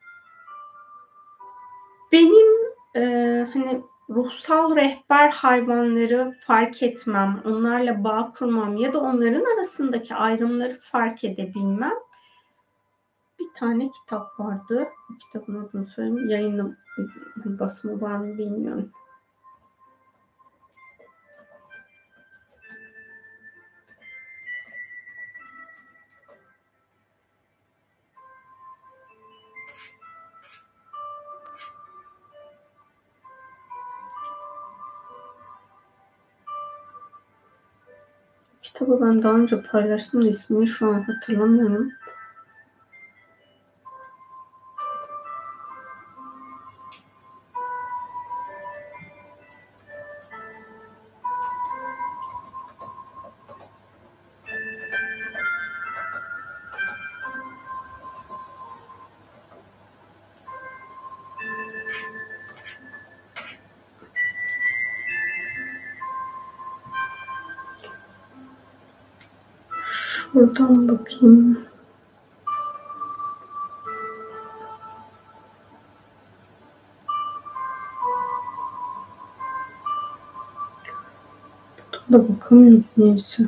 Benim hani ruhsal rehber hayvanları fark etmem, onlarla bağ kurmam ya da onların arasındaki ayrımları fark edebilmem. Bir tane kitap vardı. Bu kitabın adını söyleyeyim. Yayını basımı var mı bilmiyorum. Kitabı ben daha önce paylaştım da ismini şu an hatırlamıyorum. Şuradan bakayım. Da bakamıyoruz neyse.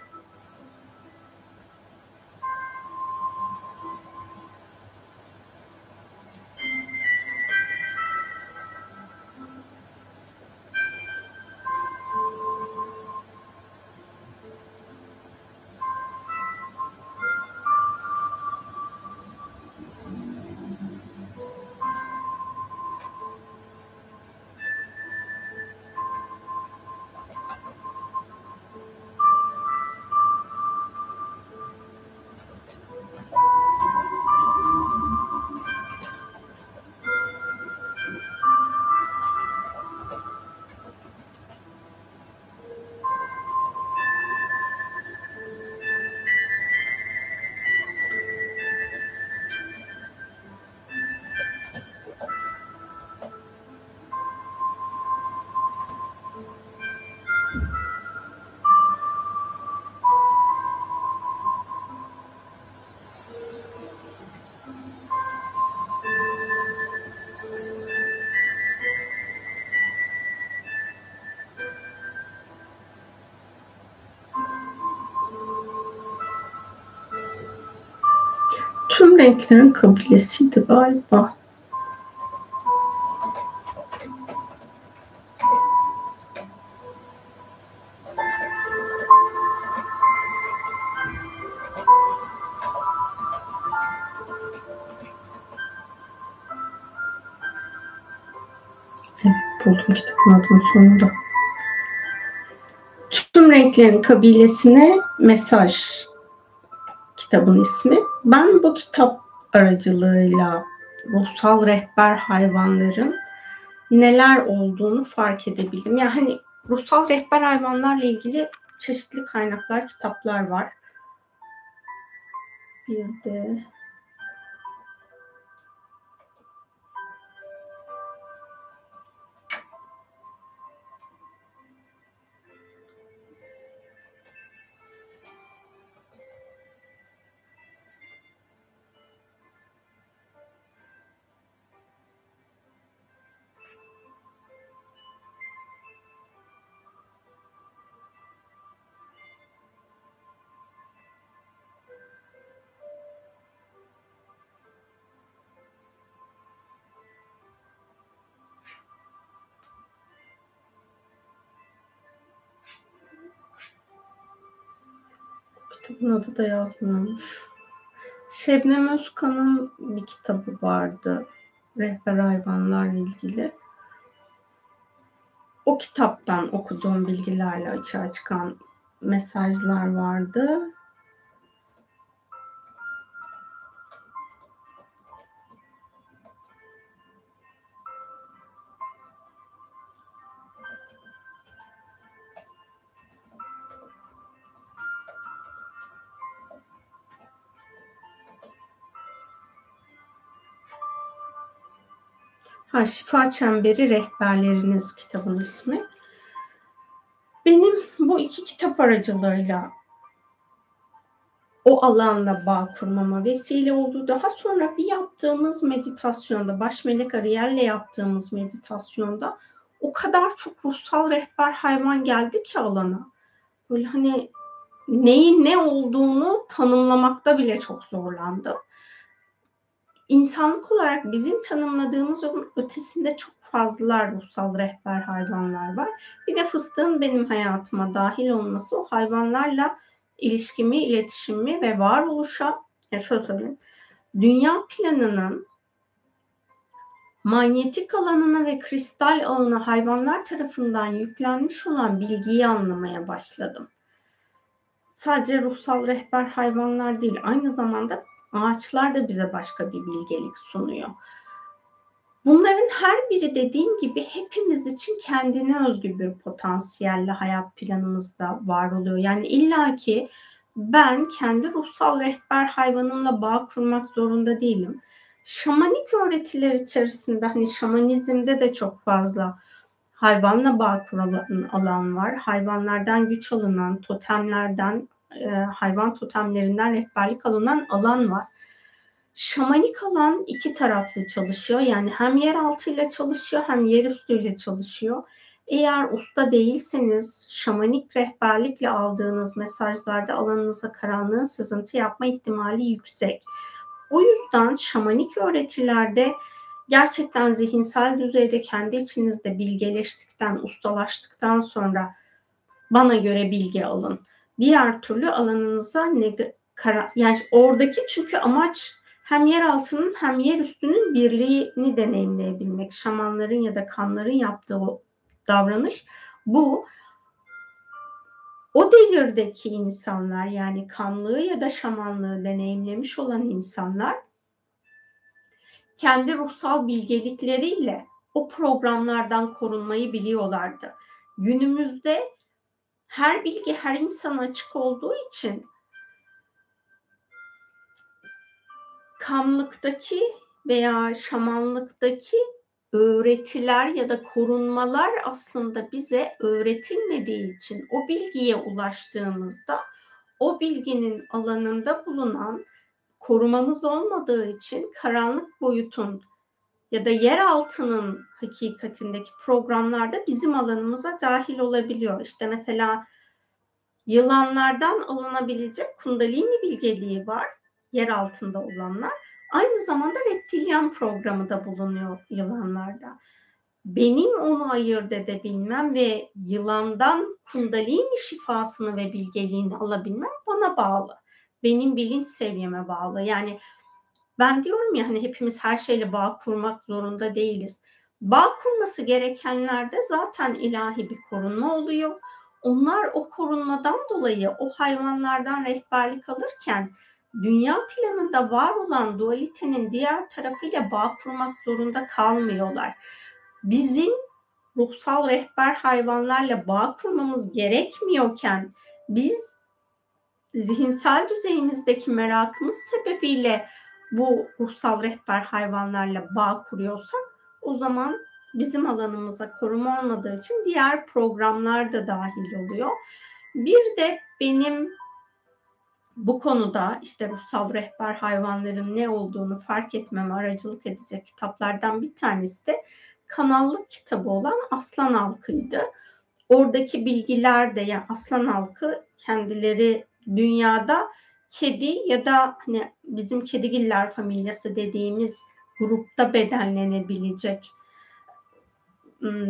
Tüm renklerin kabilesiydi galiba. Evet, buldum kitabın adını sonunda. Tüm renklerin kabilesine mesaj. Kitabın ismi. Ben bu kitap aracılığıyla ruhsal rehber hayvanların neler olduğunu fark edebildim. Yani hani ruhsal rehber hayvanlarla ilgili çeşitli kaynaklar, kitaplar var. Bir de Kitabın adı da yazmıyormuş. Şebnem Özkan'ın bir kitabı vardı. Rehber hayvanlarla ilgili. O kitaptan okuduğum bilgilerle açığa çıkan mesajlar vardı. Şifa Çemberi Rehberleriniz kitabın ismi. Benim bu iki kitap aracılığıyla o alanla bağ kurmama vesile oldu. Daha sonra bir yaptığımız meditasyonda, Baş Melek Ariel'le yaptığımız meditasyonda o kadar çok ruhsal rehber hayvan geldi ki alana. Böyle hani neyin ne olduğunu tanımlamakta bile çok zorlandım. İnsanlık olarak bizim tanımladığımız onun ötesinde çok fazla ruhsal rehber hayvanlar var. Bir de fıstığın benim hayatıma dahil olması o hayvanlarla ilişkimi, iletişimimi ve varoluşa, şöyle söyleyeyim, dünya planının manyetik alanına ve kristal ağına hayvanlar tarafından yüklenmiş olan bilgiyi anlamaya başladım. Sadece ruhsal rehber hayvanlar değil, aynı zamanda ağaçlar da bize başka bir bilgelik sunuyor. Bunların her biri dediğim gibi hepimiz için kendine özgü bir potansiyelle hayat planımızda var oluyor. Yani illaki ben kendi ruhsal rehber hayvanımla bağ kurmak zorunda değilim. Şamanik öğretiler içerisinde hani şamanizmde de çok fazla hayvanla bağ kurulan alan var. Hayvanlardan güç alınan, totemlerden, hayvan totemlerinden rehberlik alınan alan var. Şamanik alan iki taraflı çalışıyor. Yani hem yer altıyla çalışıyor hem yer üstüyle çalışıyor. Eğer usta değilseniz şamanik rehberlikle aldığınız mesajlarda alanınıza karanlığın sızıntı yapma ihtimali yüksek. O yüzden şamanik öğretilerde gerçekten zihinsel düzeyde kendi içinizde bilgeleştikten, ustalaştıktan sonra bana göre bilgi alın. Diğer türlü alanınıza yani oradaki çünkü amaç hem yer altının hem yer üstünün birliğini deneyimleyebilmek. Şamanların ya da kanların yaptığı o davranış bu. O devirdeki insanlar yani kanlığı ya da şamanlığı deneyimlemiş olan insanlar kendi ruhsal bilgelikleriyle o programlardan korunmayı biliyorlardı. Günümüzde her bilgi her insana açık olduğu için kanlıktaki veya şamanlıktaki öğretiler ya da korunmalar aslında bize öğretilmediği için o bilgiye ulaştığımızda o bilginin alanında bulunan korumamız olmadığı için karanlık boyutun ya da yer altının hakikatindeki programlarda bizim alanımıza dahil olabiliyor. İşte mesela yılanlardan alınabilecek kundalini bilgeliği var, yer altında olanlar. Aynı zamanda reptilyan programı da bulunuyor yılanlarda. Benim onu ayırt edebilmem ve yılandan kundalini şifasını ve bilgeliğini alabilmem bana bağlı. Benim bilinç seviyeme bağlı. Yani ben diyorum ya hani hepimiz her şeyle bağ kurmak zorunda değiliz. Bağ kurması gerekenlerde zaten ilahi bir korunma oluyor. Onlar o korunmadan dolayı o hayvanlardan rehberlik alırken dünya planında var olan dualitenin diğer tarafıyla bağ kurmak zorunda kalmıyorlar. Bizim ruhsal rehber hayvanlarla bağ kurmamız gerekmiyorken biz zihinsel düzeyimizdeki merakımız sebebiyle bu ruhsal rehber hayvanlarla bağ kuruyorsak o zaman bizim alanımıza koruma olmadığı için diğer programlar da dahil oluyor. Bir de benim bu konuda işte ruhsal rehber hayvanların ne olduğunu fark etmeme aracılık edecek kitaplardan bir tanesi de kanallık kitabı olan Aslan Halkı'ydı. Oradaki bilgiler de yani aslan halkı kendileri dünyada kedi ya da hani bizim kedigiller familyası dediğimiz grupta bedenlenebilecek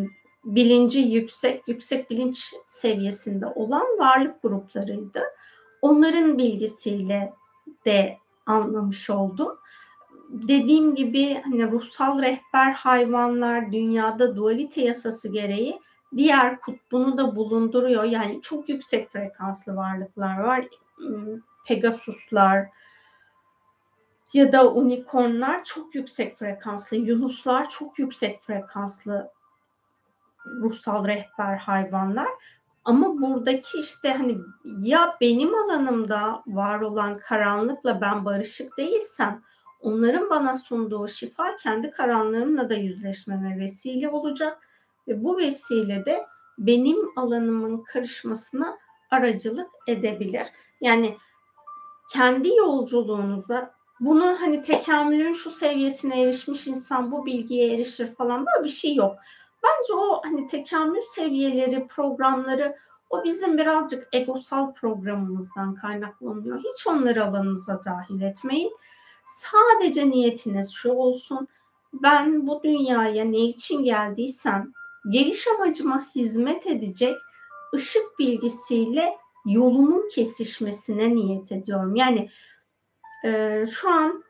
bilinci yüksek bilinç seviyesinde olan varlık gruplarıydı. onların bilgisiyle de anlamış oldum. Dediğim gibi hani ruhsal rehber hayvanlar dünyada dualite yasası gereği diğer kutbunu da bulunduruyor. Yani çok yüksek frekanslı varlıklar var. Pegasuslar ya da unicornlar çok yüksek frekanslı, yunuslar çok yüksek frekanslı ruhsal rehber hayvanlar. Ama buradaki işte hani ya benim alanımda var olan karanlıkla ben barışık değilsem onların bana sunduğu şifa kendi karanlığımla da yüzleşmeme vesile olacak ve bu vesile de benim alanımın karışmasına aracılık edebilir. Yani kendi yolculuğunuzda bunu hani tekamülün şu seviyesine erişmiş insan bu bilgiye erişir falan böyle bir şey yok. Bence o hani tekamül seviyeleri, programları o bizim birazcık egosal programımızdan kaynaklanıyor. Hiç onları alanınıza dahil etmeyin. Sadece niyetiniz şu olsun. Ben bu dünyaya ne için geldiysem geliş amacıma hizmet edecek ışık bilgisiyle yolumun kesişmesine niyet ediyorum. Yani şu an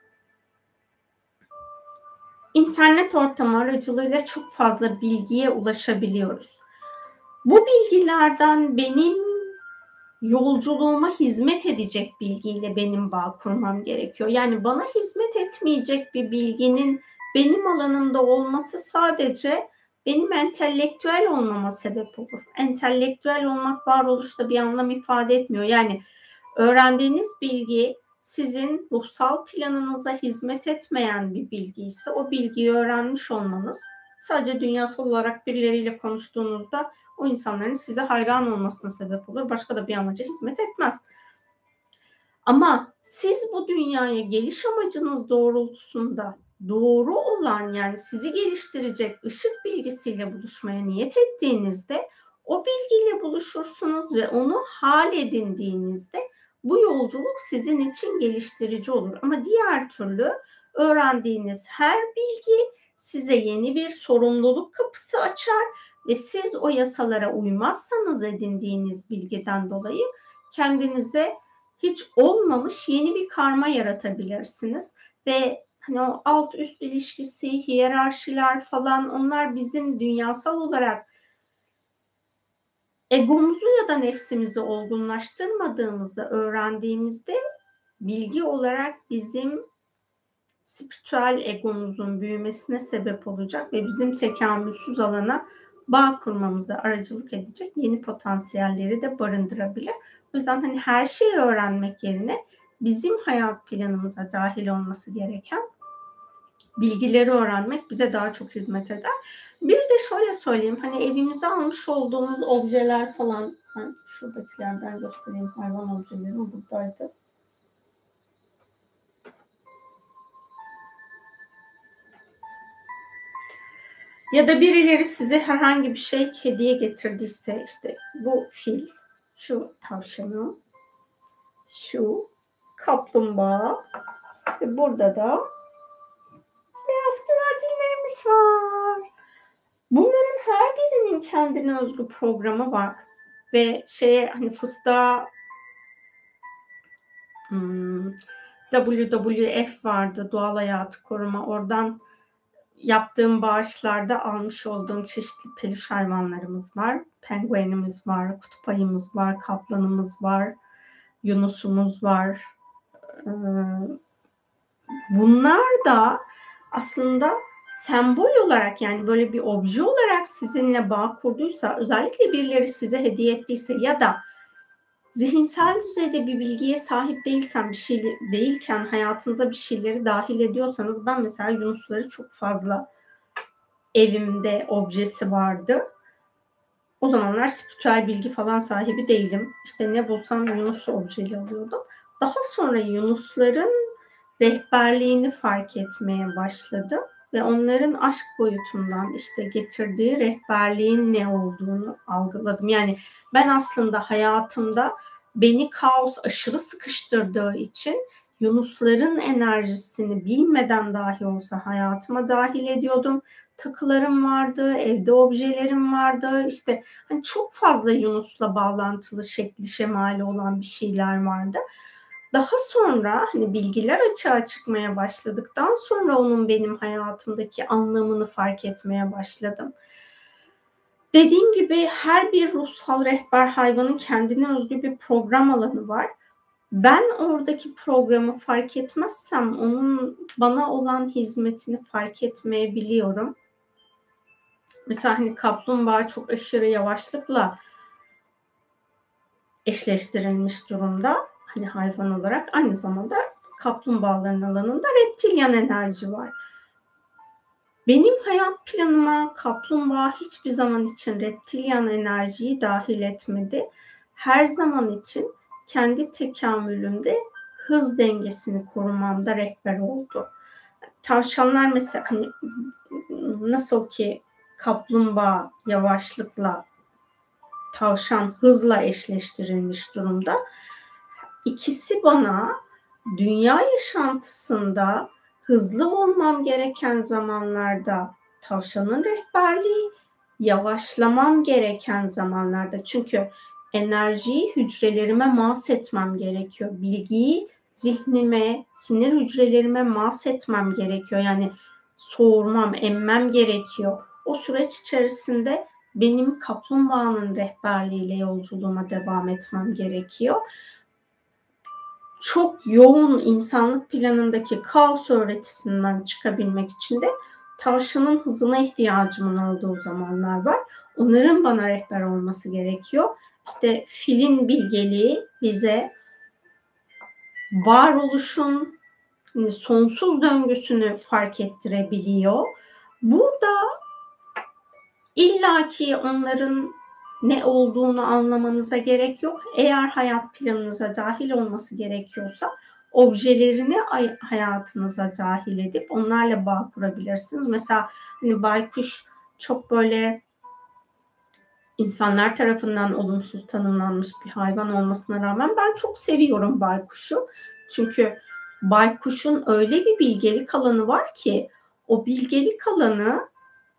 internet ortamı aracılığıyla çok fazla bilgiye ulaşabiliyoruz. Bu bilgilerden benim yolculuğuma hizmet edecek bilgiyle benim bağ kurmam gerekiyor. Yani bana hizmet etmeyecek bir bilginin benim alanımda olması sadece benim entelektüel olmama sebep olur. Entelektüel olmak varoluşta bir anlam ifade etmiyor. Yani öğrendiğiniz bilgi sizin ruhsal planınıza hizmet etmeyen bir bilgi ise o bilgiyi öğrenmiş olmanız sadece dünyasal olarak birileriyle konuştuğunuzda o insanların size hayran olmasına sebep olur. Başka da bir amaca hizmet etmez. Ama siz bu dünyaya geliş amacınız doğrultusunda doğru olan yani sizi geliştirecek ışık bilgisiyle buluşmaya niyet ettiğinizde o bilgiyle buluşursunuz ve onu hal edindiğinizde bu yolculuk sizin için geliştirici olur. Ama diğer türlü öğrendiğiniz her bilgi size yeni bir sorumluluk kapısı açar ve siz o yasalara uymazsanız edindiğiniz bilgiden dolayı kendinize hiç olmamış yeni bir karma yaratabilirsiniz ve hani o alt üst ilişkisi, hiyerarşiler falan onlar bizim dünyasal olarak egomuzu ya da nefsimizi olgunlaştırmadığımızda, öğrendiğimizde bilgi olarak bizim spiritüel egomuzun büyümesine sebep olacak ve bizim tekamülsüz alana bağ kurmamıza aracılık edecek yeni potansiyelleri de barındırabilir. O yüzden hani her şeyi öğrenmek yerine bizim hayat planımıza dahil olması gereken bilgileri öğrenmek bize daha çok hizmet eder. Bir de şöyle söyleyeyim, hani evimize almış olduğumuz objeler falan, ben şuradakilerden göstereyim, hayvan objeleri buradaydı. Ya da birileri size herhangi bir şey hediye getirdiyse, işte bu fil, şu tavşanı, şu kaplumbağa ve burada da beyaz güvercinlerimiz var. Bunların her birinin kendine özgü programı var ve hani fıstığa WWF vardı, Doğal Hayatı Koruma, oradan yaptığım bağışlarda almış olduğum çeşitli peluş hayvanlarımız var. Penguenimiz var, kutup ayımız var, kaplanımız var, yunusumuz var. Bunlar da aslında sembol olarak, yani böyle bir obje olarak sizinle bağ kurduysa, özellikle birileri size hediye ettiyse ya da zihinsel düzeyde bir bilgiye sahip değilsen, bir şey değilken hayatınıza bir şeyleri dahil ediyorsanız, ben mesela yunusları çok fazla evimde objesi vardı. O zamanlar spiritüel bilgi falan sahibi değilim. İşte ne bulsam Yunus objeli alıyordum. Daha sonra Yunusların rehberliğini fark etmeye başladım. Ve onların aşk boyutundan işte getirdiği rehberliğin ne olduğunu algıladım. Yani ben aslında hayatımda beni kaos aşırı sıkıştırdığı için Yunusların enerjisini bilmeden dahi olsa hayatıma dahil ediyordum. takılarım vardı, evde objelerim vardı. İşte hani çok fazla Yunus'la bağlantılı şekli şemali olan bir şeyler vardı. Daha sonra hani bilgiler açığa çıkmaya başladıktan sonra onun benim hayatımdaki anlamını fark etmeye başladım. Dediğim gibi her bir ruhsal rehber hayvanın kendine özgü bir program alanı var. Ben oradaki programı fark etmezsem onun bana olan hizmetini fark etmeyebiliyorum. Mesela hani kaplumbağa çok aşırı yavaşlıkla eşleştirilmiş durumda. Hani hayvan olarak aynı zamanda kaplumbağaların alanında reptilyan enerji var. Benim hayat planıma kaplumbağa hiçbir zaman için reptilyan enerjiyi dahil etmedi. Her zaman için kendi tekamülümde hız dengesini korumamda rehber oldu. Tavşanlar mesela hani nasıl ki kaplumbağa yavaşlıkla, tavşan hızla eşleştirilmiş durumda. İkisi bana dünya yaşantısında hızlı olmam gereken zamanlarda tavşanın rehberliği, yavaşlamam gereken zamanlarda çünkü enerjiyi hücrelerime mas etmem gerekiyor. Bilgiyi zihnime, sinir hücrelerime mas etmem gerekiyor. Yani soğurmam, emmem gerekiyor. O süreç içerisinde benim kaplumbağanın rehberliğiyle yolculuğuma devam etmem gerekiyor. Çok yoğun insanlık planındaki kaos öğretisinden çıkabilmek için de tavşanın hızına ihtiyacımın olduğu zamanlar var. Onların bana rehber olması gerekiyor. İşte filin bilgeliği bize varoluşun sonsuz döngüsünü fark ettirebiliyor. Burada illaki onların ne olduğunu anlamanıza gerek yok. Eğer hayat planınıza dahil olması gerekiyorsa objelerini hayatınıza dahil edip onlarla bağ kurabilirsiniz. Mesela hani baykuş çok böyle insanlar tarafından olumsuz tanımlanmış bir hayvan olmasına rağmen ben çok seviyorum baykuşu. Çünkü baykuşun öyle bir bilgelik alanı var ki o bilgelik alanı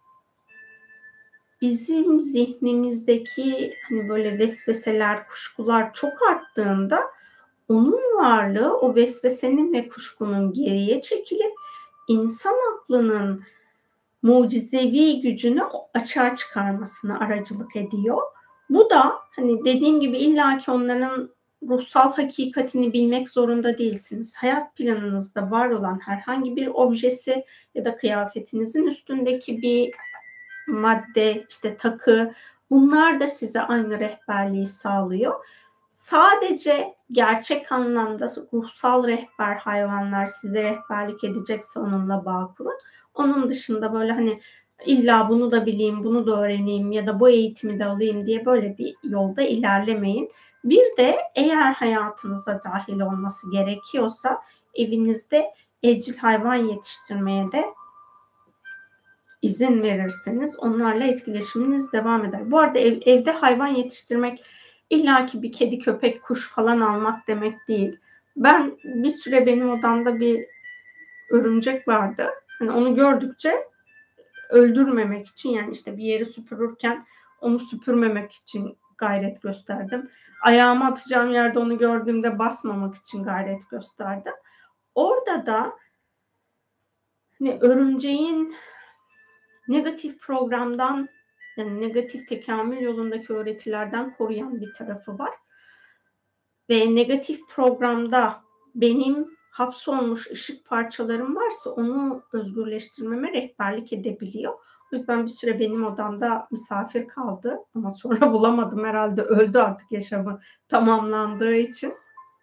bizim zihnimizdeki hani böyle vesveseler, kuşkular çok arttığında onun varlığı o vesvesenin ve kuşkunun geriye çekilip insan aklının mucizevi gücünü açığa çıkarmasına aracılık ediyor. Bu da hani dediğim gibi illaki onların ruhsal hakikatini bilmek zorunda değilsiniz. Hayat planınızda var olan herhangi bir objesi ya da kıyafetinizin üstündeki bir madde, işte takı, bunlar da size aynı rehberliği sağlıyor. Sadece gerçek anlamda ruhsal rehber hayvanlar size rehberlik edecekse onunla bağ kurun. Onun dışında böyle hani illa bunu da bileyim, bunu da öğreneyim ya da bu eğitimi de alayım diye böyle bir yolda ilerlemeyin. Bir de eğer hayatınıza dahil olması gerekiyorsa evinizde evcil hayvan yetiştirmeye de izin verirseniz onlarla etkileşiminiz devam eder. Bu arada evde hayvan yetiştirmek illaki bir kedi, köpek, kuş falan almak demek değil. Ben bir süre benim odamda bir örümcek vardı. Yani onu gördükçe öldürmemek için yani işte bir yeri süpürürken onu süpürmemek için gayret gösterdim. Ayağımı atacağım yerde onu gördüğümde basmamak için gayret gösterdim. Orada da hani örümceğin negatif programdan yani negatif tekamül yolundaki öğretilerden koruyan bir tarafı var. Ve negatif programda benim hapsolmuş ışık parçalarım varsa onu özgürleştirmeme rehberlik edebiliyor. O yüzden bir süre benim odamda misafir kaldı ama sonra bulamadım herhalde öldü artık yaşamı tamamlandığı için.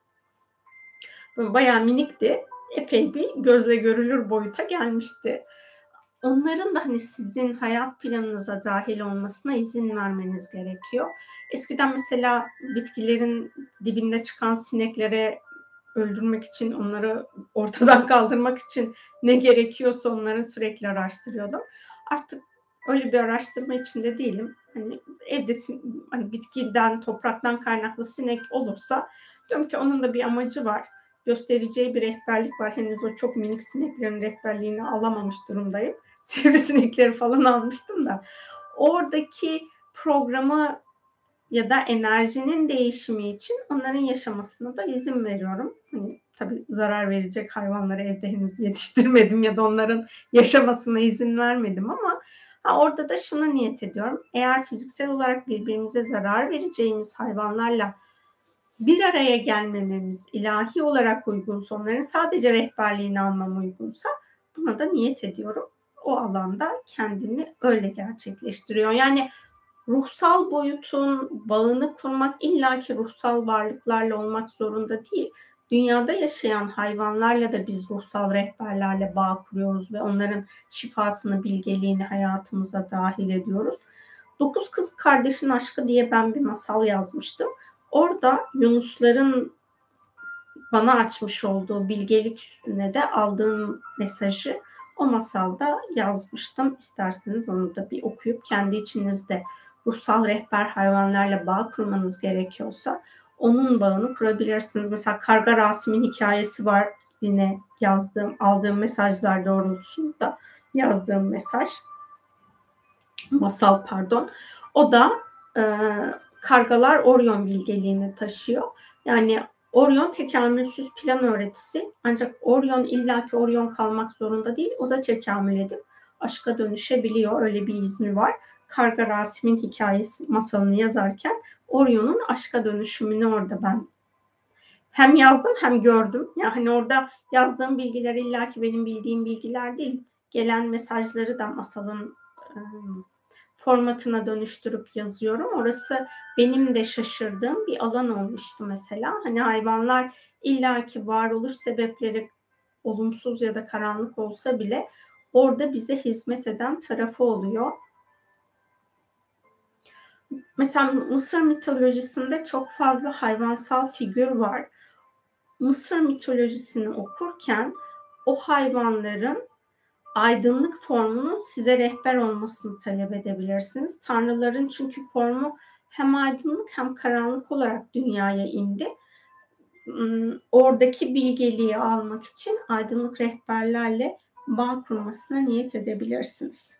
Bayağı minikti. Epey bir gözle görülür boyuta gelmişti. Onların da hani sizin hayat planınıza dahil olmasına izin vermeniz gerekiyor. Eskiden mesela bitkilerin dibinde çıkan sineklere öldürmek için, onları ortadan kaldırmak için ne gerekiyorsa onları sürekli araştırıyordum. Artık öyle bir araştırma içinde değilim. Hani evde hani bitkiden, topraktan kaynaklı sinek olursa diyorum ki onun da bir amacı var. Göstereceği bir rehberlik var. Henüz o çok minik sineklerin rehberliğini alamamış durumdayım. sivrisinekleri falan almıştım da oradaki programı ya da enerjinin değişimi için onların yaşamasına da izin veriyorum. Hani, tabii zarar verecek hayvanları evde henüz yetiştirmedim ya da onların yaşamasına izin vermedim ama orada da şuna niyet ediyorum. Eğer fiziksel olarak birbirimize zarar vereceğimiz hayvanlarla bir araya gelmememiz ilahi olarak uygunsa, onların sadece rehberliğini almam uygunsa buna da niyet ediyorum. O alanda kendini öyle gerçekleştiriyor. Yani ruhsal boyutun bağını kurmak illaki ruhsal varlıklarla olmak zorunda değil. Dünyada yaşayan hayvanlarla da biz ruhsal rehberlerle bağ kuruyoruz ve onların şifasını, bilgeliğini hayatımıza dahil ediyoruz. Dokuz Kız Kardeşin Aşkı diye ben bir masal yazmıştım. Orada Yunusların bana açmış olduğu bilgelik üstüne de aldığım mesajı o masalda yazmıştım. İsterseniz onu da bir okuyup kendi içinizde ruhsal rehber hayvanlarla bağ kurmanız gerekiyorsa onun bağını kurabilirsiniz. Mesela Karga Rasim'in hikayesi var. Yine aldığım mesajlar doğrultusunda yazdığım masal pardon. O da kargalar Orion bilgeliğini taşıyor. Yani Orion tekamülsüz plan öğretisi, ancak Orion illaki Orion kalmak zorunda değil. O da tekamül edip aşka dönüşebiliyor. Öyle bir izni var. Karga Rasim'in hikayesi masalını yazarken Orion'un aşka dönüşümünü orada ben hem yazdım hem gördüm. Yani orada yazdığım bilgiler illaki benim bildiğim bilgiler değil. Gelen mesajları da masalın formatına dönüştürüp yazıyorum. Orası benim de şaşırdığım bir alan olmuştu mesela. Hani hayvanlar illaki varoluş sebepleri olumsuz ya da karanlık olsa bile orada bize hizmet eden tarafı oluyor. Mesela Mısır mitolojisinde çok fazla hayvansal figür var. Mısır mitolojisini okurken o hayvanların aydınlık formunun size rehber olmasını talep edebilirsiniz. Tanrıların çünkü formu hem aydınlık hem karanlık olarak dünyaya indi. Oradaki bilgeliği almak için aydınlık rehberlerle bağ kurmasına niyet edebilirsiniz.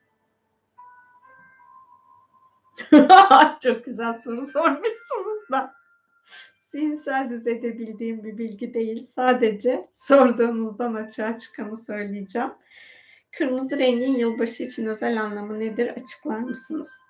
Çok güzel soru sormuşsunuz da. Zihinsel düzeyde bildiğim bir bilgi değil. Sadece sorduğunuzdan açığa çıkanı söyleyeceğim. Kırmızı rengin yılbaşı için özel anlamı nedir? Açıklar mısınız?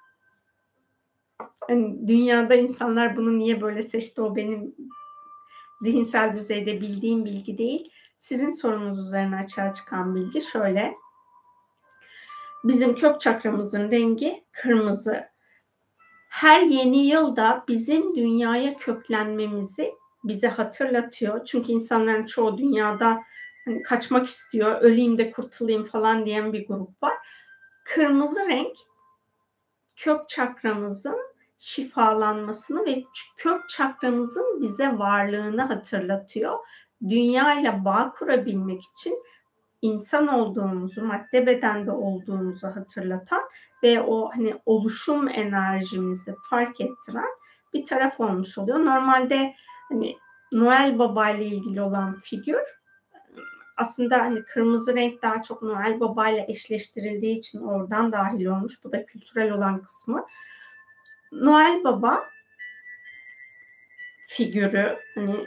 Hani dünyada insanlar bunu niye böyle seçti? O benim zihinsel düzeyde bildiğim bilgi değil. Sizin sorunuz üzerine açığa çıkan bilgi şöyle. Bizim kök çakramızın rengi kırmızı. Her yeni yılda bizim dünyaya köklenmemizi bize hatırlatıyor. Çünkü insanların çoğu dünyada hani kaçmak istiyor, öleyim de kurtulayım falan diyen bir grup var. Kırmızı renk kök çakramızın şifalanmasını ve kök çakramızın bize varlığını hatırlatıyor. Dünya ile bağ kurabilmek için insan olduğumuzu, madde bedende olduğumuzu hatırlatan ve o hani oluşum enerjimizi fark ettiren bir taraf olmuş oluyor. Normalde hani Noel Baba ile ilgili olan figür aslında hani kırmızı renk daha çok Noel Baba ile eşleştirildiği için oradan dahil olmuş. Bu da kültürel olan kısmı. Noel Baba figürü hani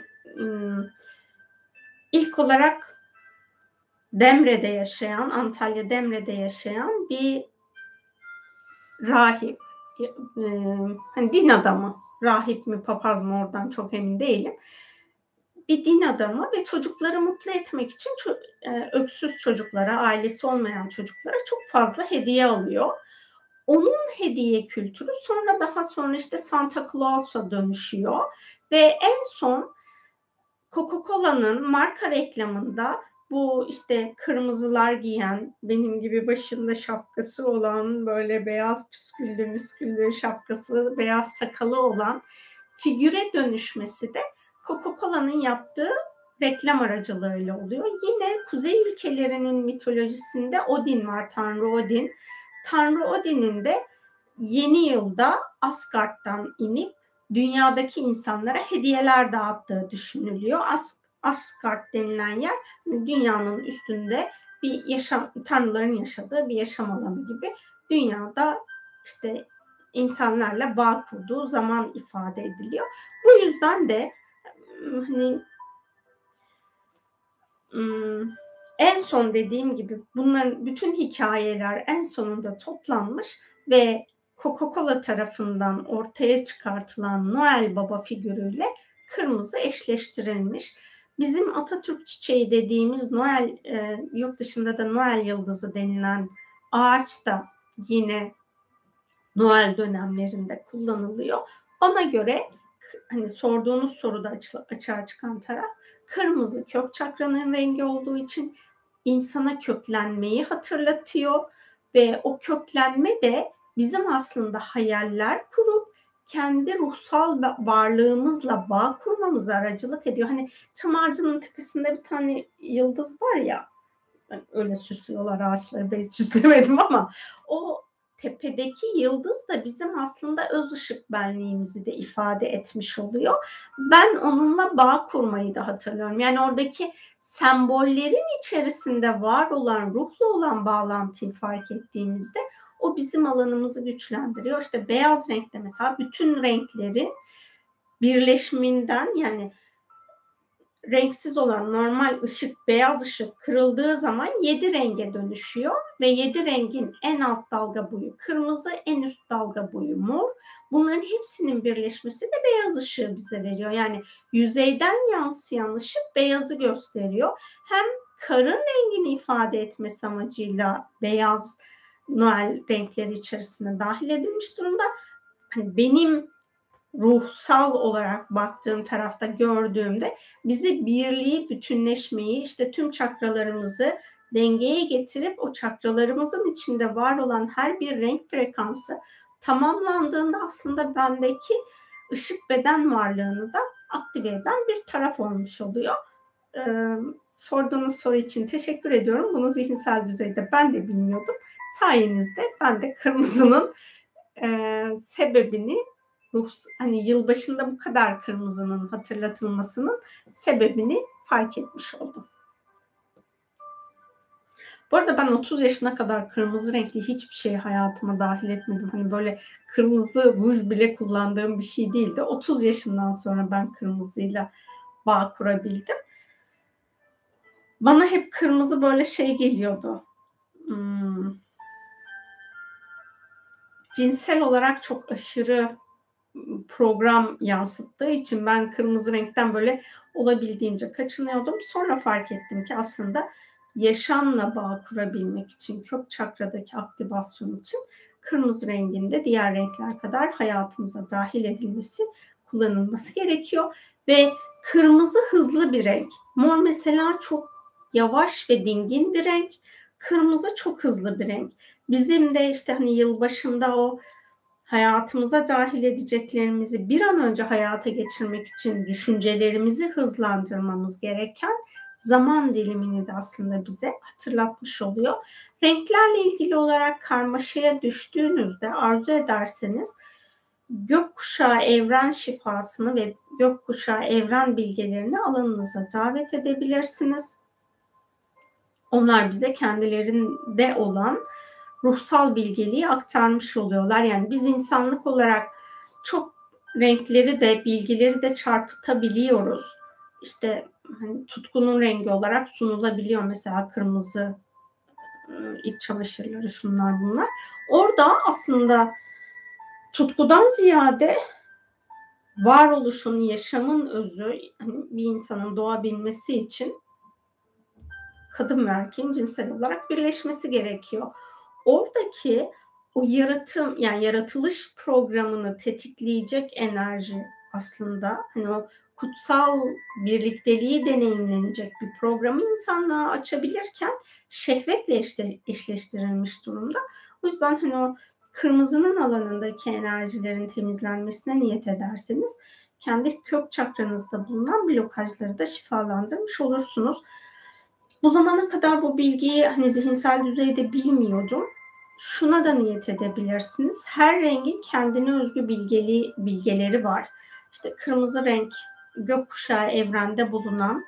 ilk olarak Demre'de yaşayan, Antalya Demre'de yaşayan bir rahip, hani din adamı, rahip mi papaz mı oradan çok emin değilim. Bir din adamı ve çocukları mutlu etmek için öksüz çocuklara, ailesi olmayan çocuklara çok fazla hediye alıyor. Onun hediye kültürü daha sonra işte Santa Claus'a dönüşüyor ve en son Coca-Cola'nın marka reklamında bu işte kırmızılar giyen, benim gibi başında şapkası olan, böyle beyaz püsküllü şapkası, beyaz sakalı olan figüre dönüşmesi de Coca-Cola'nın yaptığı reklam aracılığıyla oluyor. Yine kuzey ülkelerinin mitolojisinde Odin var, Tanrı Odin. Tanrı Odin'in de yeni yılda Asgard'dan inip dünyadaki insanlara hediyeler dağıttığı düşünülüyor. Asgard denilen yer dünyanın üstünde bir yaşam, tanrıların yaşadığı bir yaşam alanı gibi dünyada işte insanlarla bağ kurduğu zaman ifade ediliyor. Bu yüzden de hani en son dediğim gibi bunların bütün hikayeler en sonunda toplanmış ve Coca-Cola tarafından ortaya çıkartılan Noel Baba figürüyle kırmızı eşleştirilmiş. Bizim Atatürk çiçeği dediğimiz Noel, yurt dışında da Noel yıldızı denilen ağaç da yine Noel dönemlerinde kullanılıyor. Ona göre hani sorduğunuz soruda açığa çıkan taraf kırmızı kök çakranın rengi olduğu için insana köklenmeyi hatırlatıyor ve o köklenme de bizim aslında hayaller kurup kendi ruhsal varlığımızla bağ kurmamıza aracılık ediyor. Hani çam ağacının tepesinde bir tane yıldız var ya, öyle süslüyorlar ağaçları, ben hiç süslemedim ama o tepedeki yıldız da bizim aslında öz ışık benliğimizi de ifade etmiş oluyor. Ben onunla bağ kurmayı da hatırlıyorum. Yani oradaki sembollerin içerisinde var olan, ruhla olan bağlantıyı fark ettiğimizde o bizim alanımızı güçlendiriyor. İşte beyaz renkte mesela bütün renklerin birleşiminden, yani renksiz olan normal ışık, beyaz ışık kırıldığı zaman 7 renge dönüşüyor ve 7 rengin en alt dalga boyu kırmızı, en üst dalga boyu mor. Bunların hepsinin birleşmesi de beyaz ışığı bize veriyor. Yani yüzeyden yansıyan ışık beyazı gösteriyor. Hem karın rengini ifade etmesi amacıyla beyaz Noel renkleri içerisine dahil edilmiş durumda. Hani benim ruhsal olarak baktığım tarafta gördüğümde bizi birliği, bütünleşmeyi, işte tüm çakralarımızı dengeye getirip o çakralarımızın içinde var olan her bir renk frekansı tamamlandığında aslında bendeki ışık beden varlığını da aktive eden bir taraf olmuş oluyor. Sorduğunuz soru için teşekkür ediyorum. Bunu zihinsel düzeyde ben de bilmiyordum. Sayenizde ben de kırmızının sebebini, hani yılbaşında bu kadar kırmızının hatırlatılmasının sebebini fark etmiş oldum. Bu arada ben 30 yaşına kadar kırmızı renkli hiçbir şeyi hayatıma dahil etmedim. Hani böyle kırmızı ruj bile kullandığım bir şey değildi. 30 yaşından sonra ben kırmızıyla bağ kurabildim. Bana hep kırmızı böyle şey geliyordu. Cinsel olarak çok aşırı program yansıttığı için ben kırmızı renkten böyle olabildiğince kaçınıyordum. Sonra fark ettim ki aslında yaşamla bağ kurabilmek için, kök çakradaki aktivasyon için kırmızı renginde diğer renkler kadar hayatımıza dahil edilmesi, kullanılması gerekiyor. Ve kırmızı hızlı bir renk. Mor mesela çok yavaş ve dingin bir renk. Kırmızı çok hızlı bir renk. Bizim de işte hani yılbaşında o hayatımıza dahil edeceklerimizi bir an önce hayata geçirmek için düşüncelerimizi hızlandırmamız gereken zaman dilimini de aslında bize hatırlatmış oluyor. Renklerle ilgili olarak karmaşaya düştüğünüzde arzu ederseniz gökkuşağı evren şifasını ve gökkuşağı evren bilgelerini alanınıza davet edebilirsiniz. Onlar bize kendilerinde olan ruhsal bilgeliği aktarmış oluyorlar. Yani biz insanlık olarak çok renkleri de bilgileri de çarpıtabiliyoruz. İşte hani tutkunun rengi olarak sunulabiliyor mesela kırmızı iç çamaşırları, şunlar bunlar. Orada aslında tutkudan ziyade varoluşun, yaşamın özü, hani bir insanın doğabilmesi için kadın ve erkeğin cinsel olarak birleşmesi gerekiyor. Oradaki o yaratım, yani yaratılış programını tetikleyecek enerji aslında hani o kutsal birlikteliği deneyimlenecek bir programı insanlığa açabilirken şehvetle eşleştirilmiş durumda. O yüzden hani o kırmızının alanındaki enerjilerin temizlenmesine niyet ederseniz kendi kök çakranızda bulunan blokajları da şifalandırmış olursunuz. Bu zamana kadar bu bilgiyi hani zihinsel düzeyde bilmiyordum. Şuna da niyet edebilirsiniz. Her rengin kendine özgü bilgeleri var. İşte kırmızı renk gökkuşağı evrende bulunan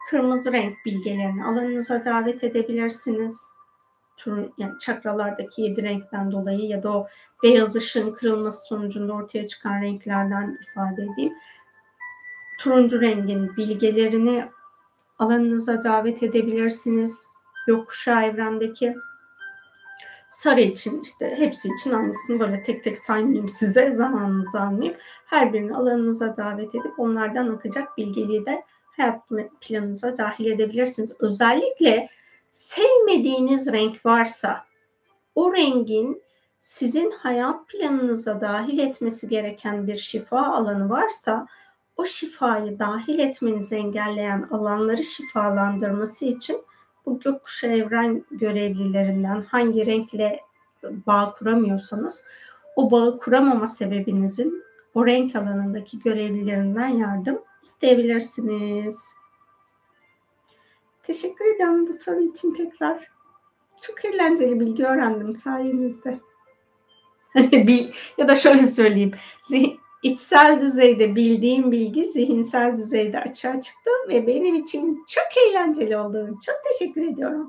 kırmızı renk bilgelerini alanınıza davet edebilirsiniz. Yani çakralardaki 7 renkten dolayı ya da o beyaz ışığın kırılması sonucunda ortaya çıkan renklerden ifade edeyim. Turuncu rengin bilgelerini alanınıza davet edebilirsiniz. Gökkuşağı evrendeki sarı için işte hepsi için aynısını böyle tek tek saymayayım size, zamanınızı almayayım. Her birini alanınıza davet edip onlardan akacak bilgeliği de hayat planınıza dahil edebilirsiniz. Özellikle sevmediğiniz renk varsa o rengin sizin hayat planınıza dahil etmesi gereken bir şifa alanı varsa o şifayı dahil etmenizi engelleyen alanları şifalandırması için bu gökkuşağı evren görevlilerinden hangi renkle bağ kuramıyorsanız o bağı kuramama sebebinizin o renk alanındaki görevlilerinden yardım isteyebilirsiniz. Teşekkür ederim bu soru için tekrar. Çok eğlenceli bilgi öğrendim sayenizde. Ya da şöyle söyleyeyim. İçsel düzeyde bildiğim bilgi zihinsel düzeyde açığa çıktı ve benim için çok eğlenceli oldu. Çok teşekkür ediyorum.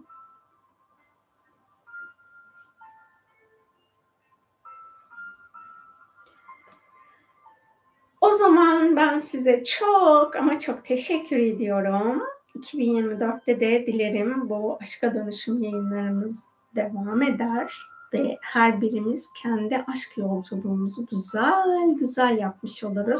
O zaman ben size çok ama çok teşekkür ediyorum. 2024'te de dilerim bu Aşka Dönüşüm yayınlarımız devam eder ve her birimiz kendi aşk yolculuğumuzu güzel güzel yapmış oluruz.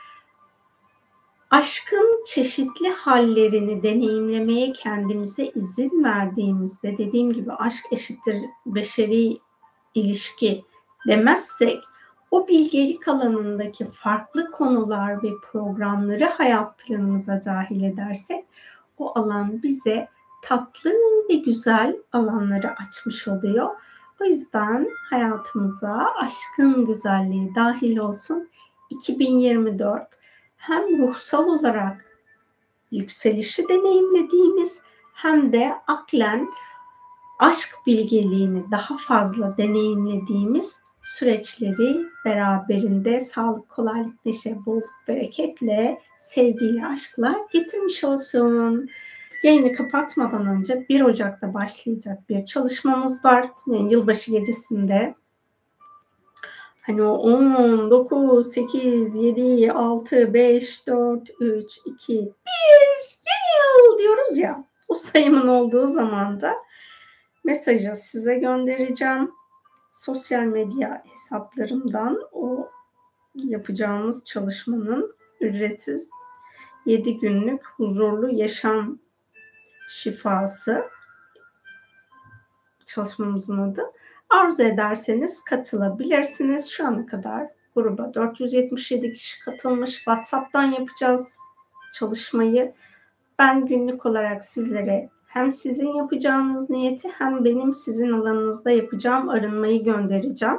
Aşkın çeşitli hallerini deneyimlemeye kendimize izin verdiğimizde, dediğim gibi aşk eşittir beşeri ilişki demezsek, o bilgelik alanındaki farklı konular ve programları hayat planımıza dahil edersek, o alan bize tatlı ve güzel alanları açmış oluyor. O yüzden hayatımıza aşkın güzelliği dahil olsun. 2024 hem ruhsal olarak yükselişi deneyimlediğimiz hem de aklen aşk bilgeliğini daha fazla deneyimlediğimiz süreçleri beraberinde sağlık, kolaylık, neşe, bolluk, bereketle, sevgiyle, aşkla getirmiş olsun. Yayını kapatmadan önce 1 Ocak'ta başlayacak bir çalışmamız var. Yani yılbaşı gecesinde. Hani o 10, 9, 8, 7, 6, 5, 4, 3, 2, 1 yeni yıl diyoruz ya. O sayımın olduğu zaman da mesajı size göndereceğim. Sosyal medya hesaplarımdan o yapacağımız çalışmanın ücretsiz 7 günlük huzurlu yaşam şifası çalışmamızın adı. Arzu ederseniz katılabilirsiniz. Şu ana kadar gruba 477 kişi katılmış. WhatsApp'tan yapacağız çalışmayı. Ben günlük olarak sizlere hem sizin yapacağınız niyeti hem benim sizin alanınızda yapacağım arınmayı göndereceğim.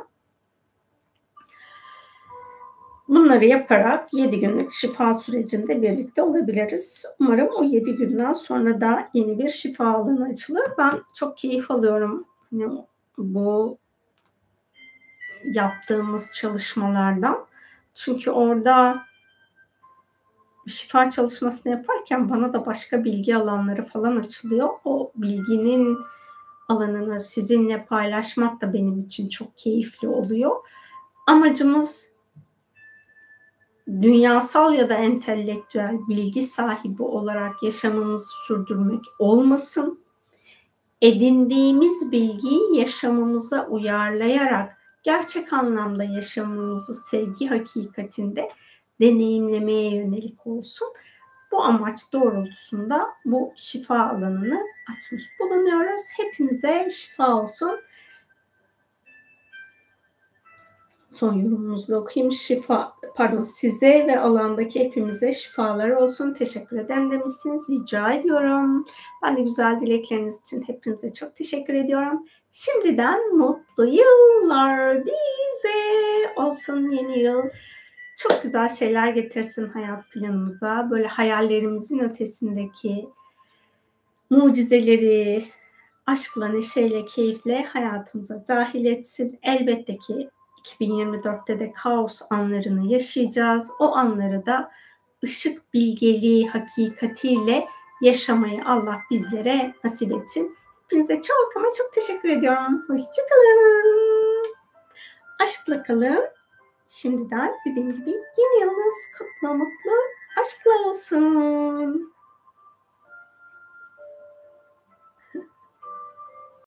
Bunları yaparak 7 günlük şifa sürecinde birlikte olabiliriz. Umarım o 7 günden sonra da yeni bir şifa alanı açılır. Ben çok keyif alıyorum bu yaptığımız çalışmalardan. Çünkü orada şifa çalışmasını yaparken bana da başka bilgi alanları falan açılıyor. O bilginin alanını sizinle paylaşmak da benim için çok keyifli oluyor. Amacımız dünyasal ya da entelektüel bilgi sahibi olarak yaşamımızı sürdürmek olmasın. Edindiğimiz bilgiyi yaşamımıza uyarlayarak gerçek anlamda yaşamımızı sevgi hakikatinde deneyimlemeye yönelik olsun. Bu amaç doğrultusunda bu şifa alanını açmış bulunuyoruz. Hepimize şifa olsun. Son yorumunuzu da okuyayım. Size ve alandaki hepimize şifalar olsun. Teşekkür ederim demişsiniz. Rica ediyorum. Ben de güzel dilekleriniz için hepinize çok teşekkür ediyorum. Şimdiden mutlu yıllar bize olsun yeni yıl. Çok güzel şeyler getirsin hayat planımıza. Böyle hayallerimizin ötesindeki mucizeleri aşkla, neşeyle, keyifle hayatımıza dahil etsin. Elbette ki 2024'te de kaos anlarını yaşayacağız. O anları da ışık bilgeliği hakikatiyle yaşamayı Allah bizlere nasip etsin. Hepinize çok ama çok teşekkür ediyorum. Hoşçakalın. Aşkla kalın. Şimdiden dediğim gibi yeni yılınız kutlu, mutlu, aşkla olsun.